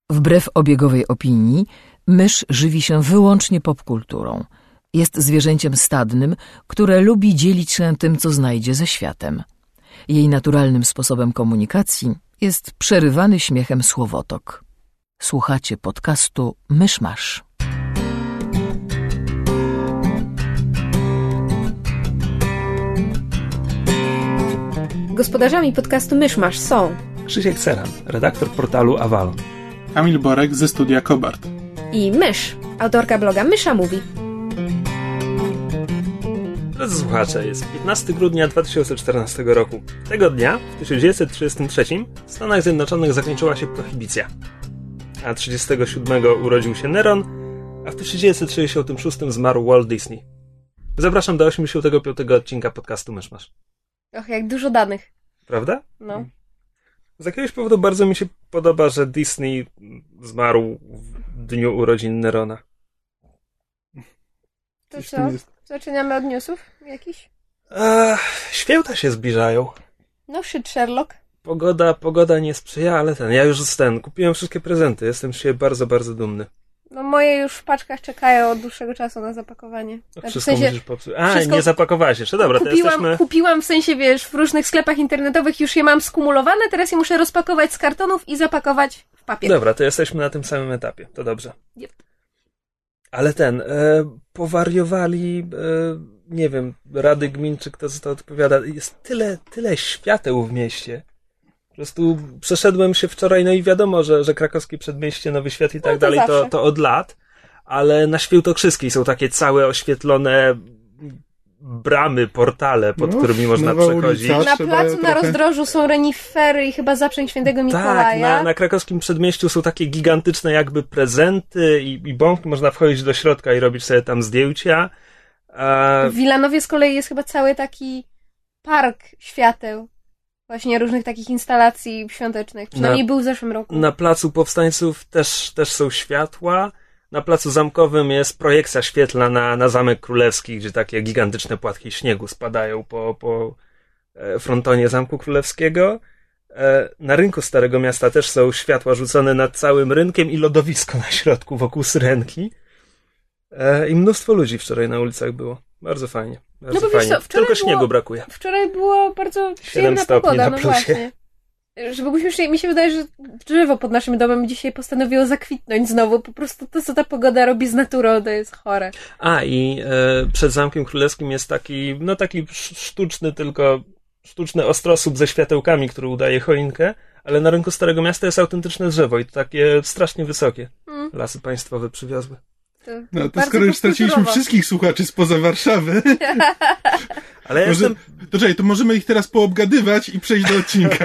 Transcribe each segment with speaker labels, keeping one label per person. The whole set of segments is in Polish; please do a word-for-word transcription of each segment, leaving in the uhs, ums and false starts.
Speaker 1: Wbrew obiegowej opinii, mysz żywi się wyłącznie popkulturą. Jest zwierzęciem stadnym, które lubi dzielić się tym, co znajdzie ze światem. Jej naturalnym sposobem komunikacji jest przerywany śmiechem słowotok. Słuchacie podcastu Myszmasz.
Speaker 2: Gospodarzami podcastu Myszmasz są
Speaker 3: Krzysiek Ceran, redaktor portalu Avalon,
Speaker 4: Kamil Borek ze studia Kobart
Speaker 2: i Mysz, autorka bloga Mysza Mówi.
Speaker 3: Drodzy słuchacze, jest piętnastego grudnia dwa tysiące czternastego roku. Tego dnia, w tysiąc dziewięćset trzydziestym trzecim, w Stanach Zjednoczonych zakończyła się prohibicja. A trzydziestego siódmego urodził się Neron, a w tysiąc dziewięćset sześćdziesiątym szóstym zmarł Walt Disney. Zapraszam do osiemdziesiątego piątego odcinka podcastu Myszmasz.
Speaker 2: Och, jak dużo danych.
Speaker 3: Prawda?
Speaker 2: No.
Speaker 3: Z jakiegoś powodu bardzo mi się podoba, że Disney zmarł w dniu urodzin Nerona.
Speaker 2: To co? Zaczynamy od newsów jakichś?
Speaker 3: Eee, święta się zbliżają.
Speaker 2: No shit, Sherlock.
Speaker 3: Pogoda, pogoda nie sprzyja, ale ten, ja już ten, kupiłem wszystkie prezenty, jestem z siebie bardzo, bardzo dumny.
Speaker 2: No moje już w paczkach czekają od dłuższego czasu na zapakowanie.
Speaker 3: Znaczy, wszystko
Speaker 2: w sensie,
Speaker 3: musisz popsuć. A, nie zapakowałeś jeszcze, dobra,
Speaker 2: kupiłam,
Speaker 3: to jesteśmy...
Speaker 2: Kupiłam w sensie, wiesz, w różnych sklepach internetowych już je mam skumulowane, teraz je muszę rozpakować z kartonów i zapakować w papier.
Speaker 3: Dobra, to jesteśmy na tym samym etapie, to dobrze.
Speaker 2: Yep. Ale
Speaker 3: ten, e, powariowali, e, nie wiem, Rady Gmin, czy kto za to odpowiada, jest tyle, tyle świateł w mieście. Po prostu przeszedłem się wczoraj, no i wiadomo, że, że krakowskie przedmieście, Nowy Świat i tak
Speaker 2: no to
Speaker 3: dalej, to, to od lat, ale na Świętokrzyskiej są takie całe oświetlone bramy, portale, pod no, którymi można przechodzić.
Speaker 2: Ulica, na placu trochę... na rozdrożu są renifery i chyba zaprzęg Świętego Mikołaja.
Speaker 3: Tak, na, na krakowskim przedmieściu są takie gigantyczne jakby prezenty i, i bąki, można wchodzić do środka i robić sobie tam zdjęcia. A...
Speaker 2: W Wilanowie z kolei jest chyba cały taki park świateł. Właśnie różnych takich instalacji świątecznych. Przynajmniej na, był w zeszłym roku.
Speaker 3: Na Placu Powstańców też, też są światła. Na Placu Zamkowym jest projekcja świetlna na, na Zamek Królewski, gdzie takie gigantyczne płatki śniegu spadają po, po frontonie Zamku Królewskiego. Na rynku Starego Miasta też są światła rzucone nad całym rynkiem i lodowisko na środku wokół Syrenki. I mnóstwo ludzi wczoraj na ulicach było. Bardzo fajnie. Bardzo
Speaker 2: no bo
Speaker 3: fajnie.
Speaker 2: Wiesz co,
Speaker 3: Tylko
Speaker 2: było,
Speaker 3: śniegu brakuje.
Speaker 2: Wczoraj była bardzo przyjemna pogoda, no właśnie. Żeby byśmy, mi się wydaje, że drzewo pod naszym domem dzisiaj postanowiło zakwitnąć znowu. Po prostu to, co ta pogoda robi z naturą, to jest chore.
Speaker 3: A i e, przed Zamkiem Królewskim jest taki, no taki sztuczny, tylko sztuczny ostrosłup ze światełkami, który udaje choinkę, ale na rynku Starego Miasta jest autentyczne drzewo i to takie strasznie wysokie. Mm. Lasy państwowe przywiozły.
Speaker 2: To
Speaker 4: no to skoro już straciliśmy wszystkich słuchaczy spoza Warszawy,
Speaker 3: ale ja
Speaker 4: może,
Speaker 3: jestem...
Speaker 4: to czekaj, to możemy ich teraz poobgadywać i przejść do odcinka.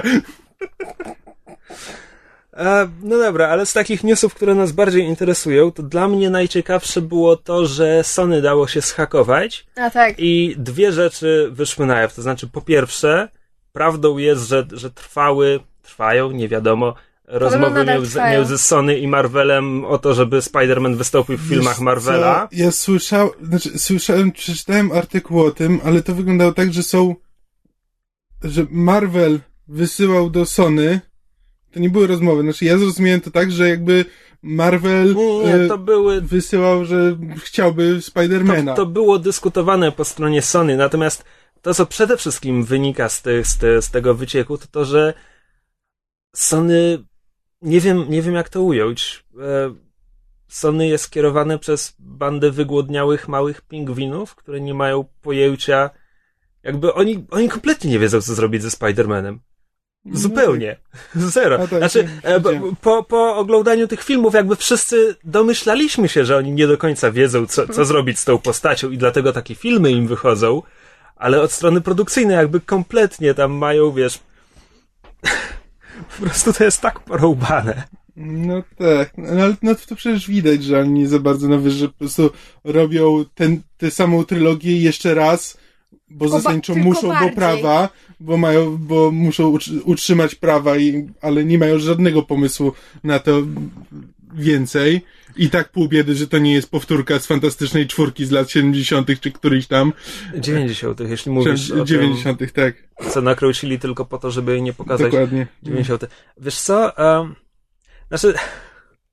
Speaker 3: A, no dobra, ale z takich newsów, które nas bardziej interesują, to dla mnie najciekawsze było to, że Sony dało się zhakować.
Speaker 2: A tak.
Speaker 3: I dwie rzeczy wyszły na jaw. To znaczy, po pierwsze, prawdą jest, że, że trwały, trwają, nie wiadomo, rozmowy między, między Sony i Marvelem o to, żeby Spider-Man wystąpił w filmach Marvela.
Speaker 4: Co? Ja słyszałem, znaczy słyszałem, przeczytałem artykuł o tym, ale to wyglądało tak, że są, że Marvel wysyłał do Sony, to nie były rozmowy, znaczy ja zrozumiałem to tak, że jakby Marvel
Speaker 3: nie, nie, to były...
Speaker 4: wysyłał, że chciałby Spider-Mana.
Speaker 3: To, to było dyskutowane po stronie Sony, natomiast to, co przede wszystkim wynika z, tych, z, te, z tego wycieku, to to, że Sony, nie wiem, nie wiem jak to ująć, Sony jest kierowane przez bandę wygłodniałych małych pingwinów, które nie mają pojęcia, jakby oni, oni kompletnie nie wiedzą, co zrobić ze Spider-Manem. Zupełnie. Zero. Tak, znaczy, po, po oglądaniu tych filmów jakby wszyscy domyślaliśmy się, że oni nie do końca wiedzą, co, co zrobić z tą postacią i dlatego takie filmy im wychodzą, ale od strony produkcyjnej jakby kompletnie tam mają, wiesz, po prostu to jest tak porąbane.
Speaker 4: No tak, no, ale no to przecież widać, że oni nie za bardzo na że po prostu robią ten, tę samą trylogię jeszcze raz, bo zasadniczo muszą,
Speaker 2: bardziej.
Speaker 4: bo prawa, bo mają, bo muszą utrzymać prawa, i, ale nie mają żadnego pomysłu na to więcej. I tak pół biedy, że to nie jest powtórka z Fantastycznej Czwórki z lat siedemdziesiątych czy któryś tam.
Speaker 3: dziewięćdziesiątych, jeśli mówisz o
Speaker 4: dziewięćdziesiątych, tak.
Speaker 3: Co nakręcili tylko po to, żeby nie pokazać.
Speaker 4: Dokładnie.
Speaker 3: dziewięćdziesiątych. Wiesz co? Um, znaczy,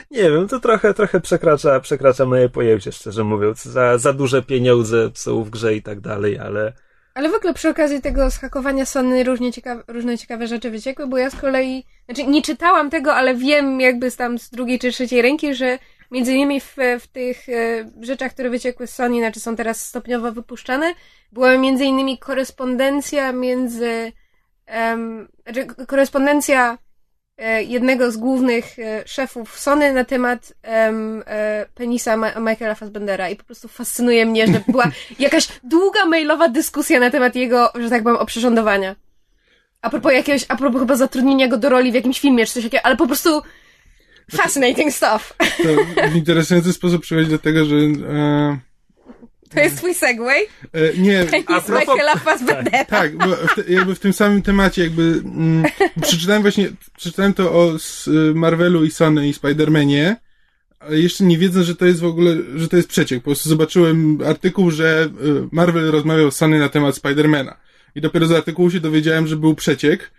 Speaker 3: Nie wiem, to trochę, trochę przekracza, przekracza moje pojęcie, szczerze mówiąc. Za, za duże pieniądze są w grze i tak dalej, ale...
Speaker 2: Ale w ogóle przy okazji tego zhakowania Sony różnie ciekawe, różne ciekawe rzeczy wyciekły, bo ja z kolei, znaczy nie czytałam tego, ale wiem jakby tam z drugiej czy trzeciej ręki, że między innymi w, w tych e, rzeczach, które wyciekły z Sony, znaczy są teraz stopniowo wypuszczane, była między innymi korespondencja między, um, znaczy korespondencja e, jednego z głównych e, szefów Sony na temat um, e, penisa Ma- Michaela Fassbendera i po prostu fascynuje mnie, że była jakaś długa mailowa dyskusja na temat jego, że tak powiem, oprzyrządowania. A propos jakiegoś, a propos chyba zatrudnienia go do roli w jakimś filmie czy coś takiego, ale po prostu fascinating stuff.
Speaker 4: To w interesujący sposób przychodzi do tego, że... E...
Speaker 2: To jest twój segway?
Speaker 4: E, nie.
Speaker 2: Penis a propos... Michaela Fassbendera.
Speaker 4: Tak, bo w, jakby w tym samym temacie jakby mm, przeczytałem właśnie, przeczytałem to o z Marvelu i Sony i Spider-Manie, ale jeszcze nie wiedząc, że to jest w ogóle, że to jest przeciek. Po prostu zobaczyłem artykuł, że Marvel rozmawiał z Sony na temat Spider-Mana. I dopiero z artykułu się dowiedziałem, że był przeciek.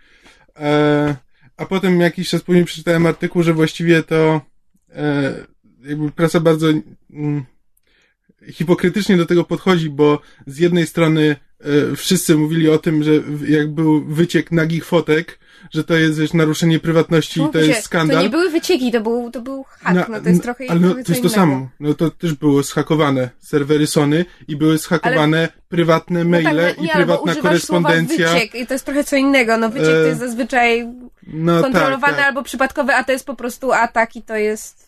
Speaker 4: E, a potem jakiś czas później przeczytałem artykuł, że właściwie to e, jakby prasa bardzo mm, hipokrytycznie do tego podchodzi, bo z jednej strony e, wszyscy mówili o tym, że jak był wyciek nagich fotek, że to jest, wiesz, naruszenie prywatności i to
Speaker 2: się,
Speaker 4: jest skandal.
Speaker 2: To nie były wycieki, to był, to był hack, no, no to jest trochę
Speaker 4: ale no,
Speaker 2: trochę
Speaker 4: to jest to samo. No to też było zhakowane serwery Sony i były zhakowane ale... prywatne maile no tak, nie, i prywatna korespondencja.
Speaker 2: Słowa wyciek i to jest trochę co innego. No wyciek e... to jest zazwyczaj no, kontrolowany tak, tak. albo przypadkowy, a to jest po prostu atak i to jest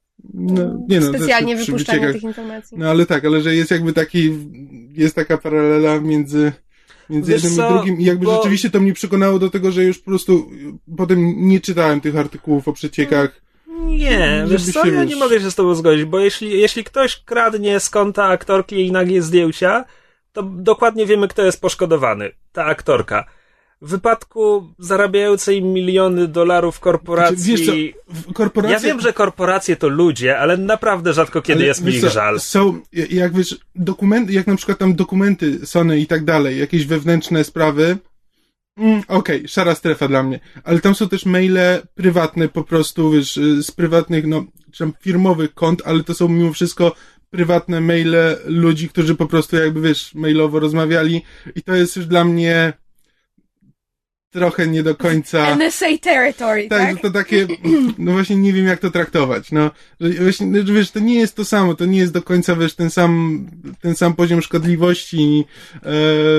Speaker 2: no, nie no, specjalnie to wypuszczanie wyciekach... tych informacji.
Speaker 4: No ale tak, ale że jest jakby taki, jest taka paralela między Między jednym co, i drugim i jakby bo... rzeczywiście to mnie przekonało do tego, że już po prostu potem nie czytałem tych artykułów o przeciekach.
Speaker 3: Nie, wiesz co, ja wiesz... nie mogę się z tobą zgodzić, bo jeśli, jeśli ktoś kradnie z konta aktorki jej nagie zdjęcia, to dokładnie wiemy, kto jest poszkodowany. Ta aktorka. W wypadku zarabiającej miliony dolarów korporacji...
Speaker 4: Wiesz co, korporacje...
Speaker 3: Ja wiem, że korporacje to ludzie, ale naprawdę rzadko kiedy ale, jest mi ich co, żal.
Speaker 4: Są, jak wiesz, dokumenty, jak na przykład tam dokumenty Sony i tak dalej, jakieś wewnętrzne sprawy, mm, okej, okay, szara strefa dla mnie, ale tam są też maile prywatne po prostu, wiesz, z prywatnych, no, czy tam firmowych kont, ale to są mimo wszystko prywatne maile ludzi, którzy po prostu jakby, wiesz, mailowo rozmawiali i to jest już dla mnie... trochę nie do końca...
Speaker 2: N S A territory, tak?
Speaker 4: Tak, to takie, no właśnie nie wiem jak to traktować, no. Że właśnie, że wiesz, to nie jest to samo, to nie jest do końca, wiesz, ten sam, ten sam poziom szkodliwości, e,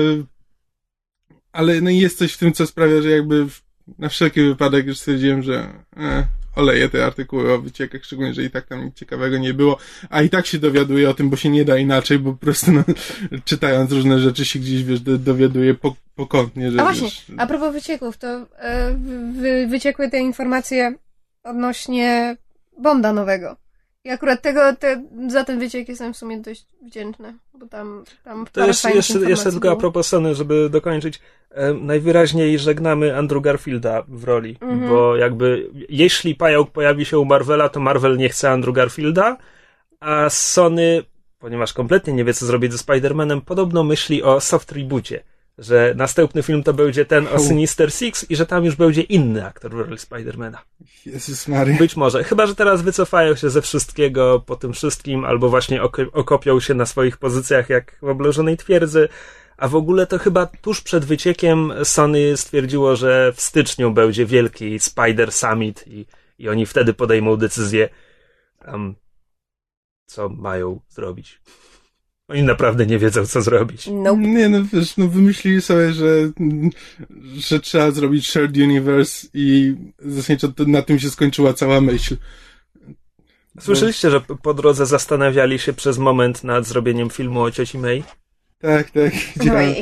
Speaker 4: ale no jest coś w tym, co sprawia, że jakby w, na wszelki wypadek już stwierdziłem, że e, oleję te artykuły o wyciekach, szczególnie, że i tak tam nic ciekawego nie było, a i tak się dowiaduję o tym, bo się nie da inaczej, bo po prostu no, czytając różne rzeczy się gdzieś, wiesz, do, dowiaduję po, pokątnie, że
Speaker 2: a właśnie,
Speaker 4: wiesz,
Speaker 2: a propos wycieków, to e, wy, wyciekły te informacje odnośnie Bonda nowego. I akurat tego, te, za ten wyciek jestem w sumie dość wdzięczna, bo tam, tam
Speaker 3: to jeszcze, jeszcze, jeszcze tylko a propos Sony, żeby dokończyć, e, najwyraźniej żegnamy Andrew Garfielda w roli, mm-hmm. bo jakby jeśli pająk pojawi się u Marvela, to Marvel nie chce Andrew Garfielda, a Sony, ponieważ kompletnie nie wie, co zrobić ze Spider-Manem, podobno myśli o soft reboocie, że następny film to będzie ten o Sinister Six i że tam już będzie inny aktor w roli Spider-Mana.
Speaker 4: Jezus Maria.
Speaker 3: Być może. Chyba, że teraz wycofają się ze wszystkiego po tym wszystkim, albo właśnie ok- okopią się na swoich pozycjach jak w Obleżonej Twierdzy. A w ogóle to chyba tuż przed wyciekiem Sony stwierdziło, że w styczniu będzie wielki Spider Summit i, i oni wtedy podejmą decyzję, um, co mają zrobić. Oni naprawdę nie wiedzą, co zrobić.
Speaker 2: Nope.
Speaker 4: Nie, no wiesz, no wymyślili sobie, że, że trzeba zrobić shared universe i zasadniczo na tym się skończyła cała myśl.
Speaker 3: Słyszeliście, że po drodze zastanawiali się przez moment nad zrobieniem filmu o cioci May?
Speaker 4: Tak, tak. Widziałem.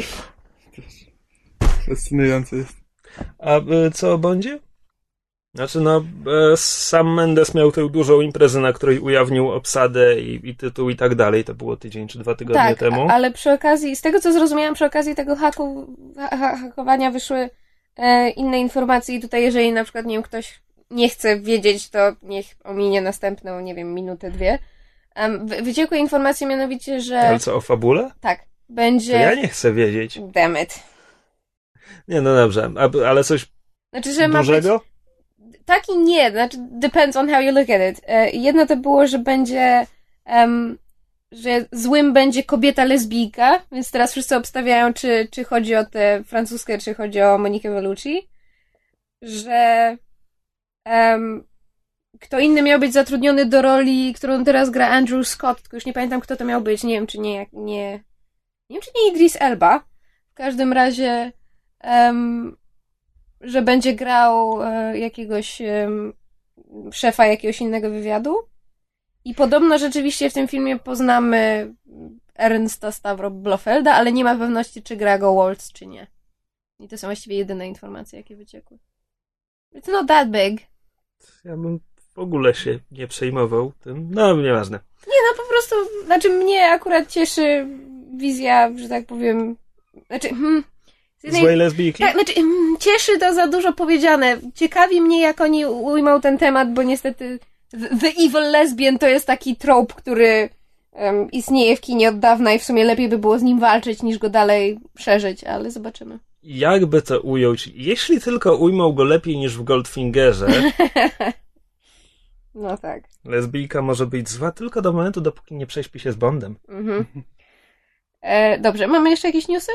Speaker 4: Fascynujące jest.
Speaker 3: A co o Bondzie? Znaczy, no, sam Mendes miał tę dużą imprezę, na której ujawnił obsadę i, i tytuł i tak dalej. To było tydzień czy dwa tygodnie
Speaker 2: tak,
Speaker 3: temu.
Speaker 2: Tak, ale przy okazji, z tego co zrozumiałam, przy okazji tego haku, ha, hakowania wyszły e, inne informacje i tutaj jeżeli na przykład, nie wiem, ktoś nie chce wiedzieć, to niech ominie następną, nie wiem, minutę, dwie. Um, wyciekły informacje mianowicie, że...
Speaker 3: Ale co, o fabule?
Speaker 2: Tak, będzie...
Speaker 3: To ja nie chcę wiedzieć.
Speaker 2: Damn it.
Speaker 3: Nie, no dobrze, A, ale coś
Speaker 2: znaczy, że
Speaker 3: dużego?
Speaker 2: Ma być... tak i nie, znaczy depends on how you look at it. Jedno to było, że będzie um, że złym będzie kobieta lesbijka, więc teraz wszyscy obstawiają, czy, czy chodzi o tę francuskę, czy chodzi o Monikę Bellucci, że um, kto inny miał być zatrudniony do roli, którą teraz gra Andrew Scott, tylko już nie pamiętam, kto to miał być, nie wiem, czy nie, nie, nie wiem, czy nie Idris Elba. W każdym razie um, że będzie grał um, jakiegoś um, szefa jakiegoś innego wywiadu. I podobno rzeczywiście w tym filmie poznamy Ernsta Stavro Blofelda, ale nie ma pewności, czy gra go Waltz, czy nie. I to są właściwie jedyne informacje, jakie wyciekły. It's not that big.
Speaker 3: Ja bym w ogóle się nie przejmował tym. No, nieważne.
Speaker 2: Nie, no po prostu, znaczy mnie akurat cieszy wizja, że tak powiem, znaczy, hmm, jednej,
Speaker 3: złej lesbijki?
Speaker 2: Tak, znaczy, hmm, cieszy to za dużo powiedziane. Ciekawi mnie, jak oni ujmą ten temat, bo niestety The Evil Lesbian to jest taki trope, który um, istnieje w kinie od dawna i w sumie lepiej by było z nim walczyć, niż go dalej szerzyć, ale zobaczymy.
Speaker 3: Jakby to ująć? Jeśli tylko ujmą go lepiej niż w Goldfingerze.
Speaker 2: No tak.
Speaker 3: Lesbijka może być zła tylko do momentu, dopóki nie prześpi się z Bondem.
Speaker 2: Mhm. E, dobrze, mamy jeszcze jakieś newsy?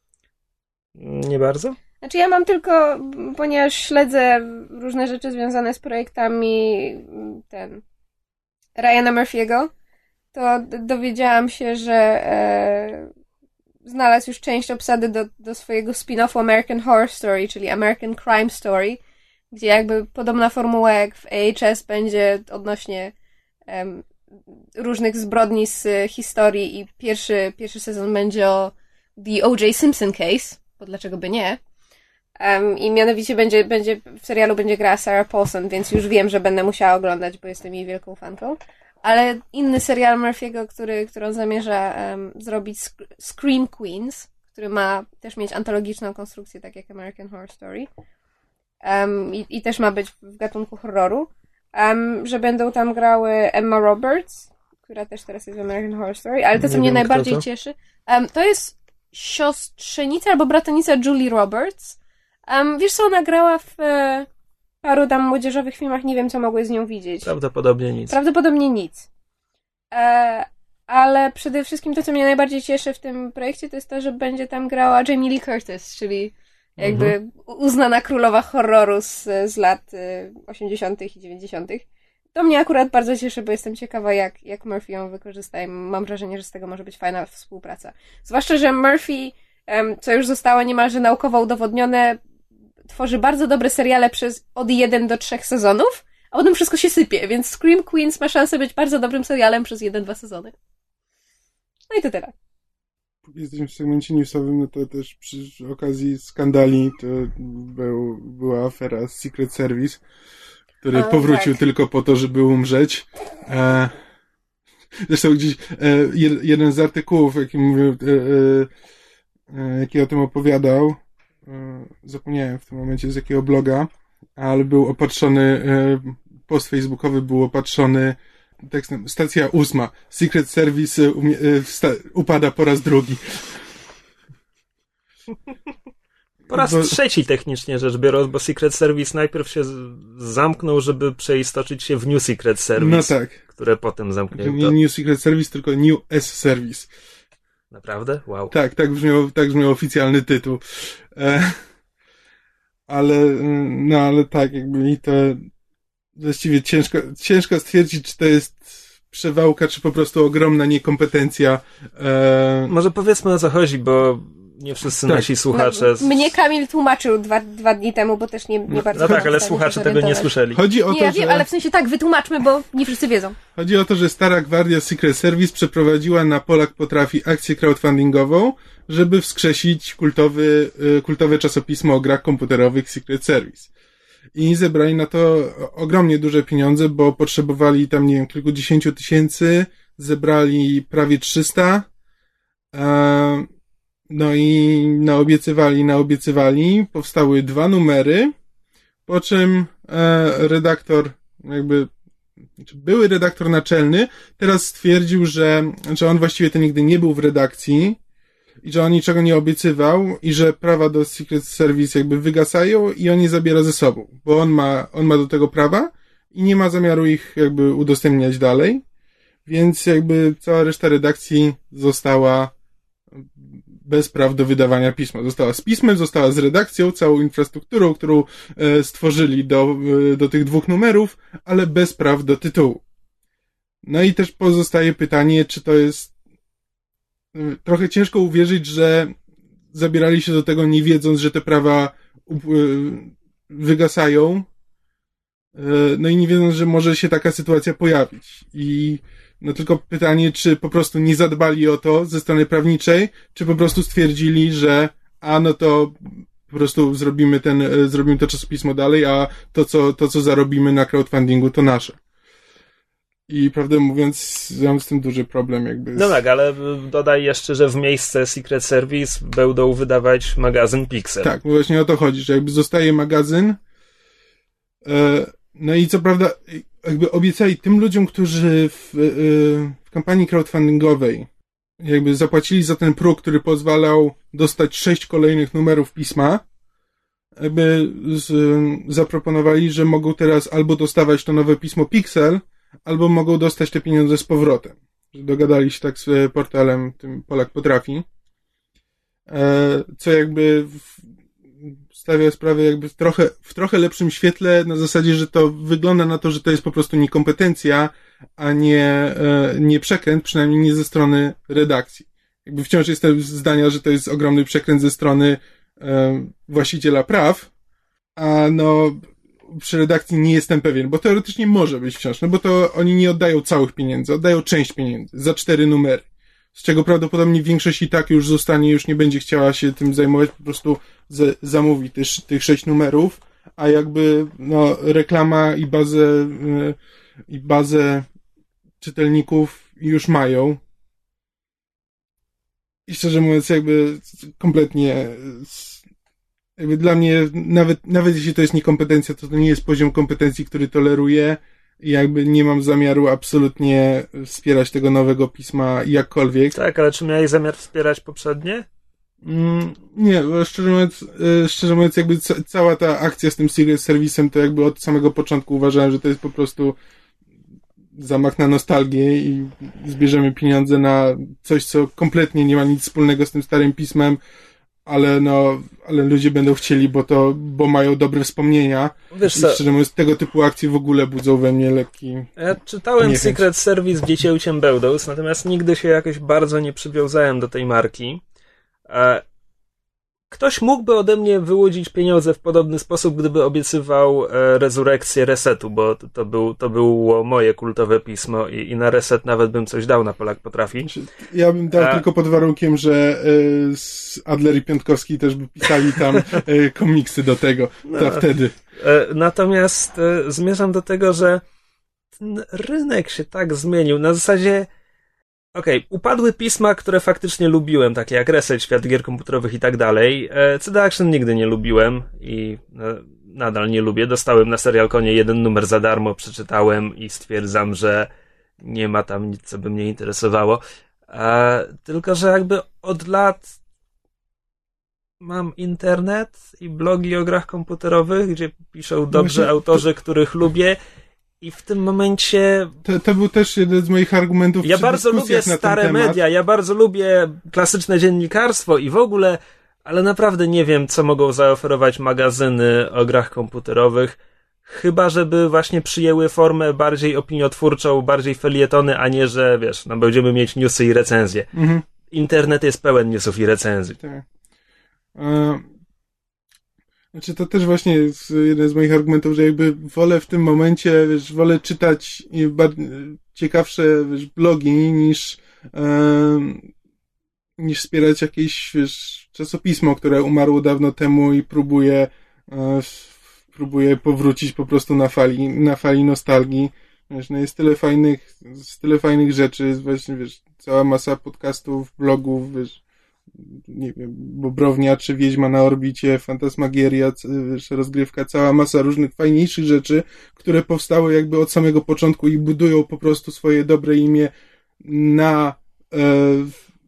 Speaker 3: Nie bardzo?
Speaker 2: Znaczy ja mam tylko, ponieważ śledzę różne rzeczy związane z projektami ten Ryana Murphy'ego, to dowiedziałam się, że e, znalazł już część obsady do, do swojego spin-offu American Horror Story, czyli American Crime Story, gdzie jakby podobna formuła jak w A H S będzie odnośnie um, różnych zbrodni z historii i pierwszy, pierwszy sezon będzie o The O J Simpson Case, bo dlaczego by nie? Um, I mianowicie będzie, będzie, w serialu będzie grała Sarah Paulson, więc już wiem, że będę musiała oglądać, bo jestem jej wielką fanką. Ale inny serial Murphy'ego, który, który on zamierza um, zrobić, Scream Queens, który ma też mieć antologiczną konstrukcję, tak jak American Horror Story. Um, i, I też ma być w gatunku horroru. Um, że będą tam grały Emma Roberts, która też teraz jest w American Horror Story, ale to, co
Speaker 3: Nie
Speaker 2: mnie
Speaker 3: wiem,
Speaker 2: najbardziej
Speaker 3: to?
Speaker 2: cieszy, um, to jest siostrzenica albo bratanica Julie Roberts. Um, wiesz co, ona grała w e, paru tam młodzieżowych filmach, nie wiem, co mogłeś z nią widzieć.
Speaker 3: Prawdopodobnie nic.
Speaker 2: Prawdopodobnie nic. E, ale przede wszystkim to, co mnie najbardziej cieszy w tym projekcie, to jest to, że będzie tam grała Jamie Lee Curtis, czyli jakby mhm. uznana królowa horroru z, z lat y, osiemdziesiątych i dziewięćdziesiątych. To mnie akurat bardzo cieszy, bo jestem ciekawa, jak, jak Murphy ją wykorzysta i mam wrażenie, że z tego może być fajna współpraca. Zwłaszcza, że Murphy, um, co już zostało niemalże naukowo udowodnione, tworzy bardzo dobre seriale przez od jeden do trzech sezonów, a potem wszystko się sypie, więc Scream Queens ma szansę być bardzo dobrym serialem przez jeden, dwa sezony. No i to tyle.
Speaker 4: Jesteśmy w segmencie newsowym, no to też przy okazji skandali to był, była afera Secret Service, który o, powrócił tak. tylko po to, żeby umrzeć. E, zresztą gdzieś e, jeden z artykułów, jaki mówił, e, e, jaki o tym opowiadał, e, zapomniałem w tym momencie z jakiego bloga, ale był opatrzony, e, post facebookowy był opatrzony tekstem, stacja ósma. Secret Service umie, sta, upada po raz drugi.
Speaker 3: Po raz bo... trzeci technicznie rzecz biorąc, bo Secret Service najpierw się zamknął, żeby przeistoczyć się w New Secret Service.
Speaker 4: No tak.
Speaker 3: Które potem zamknęło.
Speaker 4: Nie New Secret Service, tylko New S Service.
Speaker 3: Naprawdę? Wow.
Speaker 4: Tak, tak brzmiał, tak brzmiał oficjalny tytuł. E, ale, no ale tak, jakby i to właściwie ciężko, ciężko stwierdzić, czy to jest przewałka, czy po prostu ogromna niekompetencja. E...
Speaker 3: Może powiedzmy, o co chodzi, bo nie wszyscy tak. nasi słuchacze... Z...
Speaker 2: Mnie Kamil tłumaczył dwa, dwa dni temu, bo też nie, nie
Speaker 3: no,
Speaker 2: bardzo...
Speaker 3: No tak, ale słuchacze tego nie słyszeli.
Speaker 4: Chodzi o
Speaker 2: nie,
Speaker 4: to,
Speaker 2: ja wiem,
Speaker 4: że...
Speaker 2: ale w sensie tak, wytłumaczmy, bo nie wszyscy wiedzą.
Speaker 4: Chodzi o to, że Stara Gwardia Secret Service przeprowadziła na Polak Potrafi akcję crowdfundingową, żeby wskrzesić kultowy, kultowe czasopismo o grach komputerowych Secret Service. I zebrali na to ogromnie duże pieniądze, bo potrzebowali tam, nie wiem, kilkudziesięciu tysięcy, zebrali prawie trzysta, no i naobiecywali, naobiecywali, powstały dwa numery, po czym redaktor, jakby, były redaktor naczelny, teraz stwierdził, że, że on właściwie to nigdy nie był w redakcji i że on niczego nie obiecywał i że prawa do Secret Service jakby wygasają i on je zabiera ze sobą, bo on ma, on ma do tego prawa i nie ma zamiaru ich jakby udostępniać dalej, więc jakby cała reszta redakcji została bez praw do wydawania pisma. Została z pismem, została z redakcją, całą infrastrukturą, którą e, stworzyli do, e, do tych dwóch numerów, ale bez praw do tytułu. No i też pozostaje pytanie, czy to jest e, trochę ciężko uwierzyć, że zabierali się do tego nie wiedząc, że te prawa e, wygasają, e, no i nie wiedząc, że może się taka sytuacja pojawić. I no tylko pytanie, czy po prostu nie zadbali o to ze strony prawniczej, czy po prostu stwierdzili, że a no to po prostu zrobimy ten, zrobimy to czasopismo dalej, a to co, to co zarobimy na crowdfundingu to nasze. I prawdę mówiąc, mam z tym duży problem jakby. Z...
Speaker 3: No tak, ale dodaj jeszcze, że w miejsce Secret Service będą wydawać magazyn Pixel.
Speaker 4: Tak, właśnie o to chodzi, że jakby zostaje magazyn, no i co prawda jakby obiecali tym ludziom, którzy w, w kampanii crowdfundingowej jakby zapłacili za ten próg, który pozwalał dostać sześć kolejnych numerów pisma, jakby z, zaproponowali, że mogą teraz albo dostawać to nowe pismo Pixel, albo mogą dostać te pieniądze z powrotem. Że dogadali się tak z portalem, tym Polak Potrafi, co jakby stawia sprawę jakby w trochę, w trochę lepszym świetle, na zasadzie, że to wygląda na to, że to jest po prostu niekompetencja, a nie, nie przekręt, przynajmniej nie ze strony redakcji. Jakby wciąż jestem zdania, że to jest ogromny przekręt ze strony właściciela praw, a no przy redakcji nie jestem pewien, bo teoretycznie może być wciąż, no bo to oni nie oddają całych pieniędzy, oddają część pieniędzy za cztery numery, z czego prawdopodobnie większość i tak już zostanie, już nie będzie chciała się tym zajmować, po prostu z, zamówi tych, tych sześć numerów, a jakby no reklama i bazę yy, i bazę czytelników już mają. I szczerze mówiąc, jakby kompletnie jakby dla mnie, nawet, nawet jeśli to jest niekompetencja, to to nie jest poziom kompetencji, który toleruję i jakby nie mam zamiaru absolutnie wspierać tego nowego pisma jakkolwiek.
Speaker 3: Tak, ale czy miałeś zamiar wspierać poprzednie?
Speaker 4: Mm, nie, bo szczerze mówiąc, szczerze mówiąc jakby ca- cała ta akcja z tym Secret Service'em to jakby od samego początku uważałem, że to jest po prostu zamach na nostalgię i zbierzemy pieniądze na coś, co kompletnie nie ma nic wspólnego z tym starym pismem, ale no, ale ludzie będą chcieli, bo to, bo mają dobre wspomnienia.
Speaker 3: Wiesz
Speaker 4: I
Speaker 3: co,
Speaker 4: szczerze mówiąc, tego typu akcje w ogóle budzą we mnie lekki...
Speaker 3: ja czytałem
Speaker 4: niechęć.
Speaker 3: Secret Service Dziecięciem Bełdos, natomiast nigdy się jakoś bardzo nie przywiązałem do tej marki. Ktoś mógłby ode mnie wyłudzić pieniądze w podobny sposób, gdyby obiecywał rezurekcję Resetu, bo to, to, był, to było moje kultowe pismo i, i na Reset nawet bym coś dał, na Polak Potrafi.
Speaker 4: Ja bym dał
Speaker 3: A...
Speaker 4: tylko pod warunkiem, że y, Adler i Piątkowski też by pisali tam y, komiksy do tego, no, to wtedy.
Speaker 3: Y, natomiast y, zmierzam do tego, że ten rynek się tak zmienił. Na zasadzie okej, okay, upadły pisma, które faktycznie lubiłem, takie jak Reset, Świat Gier Komputerowych i tak dalej. C D Action nigdy nie lubiłem i e, nadal nie lubię. Dostałem na Serialkonie jeden numer za darmo, przeczytałem i stwierdzam, że nie ma tam nic, co by mnie interesowało. E, tylko, że jakby od lat mam internet i blogi o grach komputerowych, gdzie piszą dobrzy Właśnie autorzy, to... których lubię. I w tym momencie...
Speaker 4: To, to był też jeden z moich argumentów.
Speaker 3: Ja bardzo lubię stare media, ja bardzo lubię klasyczne dziennikarstwo i w ogóle, ale naprawdę nie wiem, co mogą zaoferować magazyny o grach komputerowych, chyba żeby właśnie przyjęły formę bardziej opiniotwórczą, bardziej felietony, a nie, że wiesz, no będziemy mieć newsy i recenzje. Mhm. Internet jest pełen newsów i recenzji.
Speaker 4: Tak. E... Znaczy to też właśnie jest jeden z moich argumentów, że jakby wolę w tym momencie, wiesz, wolę czytać ciekawsze, wiesz, blogi niż e, niż wspierać jakieś, wiesz, czasopismo, które umarło dawno temu i próbuje e, próbuje powrócić po prostu na fali, na fali nostalgii. Wiesz, no jest tyle fajnych, jest tyle fajnych rzeczy, jest właśnie, wiesz, cała masa podcastów, blogów, wiesz, nie wiem, Bobrownia czy Wiedźma na orbicie, Fantasmagieria, wiesz, rozgrywka, cała masa różnych fajniejszych rzeczy, które powstały jakby od samego początku i budują po prostu swoje dobre imię na, e,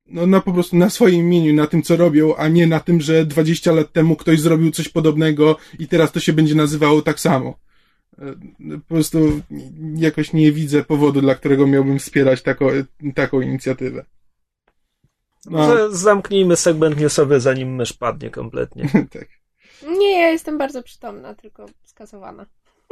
Speaker 4: no, na po prostu na swoim imieniu, na tym, co robią, a nie na tym, że dwadzieścia lat temu ktoś zrobił coś podobnego i teraz to się będzie nazywało tak samo. Po prostu jakoś nie widzę powodu, dla którego miałbym wspierać tako, taką inicjatywę.
Speaker 3: No. Może zamknijmy segment newsowy, zanim mysz padnie kompletnie.
Speaker 4: Tak.
Speaker 2: Nie, ja jestem bardzo przytomna, tylko skasowana.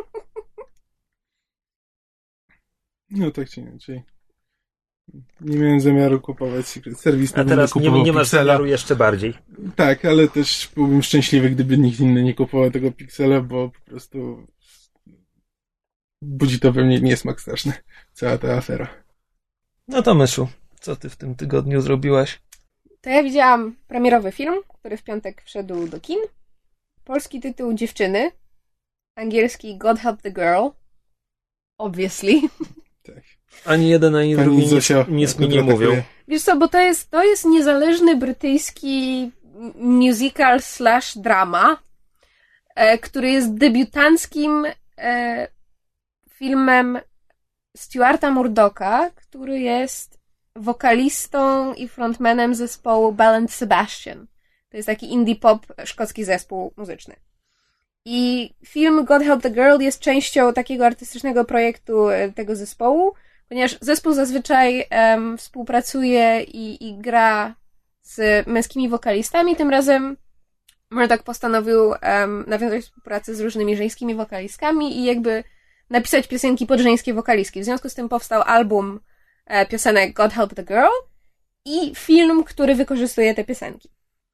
Speaker 4: No tak czy inaczej. Nie miałem zamiaru kupować Secret Service.
Speaker 3: A teraz nie, nie masz zamiaru jeszcze bardziej.
Speaker 4: Tak, ale też byłbym szczęśliwy, gdyby nikt inny nie kupował tego Pixela, bo po prostu budzi to we mnie niesmak straszny. Cała ta afera.
Speaker 3: No to myszu, co ty w tym tygodniu zrobiłaś?
Speaker 2: To ja widziałam premierowy film, który w piątek wszedł do kin. Polski tytuł Dziewczyny. Angielski God Help the Girl. Obviously.
Speaker 4: Tak.
Speaker 3: Ani jeden, ani
Speaker 4: Pani
Speaker 3: drugi
Speaker 4: Zosia,
Speaker 3: nic, nic mi nie mówią.
Speaker 2: Wiesz co, bo to jest, to jest niezależny brytyjski musical slash drama, e, który jest debiutanckim e, filmem Stuarta Murdocha, który jest wokalistą i frontmanem zespołu Belle and Sebastian. To jest taki indie pop, szkocki zespół muzyczny. I film God Help the Girl jest częścią takiego artystycznego projektu tego zespołu, ponieważ zespół zazwyczaj um, współpracuje i, i gra z męskimi wokalistami. Tym razem Murdoch postanowił um, nawiązać współpracę z różnymi żeńskimi wokalistkami i jakby napisać piosenki pod żeńskie wokalistki. W związku z tym powstał album e, piosenek God Help the Girl i film, który wykorzystuje te piosenki.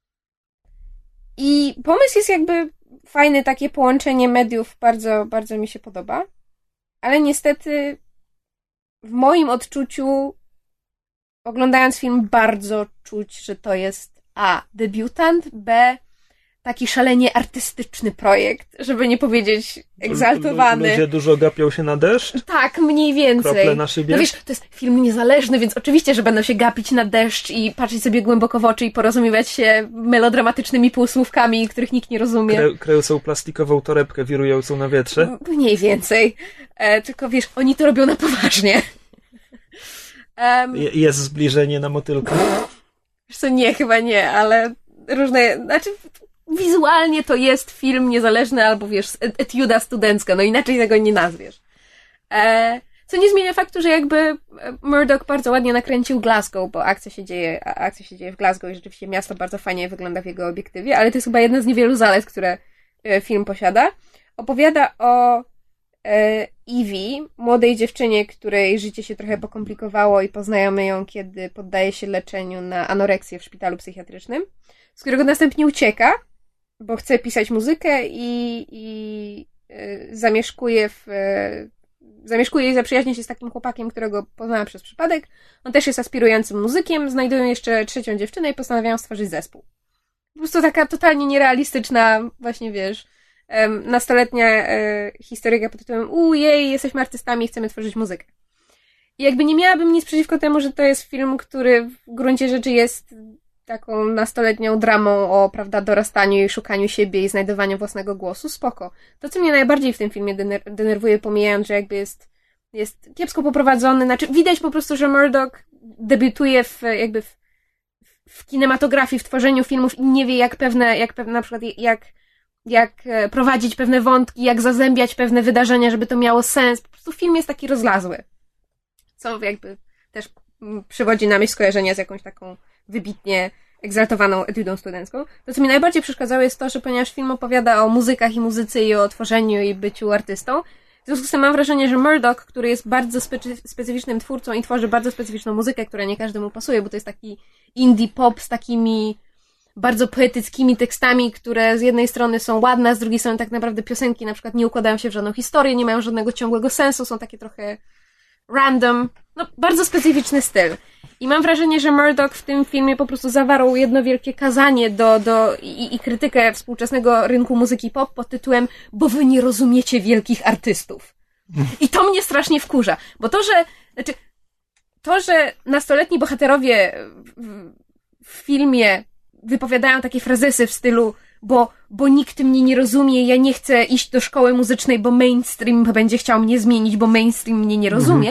Speaker 2: I pomysł jest jakby fajny, takie połączenie mediów bardzo, bardzo mi się podoba, ale niestety w moim odczuciu, oglądając film, bardzo czuć, że to jest a. debiutant, b. taki szalenie artystyczny projekt, żeby nie powiedzieć egzaltowany.
Speaker 3: Ludzie dużo gapią się na deszcz?
Speaker 2: Tak, mniej więcej.
Speaker 3: Krople na szybie?
Speaker 2: No wiesz, to jest film niezależny, więc oczywiście, że będą się gapić na deszcz i patrzeć sobie głęboko w oczy i porozumiewać się melodramatycznymi półsłówkami, których nikt nie rozumie.
Speaker 3: Kre, kreują plastikową torebkę wirującą na wietrze?
Speaker 2: Mniej więcej. E, tylko wiesz, oni to robią na poważnie. Um,
Speaker 3: jest zbliżenie na motylku?
Speaker 2: Wiesz co, nie, chyba nie, ale różne, znaczy wizualnie to jest film niezależny albo wiesz, etiuda studencka, no inaczej tego nie nazwiesz. E, co nie zmienia faktu, że jakby Murdoch bardzo ładnie nakręcił Glasgow, bo akcja się dzieje, akcja się dzieje w Glasgow i rzeczywiście miasto bardzo fajnie wygląda w jego obiektywie, ale to jest chyba jedna z niewielu zalet, które film posiada. Opowiada o e, Evie, młodej dziewczynie, której życie się trochę pokomplikowało i poznajemy ją, kiedy poddaje się leczeniu na anoreksję w szpitalu psychiatrycznym, z którego następnie ucieka, bo chce pisać muzykę i, i y, zamieszkuje w... Y, zamieszkuje i zaprzyjaźnia się z takim chłopakiem, którego poznała przez przypadek. On też jest aspirującym muzykiem, znajdują jeszcze trzecią dziewczynę i postanawiają stworzyć zespół. Po prostu taka totalnie nierealistyczna, właśnie wiesz, um, nastoletnia y, historyjka pod tytułem ujej, jesteśmy artystami i chcemy tworzyć muzykę. I jakby nie miałabym nic przeciwko temu, że to jest film, który w gruncie rzeczy jest taką nastoletnią dramą o, prawda, dorastaniu i szukaniu siebie i znajdowaniu własnego głosu, spoko. To, co mnie najbardziej w tym filmie dener- denerwuje, pomijając, że jakby jest, jest kiepsko poprowadzony, znaczy widać po prostu, że Murdoch debiutuje w, jakby w, w kinematografii, w tworzeniu filmów i nie wie, jak pewne, jak pewne, na przykład jak, jak prowadzić pewne wątki, jak zazębiać pewne wydarzenia, żeby to miało sens. Po prostu film jest taki rozlazły. Co jakby też przywodzi na myśl skojarzenia z jakąś taką wybitnie egzaltowaną etiudą studencką. To, co mi najbardziej przeszkadzało, jest to, że ponieważ film opowiada o muzykach i muzyce i o tworzeniu i byciu artystą, w związku z tym mam wrażenie, że Murdoch, który jest bardzo specy- specyficznym twórcą i tworzy bardzo specyficzną muzykę, która nie każdemu pasuje, bo to jest taki indie pop z takimi bardzo poetyckimi tekstami, które z jednej strony są ładne, a z drugiej strony tak naprawdę piosenki na przykład nie układają się w żadną historię, nie mają żadnego ciągłego sensu, są takie trochę random, no bardzo specyficzny styl. I mam wrażenie, że Murdoch w tym filmie po prostu zawarł jedno wielkie kazanie do, do, i, i krytykę współczesnego rynku muzyki pop pod tytułem bo wy nie rozumiecie wielkich artystów. I to mnie strasznie wkurza, bo to, że znaczy, to, że nastoletni bohaterowie w, w filmie wypowiadają takie frazesy w stylu bo, bo nikt mnie nie rozumie, ja nie chcę iść do szkoły muzycznej, bo mainstream będzie chciał mnie zmienić, bo mainstream mnie nie rozumie,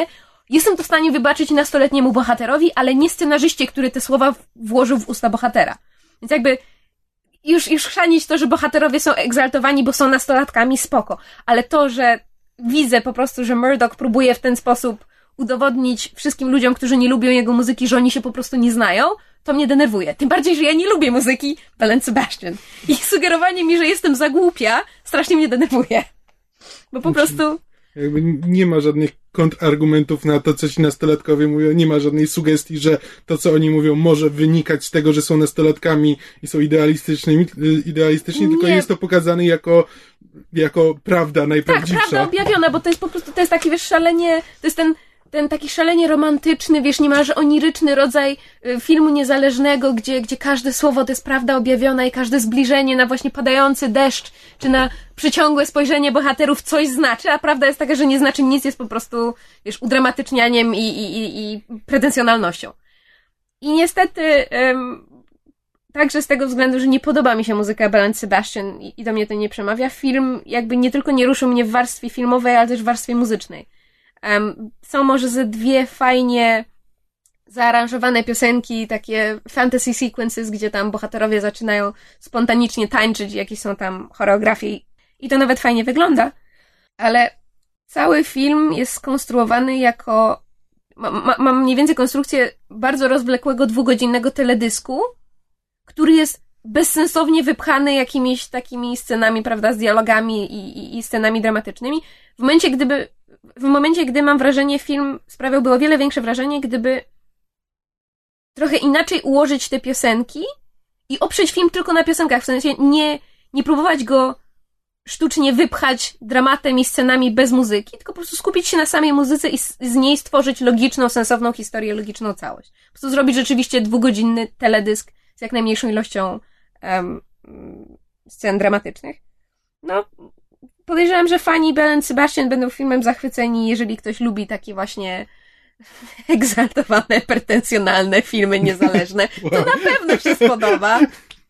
Speaker 2: jestem to w stanie wybaczyć nastoletniemu bohaterowi, ale nie scenarzyście, który te słowa włożył w usta bohatera. Więc jakby już, już chrzanić to, że bohaterowie są egzaltowani, bo są nastolatkami, spoko. Ale to, że widzę po prostu, że Murdoch próbuje w ten sposób udowodnić wszystkim ludziom, którzy nie lubią jego muzyki, że oni się po prostu nie znają, to mnie denerwuje. Tym bardziej, że ja nie lubię muzyki Belle and Sebastian. I sugerowanie mi, że jestem za głupia, strasznie mnie denerwuje. Bo po prostu...
Speaker 4: Jakby nie ma żadnych kontrargumentów na to, co ci nastolatkowie mówią, nie ma żadnej sugestii, że to, co oni mówią, może wynikać z tego, że są nastolatkami i są idealistycznymi, idealistyczni,
Speaker 2: nie.
Speaker 4: tylko jest to pokazane jako, jako prawda najprawdziwsza.
Speaker 2: Tak, prawda objawiona, bo to jest po prostu, to jest taki, wiesz, szalenie, to jest ten ten taki szalenie romantyczny, wiesz, niemalże oniryczny rodzaj filmu niezależnego, gdzie, gdzie każde słowo to jest prawda objawiona i każde zbliżenie na właśnie padający deszcz, czy na przyciągłe spojrzenie bohaterów coś znaczy, a prawda jest taka, że nie znaczy nic, jest po prostu, wiesz, udramatycznianiem i, i, i, i pretensjonalnością. I niestety, um, także z tego względu, że nie podoba mi się muzyka Belle and Sebastian i, i do mnie to nie przemawia, film jakby nie tylko nie ruszył mnie w warstwie filmowej, ale też w warstwie muzycznej. Um, są może ze dwie fajnie zaaranżowane piosenki, takie fantasy sequences, gdzie tam bohaterowie zaczynają spontanicznie tańczyć, jakieś są tam choreografie i to nawet fajnie wygląda, ale cały film jest skonstruowany jako ma, ma, mam mniej więcej konstrukcję bardzo rozwlekłego dwugodzinnego teledysku, który jest bezsensownie wypchany jakimiś takimi scenami, prawda, z dialogami i, i, i scenami dramatycznymi. W momencie, gdyby w momencie, gdy mam wrażenie, film sprawiałby o wiele większe wrażenie, gdyby trochę inaczej ułożyć te piosenki i oprzeć film tylko na piosenkach, w sensie nie, nie próbować go sztucznie wypchać dramatem i scenami bez muzyki, tylko po prostu skupić się na samej muzyce i z, z niej stworzyć logiczną, sensowną historię, logiczną całość. Po prostu zrobić rzeczywiście dwugodzinny teledysk z jak najmniejszą ilością um, scen dramatycznych. No, podejrzewam, że fani Belle and Sebastian będą filmem zachwyceni, jeżeli ktoś lubi takie właśnie egzaltowane, pretensjonalne filmy niezależne. To na pewno się spodoba.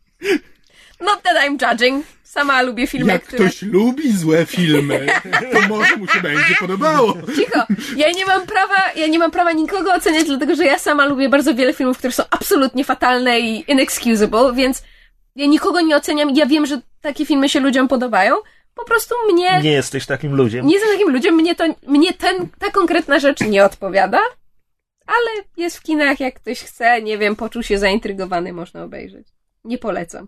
Speaker 2: Not that I'm judging. Sama lubię filmy,
Speaker 4: Jak
Speaker 2: które...
Speaker 4: ktoś lubi złe filmy, to może mu się będzie podobało.
Speaker 2: Cicho. Ja nie mam prawa, ja nie mam prawa nikogo oceniać, dlatego że ja sama lubię bardzo wiele filmów, które są absolutnie fatalne i inexcusable, więc ja nikogo nie oceniam. Ja wiem, że takie filmy się ludziom podobają. Po prostu mnie...
Speaker 3: Nie jesteś takim ludziem.
Speaker 2: Nie jestem takim ludziem. Mnie, to, mnie ten, ta konkretna rzecz nie odpowiada, ale jest w kinach, jak ktoś chce, nie wiem, poczuł się zaintrygowany, można obejrzeć. Nie polecam.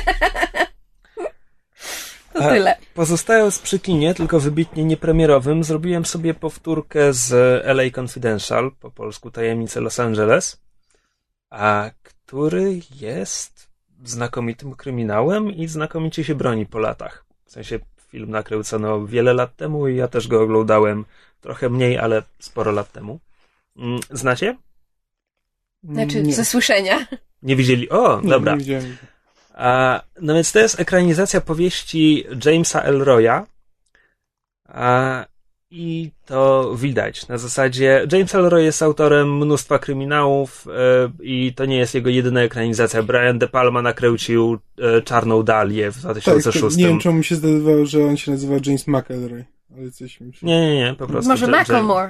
Speaker 2: To
Speaker 3: A
Speaker 2: tyle.
Speaker 3: Pozostając przy kinie, tylko wybitnie niepremierowym, zrobiłem sobie powtórkę z L A Confidential, po polsku Tajemnice Los Angeles, a który jest znakomitym kryminałem i znakomicie się broni po latach. W sensie film nakręcono wiele lat temu i ja też go oglądałem trochę mniej, ale sporo lat temu. Znacie?
Speaker 2: Znaczy,
Speaker 4: Nie.
Speaker 2: ze słyszenia.
Speaker 3: Nie widzieli? O,
Speaker 4: Nie,
Speaker 3: dobra.
Speaker 4: nie widziałem.
Speaker 3: A, no więc to jest ekranizacja powieści Jamesa Ellroya. A, I to widać. Na zasadzie James Ellroy jest autorem mnóstwa kryminałów e, i to nie jest jego jedyna ekranizacja. Brian De Palma nakręcił e, Czarną Dalię w dwa tysiące szóstym.
Speaker 4: Tak, nie wiem, czemu mi się zdawało, że on się nazywa James McElroy, ale coś mi się...
Speaker 3: Nie, nie, nie, po prostu.
Speaker 2: Może
Speaker 3: J-
Speaker 2: Macklemore.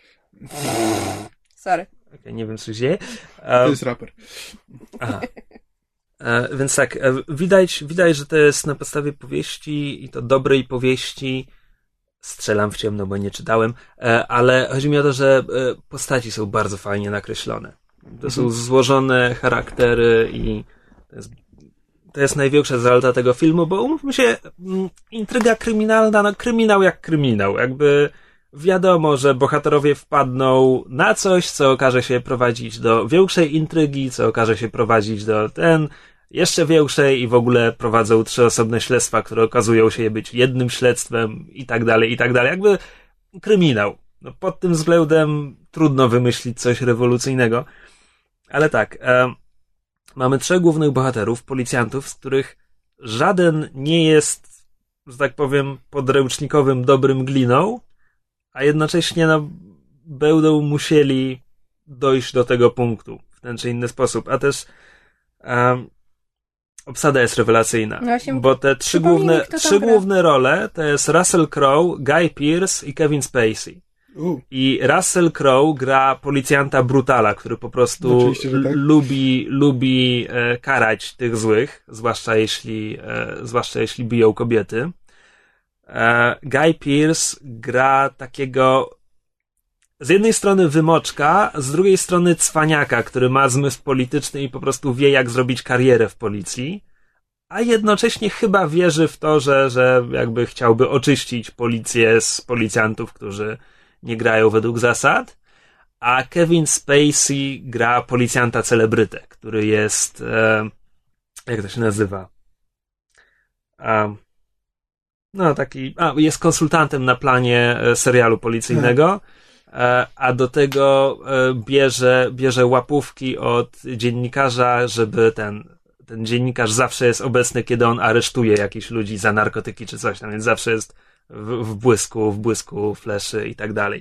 Speaker 2: Sorry.
Speaker 3: Okay, nie wiem, co się dzieje.
Speaker 4: To jest raper.
Speaker 3: Aha. E, więc tak, e, widać, widać, że to jest na podstawie powieści i to dobrej powieści. Strzelam w ciemno, bo nie czytałem, e, ale chodzi mi o to, że e, postaci są bardzo fajnie nakreślone. To mhm. są złożone charaktery i to jest, to jest największa zaleta tego filmu, bo umówmy się, m, intryga kryminalna, no kryminał jak kryminał, jakby wiadomo, że bohaterowie wpadną na coś, co okaże się prowadzić do większej intrygi, co okaże się prowadzić do ten, jeszcze większej i w ogóle prowadzą trzy osobne śledztwa, które okazują się być jednym śledztwem i tak dalej, i tak dalej. Jakby kryminał. No, pod tym względem trudno wymyślić coś rewolucyjnego. Ale tak, e, mamy trzech głównych bohaterów, policjantów, z których żaden nie jest, że tak powiem, podręcznikowym dobrym gliną, a jednocześnie no, będą musieli dojść do tego punktu w ten czy inny sposób. A też um, obsada jest rewelacyjna,
Speaker 2: No
Speaker 3: bo te trzy główne, trzy główne role to jest Russell Crowe, Guy Pearce i Kevin Spacey.
Speaker 4: U.
Speaker 3: I Russell Crowe gra policjanta brutala, który po prostu
Speaker 4: Oczywiście, że tak.
Speaker 3: lubi, lubi e, karać tych złych, zwłaszcza jeśli, e, zwłaszcza jeśli biją kobiety. E, Guy Pearce gra takiego z jednej strony wymoczka, z drugiej strony cwaniaka, który ma zmysł polityczny i po prostu wie, jak zrobić karierę w policji, a jednocześnie chyba wierzy w to, że, że jakby chciałby oczyścić policję z policjantów, którzy nie grają według zasad. A Kevin Spacey gra policjanta celebrytę, który jest e, jak to się nazywa? A, no taki, a, jest konsultantem na planie serialu policyjnego. A do tego bierze, bierze łapówki od dziennikarza, żeby ten, ten dziennikarz zawsze jest obecny, kiedy on aresztuje jakichś ludzi za narkotyki czy coś tam, więc zawsze jest w, w błysku, w błysku fleszy i tak dalej.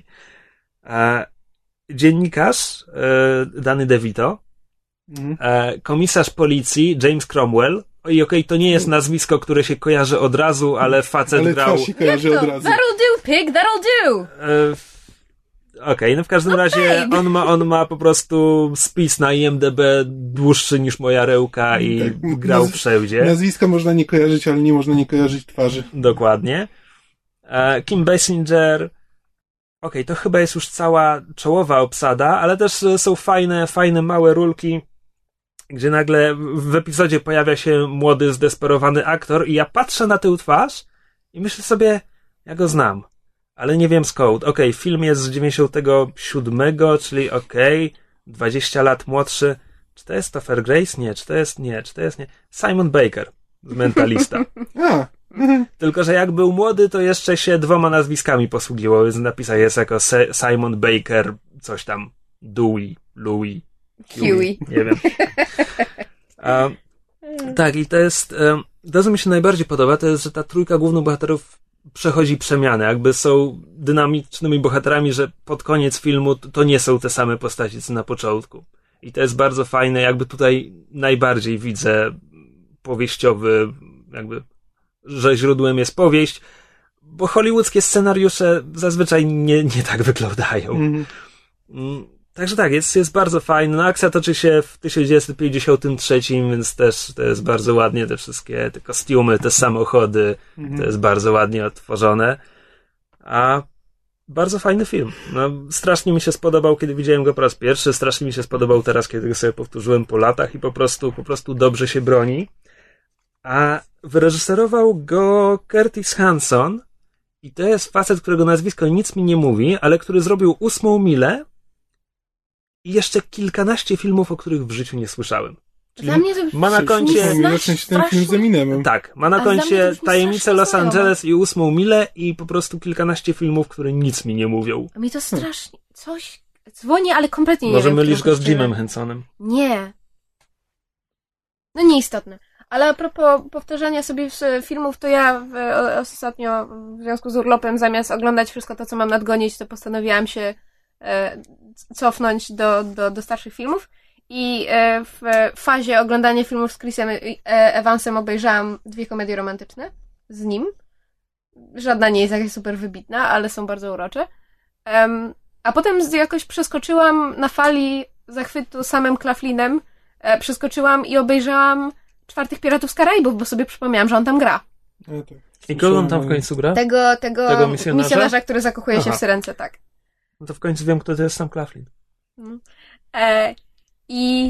Speaker 3: Dziennikarz Danny DeVito, mhm. komisarz policji James Cromwell, i okej, okay, to nie jest nazwisko, które się kojarzy od razu, ale facet
Speaker 4: ale
Speaker 3: grał...
Speaker 4: się kojarzy od razu.
Speaker 2: That'll do, pig, that'll do!
Speaker 3: Okej, okay, no w każdym no razie on ma, on ma po prostu spis na I M D B dłuższy niż moja rełka i tak, grał naz- wszędzie.
Speaker 4: Nazwiska można nie kojarzyć, ale nie można nie kojarzyć twarzy.
Speaker 3: Dokładnie. E, Kim Basinger. Okej, okay, to chyba jest już cała czołowa obsada, ale też są fajne, fajne małe rulki, gdzie nagle w epizodzie pojawia się młody, zdesperowany aktor i ja patrzę na tę twarz i myślę sobie, ja go znam. Ale nie wiem skąd. Okej, okay, film jest z dziewięćdziesiątego siódmego, czyli okej, okay, dwadzieścia lat młodszy. Czy to jest Topher Grace? Nie. Czy to jest nie? Czy to jest nie? Simon Baker z Mentalista. Tylko, że jak był młody, to jeszcze się dwoma nazwiskami posługiwał, więc napisał jest jako Se- Simon Baker, coś tam, Dewey, Louis,
Speaker 2: Huey.
Speaker 3: Nie wiem. A, tak, i to jest, to co mi się najbardziej podoba, to jest, że ta trójka głównych bohaterów przechodzi przemianę, jakby są dynamicznymi bohaterami, że pod koniec filmu to nie są te same postaci, co na początku. I to jest bardzo fajne, jakby tutaj najbardziej widzę powieściowy, jakby, że źródłem jest powieść, bo hollywoodzkie scenariusze zazwyczaj nie, nie tak wyglądają. Mm. Także tak, jest, jest bardzo fajny. No, akcja toczy się w tysiąc dziewięćset pięćdziesiątym trzecim, więc też to jest bardzo ładnie, te wszystkie te kostiumy, te samochody, mhm. to jest bardzo ładnie odtworzone. A bardzo fajny film. No, strasznie mi się spodobał, kiedy widziałem go po raz pierwszy, strasznie mi się spodobał teraz, kiedy go sobie powtórzyłem po latach i po prostu, po prostu dobrze się broni. A wyreżyserował go Curtis Hanson i to jest facet, którego nazwisko nic mi nie mówi, ale który zrobił Ósmą milę i jeszcze kilkanaście filmów, o których w życiu nie słyszałem. Czyli
Speaker 2: dla mnie to
Speaker 3: ma na koncie...
Speaker 4: ten film z Eminemem.
Speaker 3: Tak, ma na koncie Tajemnice Los Angeles i Ósmą milę i po prostu kilkanaście filmów, które nic mi nie mówią.
Speaker 2: A mi to strasznie... Coś dzwoni, ale kompletnie nie
Speaker 3: Może
Speaker 2: wiem.
Speaker 3: Może mylisz go z Jimem Hensonem?
Speaker 2: Nie. No nieistotne. Ale a propos powtarzania sobie filmów, to ja w, ostatnio w związku z urlopem zamiast oglądać wszystko to, co mam nadgonić, to postanowiłam się e, cofnąć do, do, do starszych filmów i e, w fazie oglądania filmów z Chrisem Evansem obejrzałam dwie komedie romantyczne z nim. Żadna nie jest jakaś super wybitna, ale są bardzo urocze. Um, a potem jakoś przeskoczyłam na fali zachwytu samym Claflinem, e, przeskoczyłam i obejrzałam Czwartych Piratów z Karaibów, bo sobie przypomniałam, że on tam gra.
Speaker 4: Ja tak.
Speaker 3: I kogo on tam w końcu gra?
Speaker 2: Tego, tego,
Speaker 3: tego misjonarza?
Speaker 2: misjonarza, który zakochuje się Aha. w Syrence, tak.
Speaker 3: No to w końcu wiem, kto to jest Sam Claflin.
Speaker 2: Mm. E, I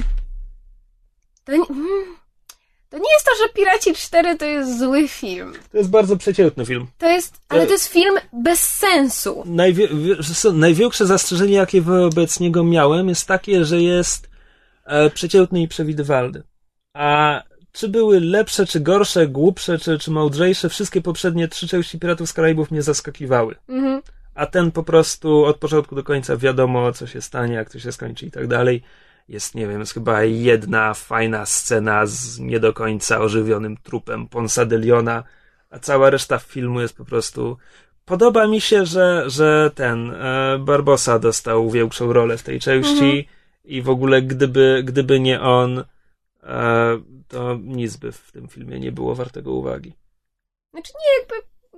Speaker 2: to nie, to nie jest to, że Piraci cztery to jest zły film.
Speaker 3: To jest bardzo przeciętny film.
Speaker 2: To jest, ale to jest film bez sensu.
Speaker 3: Najwie- największe zastrzeżenie, jakie wobec niego miałem, jest takie, że jest e, przeciętny i przewidywalny. A czy były lepsze, czy gorsze, głupsze, czy, czy mądrzejsze, wszystkie poprzednie trzy części Piratów z Karaibów mnie zaskakiwały. Mhm. A ten po prostu od początku do końca wiadomo, co się stanie, jak to się skończy i tak dalej. Jest, nie wiem, jest chyba jedna fajna scena z nie do końca ożywionym trupem Ponsa de Leona, a cała reszta filmu jest po prostu... Podoba mi się, że, że ten e, Barbossa dostał większą rolę w tej części mhm. i w ogóle gdyby, gdyby nie on, e, to nic by w tym filmie nie było wartego uwagi.
Speaker 2: Znaczy nie, jakby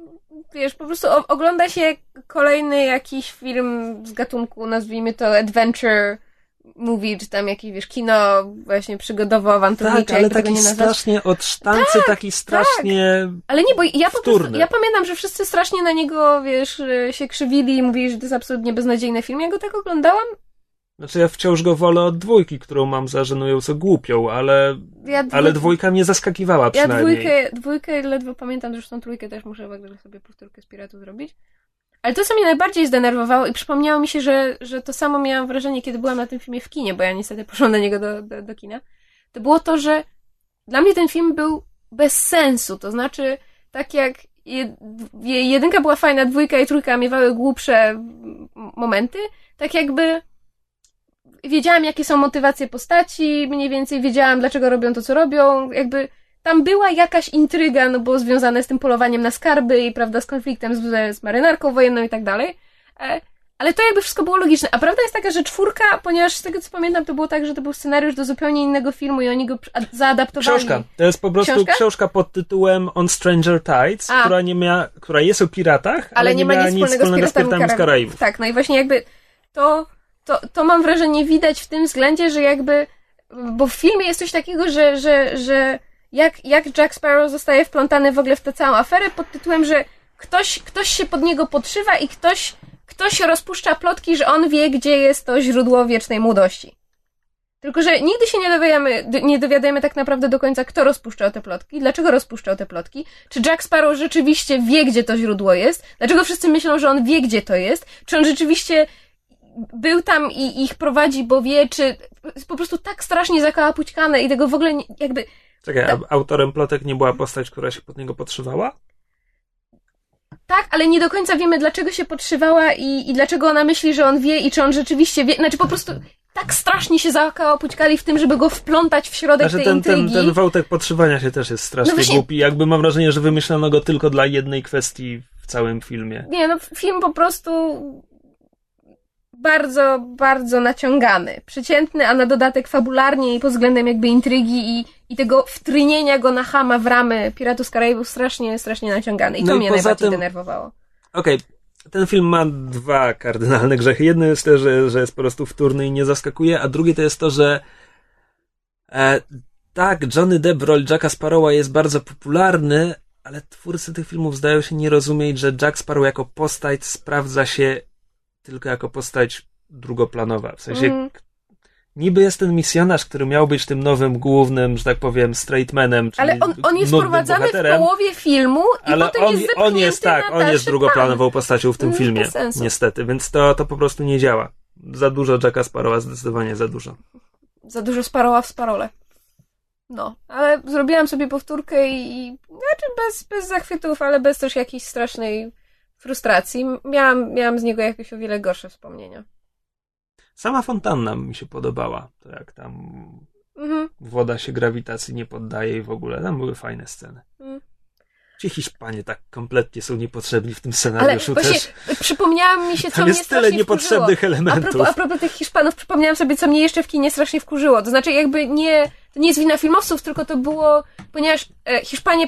Speaker 2: wiesz, po prostu o, ogląda się kolejny jakiś film z gatunku, nazwijmy to adventure movie, czy tam jakieś, wiesz, kino właśnie przygodowo-awanturnicze.
Speaker 3: Tak, ale taki strasznie od sztancy, tak, taki strasznie
Speaker 2: tak. Ale nie, bo ja po
Speaker 3: wtórny.
Speaker 2: prostu, ja pamiętam, że wszyscy strasznie na niego, wiesz, się krzywili i mówili, że to jest absolutnie beznadziejny film. Ja go tak oglądałam.
Speaker 3: Znaczy ja wciąż go wolę od dwójki, którą mam za żenująco głupią, ale, ja dwój... ale dwójka mnie zaskakiwała przynajmniej.
Speaker 2: Ja dwójkę, dwójkę ledwo pamiętam, zresztą trójkę też muszę w ogóle sobie powtórkę z Piratu zrobić. Ale to, co mnie najbardziej zdenerwowało i przypomniało mi się, że, że to samo miałam wrażenie, kiedy byłam na tym filmie w kinie, bo ja niestety poszłam na niego do, do, do kina, to było to, że dla mnie ten film był bez sensu. To znaczy, tak jak jedynka była fajna, dwójka i trójka miewały głupsze momenty, tak jakby wiedziałam, jakie są motywacje postaci, mniej więcej wiedziałam, dlaczego robią to, co robią, jakby tam była jakaś intryga, no bo związane z tym polowaniem na skarby i, prawda, z konfliktem z, z marynarką wojenną i tak dalej, e, ale to jakby wszystko było logiczne. A prawda jest taka, że czwórka, ponieważ z tego, co pamiętam, to było tak, że to był scenariusz do zupełnie innego filmu i oni go zaadaptowali.
Speaker 3: Książka. To jest po prostu książka, książka pod tytułem On Stranger Tides, A. która nie miała, która jest o piratach, ale, ale nie, nie ma nic wspólnego, wspólnego z piratami z Karaibów.
Speaker 2: Tak, no i właśnie jakby to, to, to mam wrażenie widać w tym względzie, że jakby, bo w filmie jest coś takiego, że, że, że Jak, jak Jack Sparrow zostaje wplątany w ogóle w tę całą aferę pod tytułem, że ktoś, ktoś się pod niego podszywa i ktoś, ktoś rozpuszcza plotki, że on wie, gdzie jest to źródło wiecznej młodości. Tylko że nigdy się nie dowiadujemy, nie dowiadujemy tak naprawdę do końca, kto rozpuszczał te plotki, dlaczego rozpuszczał te plotki, czy Jack Sparrow rzeczywiście wie, gdzie to źródło jest, dlaczego wszyscy myślą, że on wie, gdzie to jest, czy on rzeczywiście był tam i ich prowadzi, bo wie, czy jest po prostu tak strasznie zakałapućkane i tego w ogóle nie, jakby...
Speaker 3: Czekaj, a autorem plotek nie była postać, która się pod niego podszywała?
Speaker 2: Tak, ale nie do końca wiemy, dlaczego się podszywała i, i dlaczego ona myśli, że on wie i czy on rzeczywiście wie. Znaczy po prostu tak strasznie się zakałapućkali w tym, żeby go wplątać w środek
Speaker 3: znaczy,
Speaker 2: tej
Speaker 3: ten,
Speaker 2: intrygi.
Speaker 3: Ten, ten wątek podszywania się też jest strasznie no właśnie... głupi. Jakby mam wrażenie, że wymyślono go tylko dla jednej kwestii w całym filmie.
Speaker 2: Nie, no film po prostu... bardzo, bardzo naciągany. Przeciętny, a na dodatek fabularnie i pod względem jakby intrygi i, i tego wtrynienia go na chama w ramy Piratów z Karaibów strasznie, strasznie naciągany. I to no mnie i najbardziej tym... denerwowało.
Speaker 3: Okej, okay. Ten film ma dwa kardynalne grzechy. Jedno jest to, że, że jest po prostu wtórny i nie zaskakuje, a drugie to jest to, że e, tak, Johnny Depp w roli Jacka Sparrowa jest bardzo popularny, ale twórcy tych filmów zdają się nie rozumieć, że Jack Sparrow jako postać sprawdza się tylko jako postać drugoplanowa. W sensie mm. niby jest ten misjonarz, który miał być tym nowym, głównym, że tak powiem, straightmanem.
Speaker 2: Ale on, on jest wprowadzany w połowie filmu i
Speaker 3: ale
Speaker 2: potem
Speaker 3: on,
Speaker 2: jest zepchnięty
Speaker 3: on jest tak,
Speaker 2: na
Speaker 3: on jest drugoplanową plan. postacią w tym
Speaker 2: mm,
Speaker 3: filmie. Niestety, więc to, to po prostu nie działa. Za dużo Jacka Sparrowa, zdecydowanie za dużo.
Speaker 2: Za dużo Sparrowa w Sparrole. No, ale zrobiłam sobie powtórkę i, i znaczy bez, bez zachwytów, ale bez też jakiejś strasznej frustracji. Miałam, miałam z niego jakieś o wiele gorsze wspomnienia.
Speaker 3: Sama fontanna mi się podobała. To jak tam mhm. woda się grawitacji nie poddaje i w ogóle. Tam były fajne sceny. Mhm. Ci Hiszpanie tak kompletnie są niepotrzebni w tym scenariuszu.
Speaker 2: Ale właśnie
Speaker 3: też.
Speaker 2: przypomniałam mi się, co
Speaker 3: tam
Speaker 2: mnie
Speaker 3: jest tyle niepotrzebnych
Speaker 2: wkurzyło.
Speaker 3: elementów.
Speaker 2: A propos, a propos tych Hiszpanów, przypomniałam sobie, co mnie jeszcze w kinie strasznie wkurzyło. To znaczy jakby nie, to nie jest wina filmowców, tylko to było, ponieważ e, Hiszpanie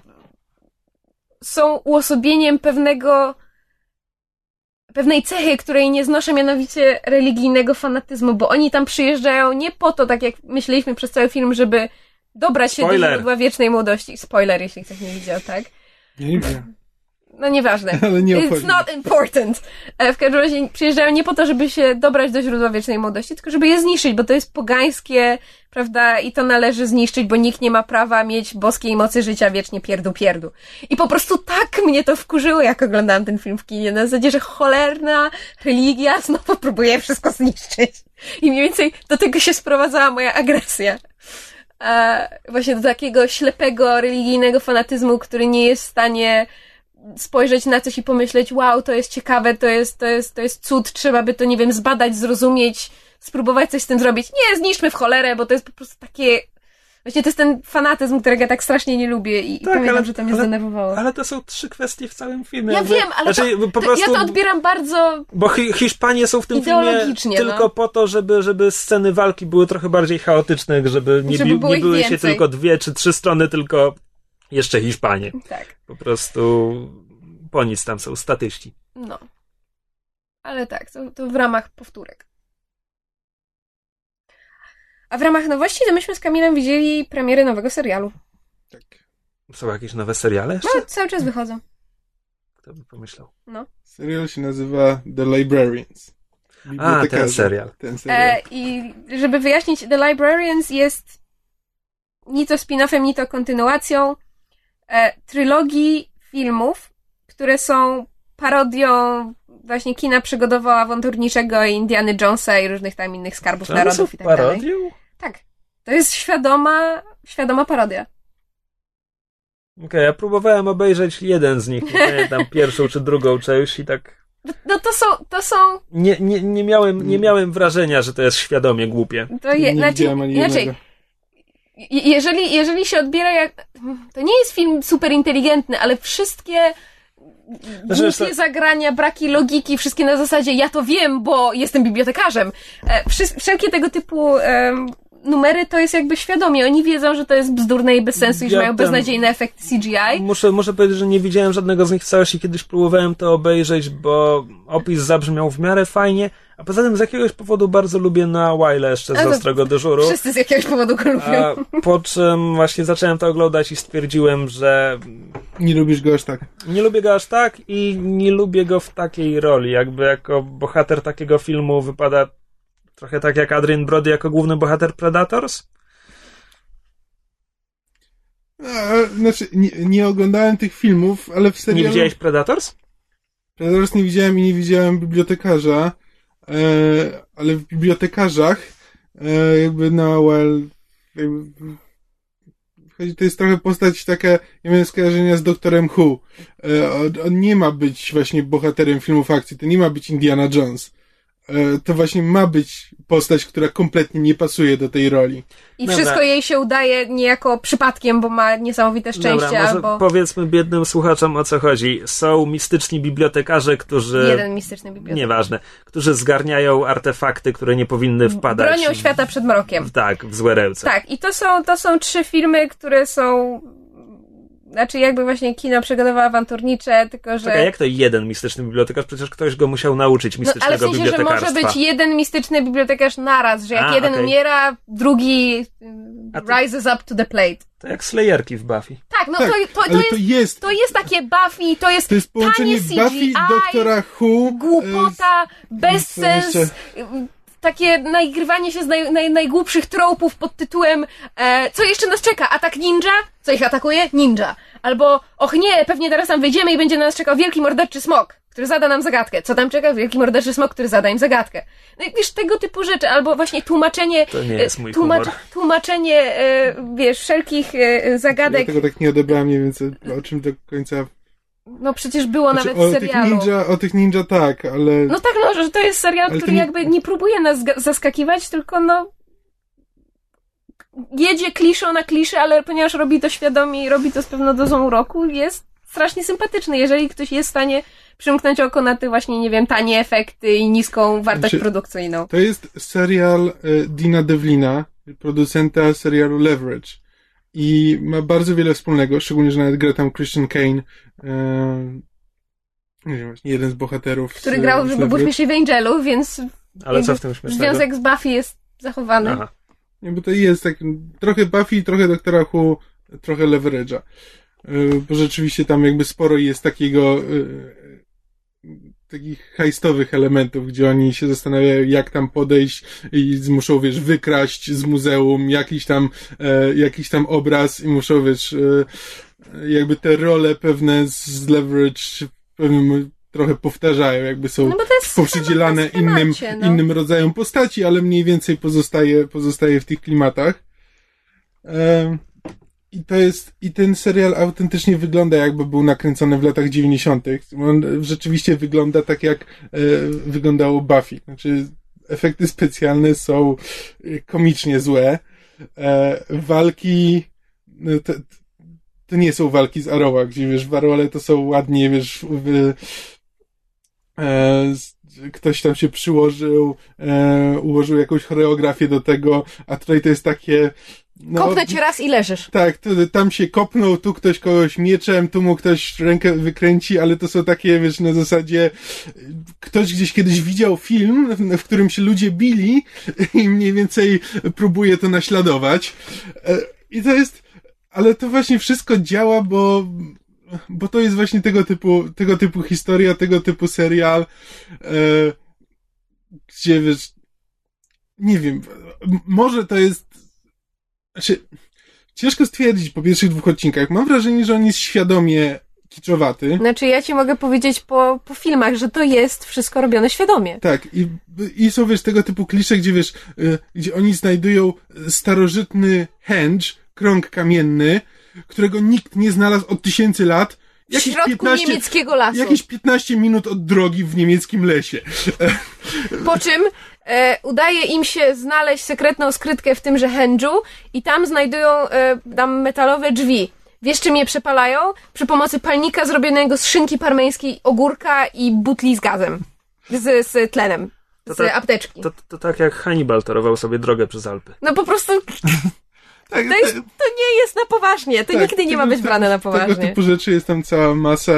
Speaker 2: są uosobieniem pewnego pewnej cechy, której nie znoszę, mianowicie religijnego fanatyzmu, bo oni tam przyjeżdżają nie po to, tak jak myśleliśmy przez cały film, żeby dobrać się
Speaker 3: Spoiler.
Speaker 2: do źródła wiecznej młodości. Spoiler, jeśli ktoś nie widział, tak?
Speaker 4: Nie wiem.
Speaker 2: No nieważne.
Speaker 4: Ale nie
Speaker 2: It's not important. W każdym razie przyjeżdżają nie po to, żeby się dobrać do źródła wiecznej młodości, tylko żeby je zniszczyć, bo to jest pogańskie, prawda, i to należy zniszczyć, bo nikt nie ma prawa mieć boskiej mocy życia wiecznie pierdu pierdu. I po prostu tak mnie to wkurzyło, jak oglądałam ten film w kinie, na zasadzie, że cholerna religia znowu próbuje wszystko zniszczyć. I mniej więcej do tego się sprowadzała moja agresja. E, właśnie do takiego ślepego, religijnego fanatyzmu, który nie jest w stanie spojrzeć na coś i pomyśleć, wow, to jest ciekawe, to jest, to jest, to jest cud, trzeba by to, nie wiem, zbadać, zrozumieć, spróbować coś z tym zrobić. Nie, zniszczmy w cholerę, bo to jest po prostu takie... Właśnie to jest ten fanatyzm, którego ja tak strasznie nie lubię i tak, pamiętam, ale, że to mnie
Speaker 3: ale,
Speaker 2: zdenerwowało.
Speaker 3: Ale to są trzy kwestie w całym filmie.
Speaker 2: Ja
Speaker 3: jakby,
Speaker 2: wiem, ale
Speaker 3: znaczy,
Speaker 2: to,
Speaker 3: po prostu,
Speaker 2: ja to odbieram bardzo
Speaker 3: Bo hi, Hiszpanie są w tym filmie tylko
Speaker 2: no.
Speaker 3: po to, żeby, żeby sceny walki były trochę bardziej chaotyczne, żeby nie,
Speaker 2: żeby
Speaker 3: bi, nie były
Speaker 2: więcej.
Speaker 3: się tylko dwie czy trzy strony, tylko jeszcze Hiszpanie.
Speaker 2: Tak.
Speaker 3: Po prostu po nic tam są statyści.
Speaker 2: No. Ale tak, to, to w ramach powtórek. A w ramach nowości to myśmy z Kamilem widzieli premierę nowego serialu.
Speaker 4: Tak.
Speaker 3: Są jakieś nowe seriale jeszcze?
Speaker 2: No, cały czas wychodzą.
Speaker 3: Kto by pomyślał?
Speaker 2: No.
Speaker 4: Serial się nazywa The Librarians.
Speaker 3: A, ten serial.
Speaker 4: Ten serial.
Speaker 2: E, I żeby wyjaśnić, The Librarians jest ni to spin-offem, ni to kontynuacją e, trylogii filmów, które są parodią właśnie kina przygodowo-awanturniczego i Indiana Jonesa i różnych tam innych skarbów
Speaker 3: Czy
Speaker 2: narodów
Speaker 3: są
Speaker 2: i tak dalej.
Speaker 3: parodią?
Speaker 2: Tak. To jest świadoma, świadoma parodia.
Speaker 3: Okej, okay, ja próbowałem obejrzeć jeden z nich, nie pamiętam pierwszą czy drugą część i tak...
Speaker 2: No to są, to są...
Speaker 3: Nie, nie, nie, miałem, nie miałem wrażenia, że to jest świadomie głupie.
Speaker 2: To je,
Speaker 4: nie
Speaker 2: znaczy,
Speaker 4: widziałem ani
Speaker 2: inaczej,
Speaker 4: jednego.
Speaker 2: jeżeli, jeżeli się odbiera jak... To nie jest film super inteligentny, ale wszystkie głupie
Speaker 3: Znaczy,
Speaker 2: zagrania, braki logiki, wszystkie na zasadzie ja to wiem, bo jestem bibliotekarzem. E, wszy, wszelkie tego typu e, numery to jest jakby świadomie. Oni wiedzą, że to jest bzdurne i bez sensu i że
Speaker 3: Ja
Speaker 2: mają
Speaker 3: tam-
Speaker 2: beznadziejne efekty C G I.
Speaker 3: Muszę, muszę powiedzieć, że nie widziałem żadnego z nich w całości. Kiedyś próbowałem to obejrzeć, bo opis zabrzmiał w miarę fajnie, a poza tym z jakiegoś powodu bardzo lubię na Wile jeszcze z
Speaker 2: A to
Speaker 3: Ostrego Dyżuru.
Speaker 2: Wszyscy z jakiegoś powodu go lubią.
Speaker 3: A po czym właśnie zacząłem to oglądać i stwierdziłem, że
Speaker 4: Nie lubisz go aż tak.
Speaker 3: nie lubię go aż tak i nie lubię go w takiej roli. Jakby jako bohater takiego filmu wypada trochę tak jak Adrien Brody jako główny bohater Predators.
Speaker 4: A, znaczy, nie, nie oglądałem tych filmów, ale w serialu...
Speaker 3: Nie widziałeś Predators?
Speaker 4: Predators nie widziałem i nie widziałem bibliotekarza, e, ale w bibliotekarzach e, jakby na Well jakby, to jest trochę postać taka, ja miałem skojarzenia z doktorem Who. E, on, on nie ma być właśnie bohaterem filmów akcji, to nie ma być Indiana Jones. E, to właśnie ma być postać, która kompletnie nie pasuje do tej roli.
Speaker 2: I
Speaker 3: Dobra.
Speaker 2: wszystko jej się udaje niejako przypadkiem, bo ma niesamowite szczęście,
Speaker 3: Dobra, może
Speaker 2: albo...
Speaker 3: powiedzmy biednym słuchaczom, o co chodzi. Są mistyczni bibliotekarze, którzy...
Speaker 2: Jeden mistyczny bibliotek.
Speaker 3: Nieważne. Którzy zgarniają artefakty, które nie powinny wpadać...
Speaker 2: Bronią świata przed mrokiem.
Speaker 3: W, tak, w złe ręce.
Speaker 2: Tak, i to są, to są trzy filmy, które są... Znaczy jakby właśnie kino przygodowo-awanturnicze, tylko że...
Speaker 3: Czekaj, jak to jeden mistyczny bibliotekarz? Przecież ktoś go musiał nauczyć
Speaker 2: No, ale
Speaker 3: mistycznego
Speaker 2: w sensie, że
Speaker 3: bibliotekarstwa.
Speaker 2: może być jeden mistyczny bibliotekarz naraz, że jak
Speaker 3: A,
Speaker 2: jeden
Speaker 3: okej.
Speaker 2: umiera, drugi
Speaker 3: A to-
Speaker 2: rises up to the plate.
Speaker 3: To jak Slayerki w Buffy.
Speaker 2: Tak, no
Speaker 4: Tak,
Speaker 2: to, to, to,
Speaker 4: ale
Speaker 2: jest,
Speaker 4: to jest,
Speaker 2: to jest takie Buffy, to jest
Speaker 4: to jest połączenie
Speaker 2: tanie C G I,
Speaker 4: Buffy, doktora Who,
Speaker 2: głupota, bezsens,
Speaker 4: jeszcze-
Speaker 2: takie naigrywanie się z naj, naj, najgłupszych tropów pod tytułem e, co jeszcze nas czeka? Atak ninja? Co ich atakuje? Ninja. Albo och nie, pewnie teraz tam wyjdziemy i będzie na nas czekał wielki morderczy smok, który zada nam zagadkę. Co tam czeka? Wielki morderczy smok, który zada im zagadkę. No i wiesz, tego typu rzeczy. Albo właśnie tłumaczenie...
Speaker 3: To nie jest mój
Speaker 2: tłumacz,
Speaker 3: humor.
Speaker 2: Tłumaczenie, e, wiesz, wszelkich e, zagadek.
Speaker 4: Ja tego tak nie odebrałem, nie wiem co, o czym do końca...
Speaker 2: No przecież było
Speaker 4: Znaczy,
Speaker 2: nawet w
Speaker 4: o tych
Speaker 2: serialu.
Speaker 4: ninja, o tych ninja tak, ale...
Speaker 2: No tak, no, że to jest serial,
Speaker 4: Ale to
Speaker 2: który
Speaker 4: nie-
Speaker 2: jakby nie próbuje nas zga- zaskakiwać, tylko no jedzie kliszą na kliszę, ale ponieważ robi to świadomie i robi to z pewną dozą uroku, jest strasznie sympatyczny. Jeżeli ktoś jest w stanie przymknąć oko na te właśnie, nie wiem, tanie efekty i niską wartość
Speaker 4: Znaczy-
Speaker 2: produkcyjną.
Speaker 4: To jest serial e, Dina Devlina, producenta serialu Leverage. I ma bardzo wiele wspólnego, szczególnie, że nawet gra tam Christian Kane, e, nie wiem, właśnie jeden z bohaterów.
Speaker 2: Który
Speaker 4: z,
Speaker 2: grał,
Speaker 4: z
Speaker 2: żeby było
Speaker 4: Leverage.
Speaker 2: śmiesznie w Angelu, więc
Speaker 3: Ale co w tym śmiesznego?
Speaker 2: związek z Buffy jest zachowany.
Speaker 3: Aha.
Speaker 4: Nie, bo to jest tak trochę Buffy, trochę Doktora Who, trochę Leverage'a. E, bo rzeczywiście tam jakby sporo jest takiego e, takich hajstowych elementów, gdzie oni się zastanawiają, jak tam podejść i muszą, wiesz, wykraść z muzeum jakiś tam, e, jakiś tam obraz i muszą, wiesz, e, jakby te role pewne z Leverage w pewnym trochę powtarzają, jakby są
Speaker 2: No bo to jest
Speaker 4: poprzydzielane
Speaker 2: w temacie,
Speaker 4: innym,
Speaker 2: no.
Speaker 4: innym rodzajom postaci, ale mniej więcej pozostaje, pozostaje w tych klimatach. E, I to jest, i ten serial autentycznie wygląda, jakby był nakręcony w latach dziewięćdziesiątych. On rzeczywiście wygląda tak, jak e, wyglądało Buffy. Znaczy, efekty specjalne są e, komicznie złe. E, walki, no, to, to nie są walki z Arrowa, gdzie, wiesz, w Arrow'le to są ładnie, wiesz, w, e, ktoś tam się przyłożył, e, ułożył jakąś choreografię do tego, a tutaj to jest takie No,
Speaker 2: kopnę cię raz i leżysz.
Speaker 4: Tak, tu, tam się kopnął, tu ktoś kogoś mieczem, tu mu ktoś rękę wykręci, ale to są takie, wiesz, na zasadzie ktoś gdzieś kiedyś widział film, w którym się ludzie bili i mniej więcej próbuje to naśladować. I to jest, ale to właśnie wszystko działa, bo bo to jest właśnie tego typu, tego typu historia, tego typu serial, gdzie, wiesz, nie wiem, może to jest Znaczy, ciężko stwierdzić po pierwszych dwóch odcinkach. Mam wrażenie, że on jest świadomie kiczowaty.
Speaker 2: Znaczy, ja ci mogę powiedzieć po, po filmach, że to jest wszystko robione świadomie.
Speaker 4: Tak, i, i są, wiesz, tego typu klisze, gdzie, wiesz, y, gdzie oni znajdują starożytny henge, krąg kamienny, którego nikt nie znalazł od tysięcy lat.
Speaker 2: W środku niemieckiego lasu.
Speaker 4: Jakieś piętnaście minut od drogi w niemieckim lesie.
Speaker 2: Po czym e, udaje im się znaleźć sekretną skrytkę w tymże hędżu i tam znajdują e, tam metalowe drzwi. Wiesz, czym je przepalają? Przy pomocy palnika zrobionego z szynki parmeńskiej, ogórka i butli z gazem. Z, z tlenem. Z
Speaker 3: to tak,
Speaker 2: apteczki.
Speaker 3: To, to tak jak Hannibal torował sobie drogę przez Alpy.
Speaker 2: No po prostu...
Speaker 4: Tak,
Speaker 2: to, jest, to nie jest na poważnie. To tak, nigdy nie ma być brane na poważnie.
Speaker 4: Tego typu rzeczy jest tam cała masa.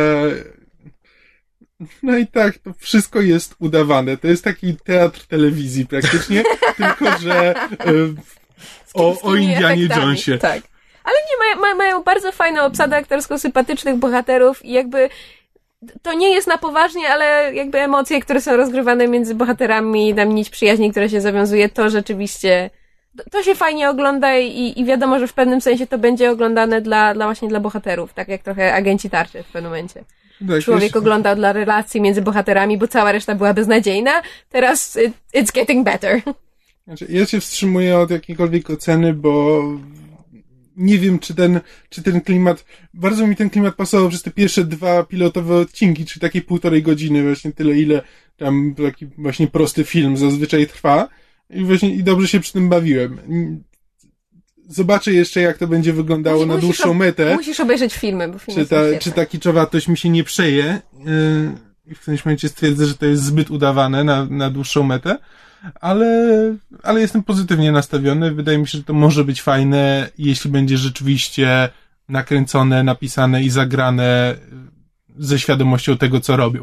Speaker 4: No i tak, to wszystko jest udawane. To jest taki teatr telewizji praktycznie, tylko że y, o, o Indianie Jonesie.
Speaker 2: Tak. Ale nie, mają, mają bardzo fajną obsadę aktorską, sympatycznych bohaterów i jakby to nie jest na poważnie, ale jakby emocje, które są rozgrywane między bohaterami, tam nić przyjaźni, która się zawiązuje, to rzeczywiście to się fajnie ogląda i, i wiadomo, że w pewnym sensie to będzie oglądane dla, dla właśnie dla bohaterów, tak jak trochę Agenci Tarczy w pewnym momencie. Tak, Człowiek jest... oglądał dla relacji między bohaterami, bo cała reszta była beznadziejna, teraz it, it's getting better.
Speaker 4: Znaczy, ja się wstrzymuję od jakiejkolwiek oceny, bo nie wiem, czy ten, czy ten klimat, bardzo mi ten klimat pasował przez te pierwsze dwa pilotowe odcinki, czyli takie półtorej godziny, właśnie tyle, ile tam taki właśnie prosty film zazwyczaj trwa. I właśnie i dobrze się przy tym bawiłem. Zobaczę jeszcze, jak to będzie wyglądało Musi, na dłuższą
Speaker 2: musisz,
Speaker 4: metę.
Speaker 2: Musisz obejrzeć filmy, bo filmy
Speaker 4: czy ta, czy ta kiczowatość mi się nie przeje. I w którymś momencie stwierdzę, że to jest zbyt udawane na, na dłuższą metę. Ale, ale jestem pozytywnie nastawiony. Wydaje mi się, że to może być fajne, jeśli będzie rzeczywiście nakręcone, napisane i zagrane ze świadomością tego, co robią.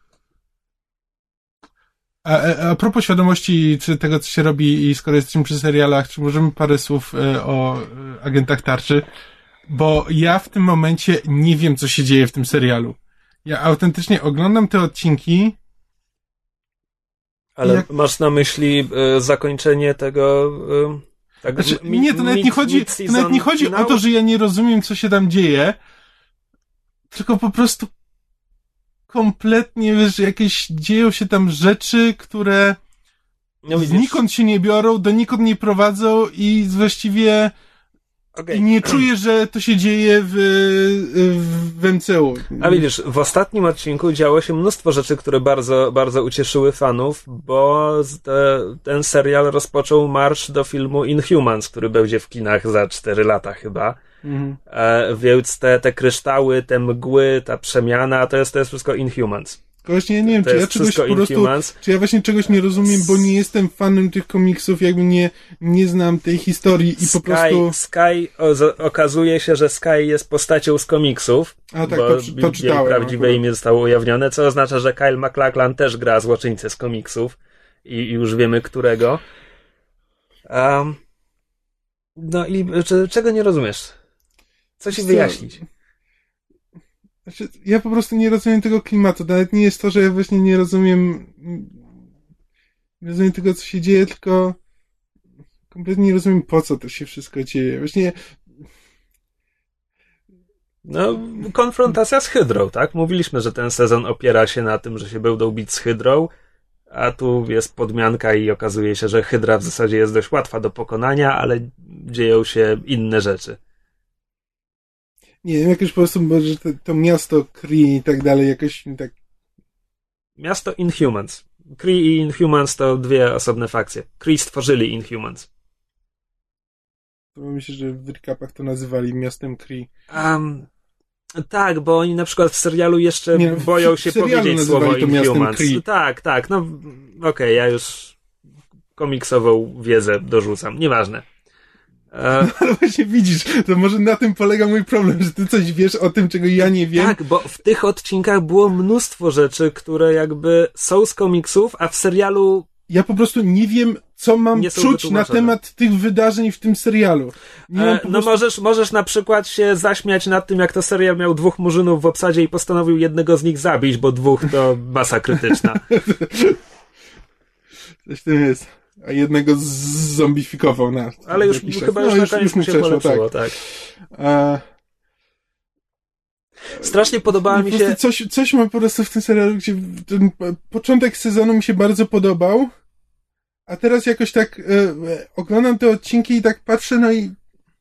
Speaker 4: A, a propos świadomości, czy tego, co się robi, i skoro jesteśmy przy serialach, czy możemy parę słów o Agentach Tarczy? Bo ja w tym momencie nie wiem, co się dzieje w tym serialu. Ja autentycznie oglądam te odcinki.
Speaker 3: Ale
Speaker 4: jak...
Speaker 3: masz na myśli y, zakończenie tego... Y, tak,
Speaker 4: znaczy,
Speaker 3: mi,
Speaker 4: nie, to nawet nie chodzi, to nawet nie chodzi o to, że ja nie rozumiem, co się tam dzieje, tylko po prostu kompletnie, wiesz, jakieś dzieją się tam rzeczy, które no, znikąd się nie biorą, donikąd nie prowadzą i właściwie okay. i nie czuję, że to się dzieje w, w M C U.
Speaker 3: A widzisz, w ostatnim odcinku działo się mnóstwo rzeczy, które bardzo, bardzo ucieszyły fanów, bo te, ten serial rozpoczął marsz do filmu Inhumans, który będzie w kinach za cztery lata chyba. Mhm. E, więc te, te kryształy, te mgły, ta przemiana, to jest, to jest wszystko Inhumans.
Speaker 4: Właśnie ja nie wiem,
Speaker 3: to
Speaker 4: czy ja czegoś po prostu,
Speaker 3: Inhumans.
Speaker 4: czy ja właśnie czegoś nie rozumiem, bo nie jestem fanem tych komiksów, jakby nie, nie znam tej historii i
Speaker 3: Sky,
Speaker 4: po prostu...
Speaker 3: Sky, o, z, okazuje się, że Sky jest postacią z komiksów,
Speaker 4: A tak,
Speaker 3: bo
Speaker 4: to, to czytałem.
Speaker 3: Jej prawdziwe akurat. Imię zostało ujawnione, co oznacza, że Kyle MacLachlan też gra złoczyńcę z komiksów i, i już wiemy, którego. Um, no i czy, czego nie rozumiesz? Co ci wyjaśnić?
Speaker 4: Znaczy, ja po prostu nie rozumiem tego klimatu. Nawet nie jest to, że ja właśnie nie rozumiem nie rozumiem tego, co się dzieje, tylko kompletnie nie rozumiem, po co to się wszystko dzieje. Właśnie
Speaker 3: no, konfrontacja z Hydrą, tak? Mówiliśmy, że ten sezon opiera się na tym, że się będą bić z Hydrą, a tu jest podmianka i okazuje się, że Hydra w zasadzie jest dość łatwa do pokonania, ale dzieją się inne rzeczy.
Speaker 4: Nie wiem, jakoś po prostu może to, to miasto Kree i tak dalej, jakoś tak...
Speaker 3: Miasto Inhumans. Kree i Inhumans to dwie osobne fakcje. Kree stworzyli Inhumans.
Speaker 4: Myślę, że w recapach to nazywali miastem Kree.
Speaker 3: Um, tak, bo oni na przykład w serialu jeszcze nie, boją się powiedzieć słowo Inhumans. Tak, tak, no okej, okay, ja już komiksową wiedzę dorzucam. Nieważne. E...
Speaker 4: No, ale właśnie widzisz, to może na tym polega mój problem, że ty coś wiesz o tym, czego ja nie wiem.
Speaker 3: Tak, bo w tych odcinkach było mnóstwo rzeczy, które jakby są z komiksów, a w serialu
Speaker 4: ja po prostu nie wiem, co mam czuć na temat tych wydarzeń w tym serialu. Nie
Speaker 3: e,
Speaker 4: po
Speaker 3: no
Speaker 4: prostu...
Speaker 3: możesz, możesz na przykład się zaśmiać nad tym, jak to serial miał dwóch murzynów w obsadzie i postanowił jednego z nich zabić, bo dwóch to masa krytyczna.
Speaker 4: Coś w tym jest. A jednego zombifikował na...
Speaker 3: Ale już chyba już, no, już na koniec już się polepszyło, tak. tak. A... Strasznie podobała mi się...
Speaker 4: Coś, coś ma po prostu w tym serialu, gdzie ten początek sezonu mi się bardzo podobał, a teraz jakoś tak e, oglądam te odcinki i tak patrzę, no i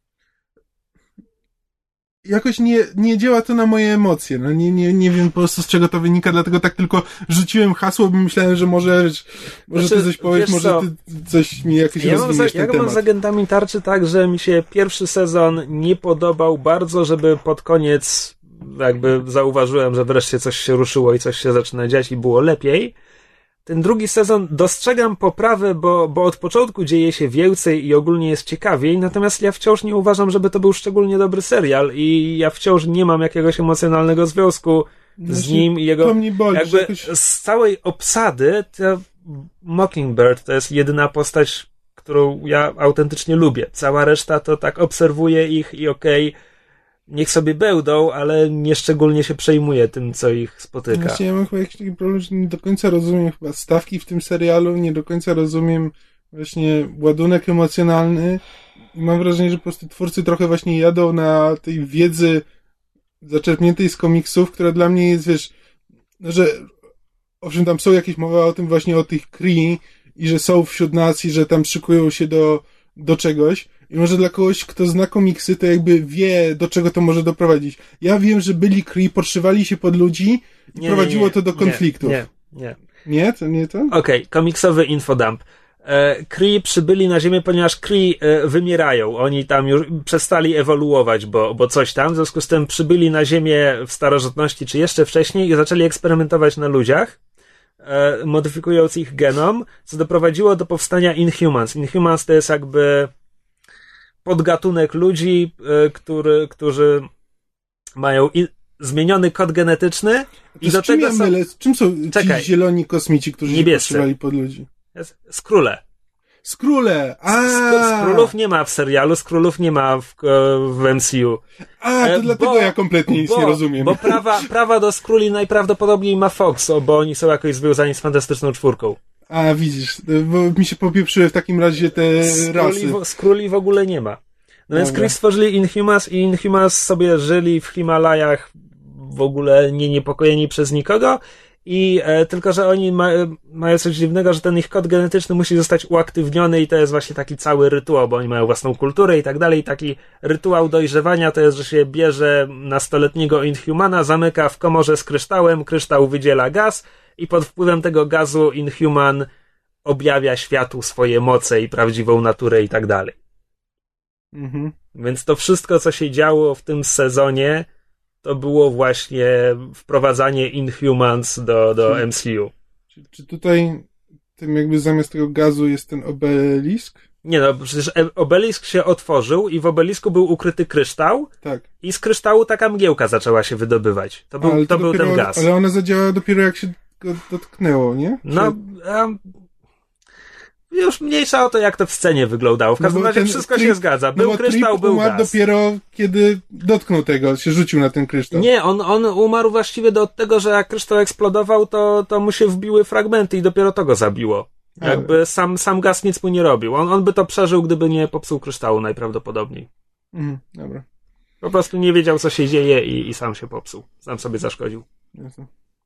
Speaker 4: jakoś nie, nie działa to na moje emocje. No nie, nie, nie wiem po prostu z czego to wynika, dlatego tak tylko rzuciłem hasło, bo myślałem, że może, może znaczy, ty coś powiesz, może co? ty coś mi jakoś
Speaker 3: ja
Speaker 4: rozwiniesz
Speaker 3: mam za,
Speaker 4: ten
Speaker 3: ja
Speaker 4: temat.
Speaker 3: mam z Agentami Tarczy tak, że mi się pierwszy sezon nie podobał bardzo, żeby pod koniec jakby zauważyłem, że wreszcie coś się ruszyło i coś się zaczyna dziać i było lepiej. Ten drugi sezon dostrzegam poprawę, bo, bo od początku dzieje się więcej i ogólnie jest ciekawiej, natomiast ja wciąż nie uważam, żeby to był szczególnie dobry serial i ja wciąż nie mam jakiegoś emocjonalnego związku z
Speaker 4: znaczy,
Speaker 3: nim i jego...
Speaker 4: To mnie boli,
Speaker 3: jakby
Speaker 4: jakoś...
Speaker 3: z całej obsady to Mockingbird to jest jedyna postać, którą ja autentycznie lubię. Cała reszta to tak obserwuję ich i okej, okay, niech sobie bełdą, ale nie szczególnie się przejmuje tym, co ich spotyka.
Speaker 4: Właśnie ja mam chyba jakiś taki problem, że nie do końca rozumiem chyba stawki w tym serialu, nie do końca rozumiem właśnie ładunek emocjonalny i mam wrażenie, że po prostu twórcy trochę właśnie jadą na tej wiedzy zaczerpniętej z komiksów, która dla mnie jest, wiesz, no, że owszem, tam są jakieś mowy o tym właśnie o tych Kree i że są wśród nas i że tam szykują się do, do czegoś. I może dla kogoś, kto zna komiksy, to jakby wie, do czego to może doprowadzić. Ja wiem, że byli Kree, podszywali się pod ludzi i nie, prowadziło nie, nie, to do konfliktów.
Speaker 3: Nie, nie.
Speaker 4: Nie? To nie to?
Speaker 3: Okej, okay, komiksowy infodump. E, Kree przybyli na Ziemię, ponieważ Kree e, wymierają. Oni tam już przestali ewoluować, bo, bo coś tam. W związku z tym przybyli na Ziemię w starożytności, czy jeszcze wcześniej i zaczęli eksperymentować na ludziach, e, modyfikując ich genom, co doprowadziło do powstania Inhumans. Inhumans to jest jakby podgatunek ludzi, y, który, którzy mają i, zmieniony kod genetyczny i do
Speaker 4: czym
Speaker 3: tego
Speaker 4: ja
Speaker 3: są...
Speaker 4: mylę? Czym są
Speaker 3: Czekaj.
Speaker 4: ci zieloni kosmici, którzy się podszywali pod ludzi?
Speaker 3: Skrule.
Speaker 4: Skrule! A.
Speaker 3: Skrulów nie ma w serialu, Skrulów nie ma w, w M C U.
Speaker 4: A, to e, dlatego bo, ja kompletnie nic
Speaker 3: bo,
Speaker 4: nie rozumiem.
Speaker 3: Bo prawa, prawa do Skruli najprawdopodobniej ma Fox, bo oni są jakoś związani z Fantastyczną Czwórką.
Speaker 4: A, widzisz, bo mi się popieprzyły w takim razie te
Speaker 3: Skruli
Speaker 4: rasy.
Speaker 3: W, Skruli w ogóle nie ma. No więc Kree stworzyli Inhumans i Inhumans sobie żyli w Himalajach w ogóle nie niepokojeni przez nikogo i e, tylko, że oni ma, mają coś dziwnego, że ten ich kod genetyczny musi zostać uaktywniony i to jest właśnie taki cały rytuał, bo oni mają własną kulturę i tak dalej. Taki rytuał dojrzewania to jest, że się bierze nastoletniego Inhumana, zamyka w komorze z kryształem, kryształ wydziela gaz i pod wpływem tego gazu Inhuman objawia światu swoje moce i prawdziwą naturę i tak dalej.
Speaker 4: Mhm.
Speaker 3: Więc to wszystko, co się działo w tym sezonie, to było właśnie wprowadzanie Inhumans do, do M C U.
Speaker 4: Czy, czy tutaj tym jakby zamiast tego gazu jest ten obelisk?
Speaker 3: Nie no, przecież obelisk się otworzył i w obelisku był ukryty kryształ.
Speaker 4: Tak.
Speaker 3: I z kryształu taka mgiełka zaczęła się wydobywać. To był,
Speaker 4: to
Speaker 3: to był
Speaker 4: dopiero,
Speaker 3: ten gaz.
Speaker 4: Ale ona zadziałała dopiero jak się go dotknęło, nie? Czy...
Speaker 3: No, um, już mniejsza o to, jak to w scenie wyglądało. W każdym no razie wszystko Trip, się zgadza. Był no kryształ, był
Speaker 4: umarł
Speaker 3: gaz.
Speaker 4: dopiero kiedy dotknął tego, się rzucił na ten kryształ.
Speaker 3: Nie, on, on umarł właściwie do tego, że jak kryształ eksplodował, to, to mu się wbiły fragmenty i dopiero to go zabiło. Jakby sam, sam gaz nic mu nie robił. On, on by to przeżył, gdyby nie popsuł kryształu najprawdopodobniej.
Speaker 4: Mhm, dobra.
Speaker 3: Po prostu nie wiedział, co się dzieje i, i sam się popsuł. Sam sobie zaszkodził.
Speaker 4: Jasne.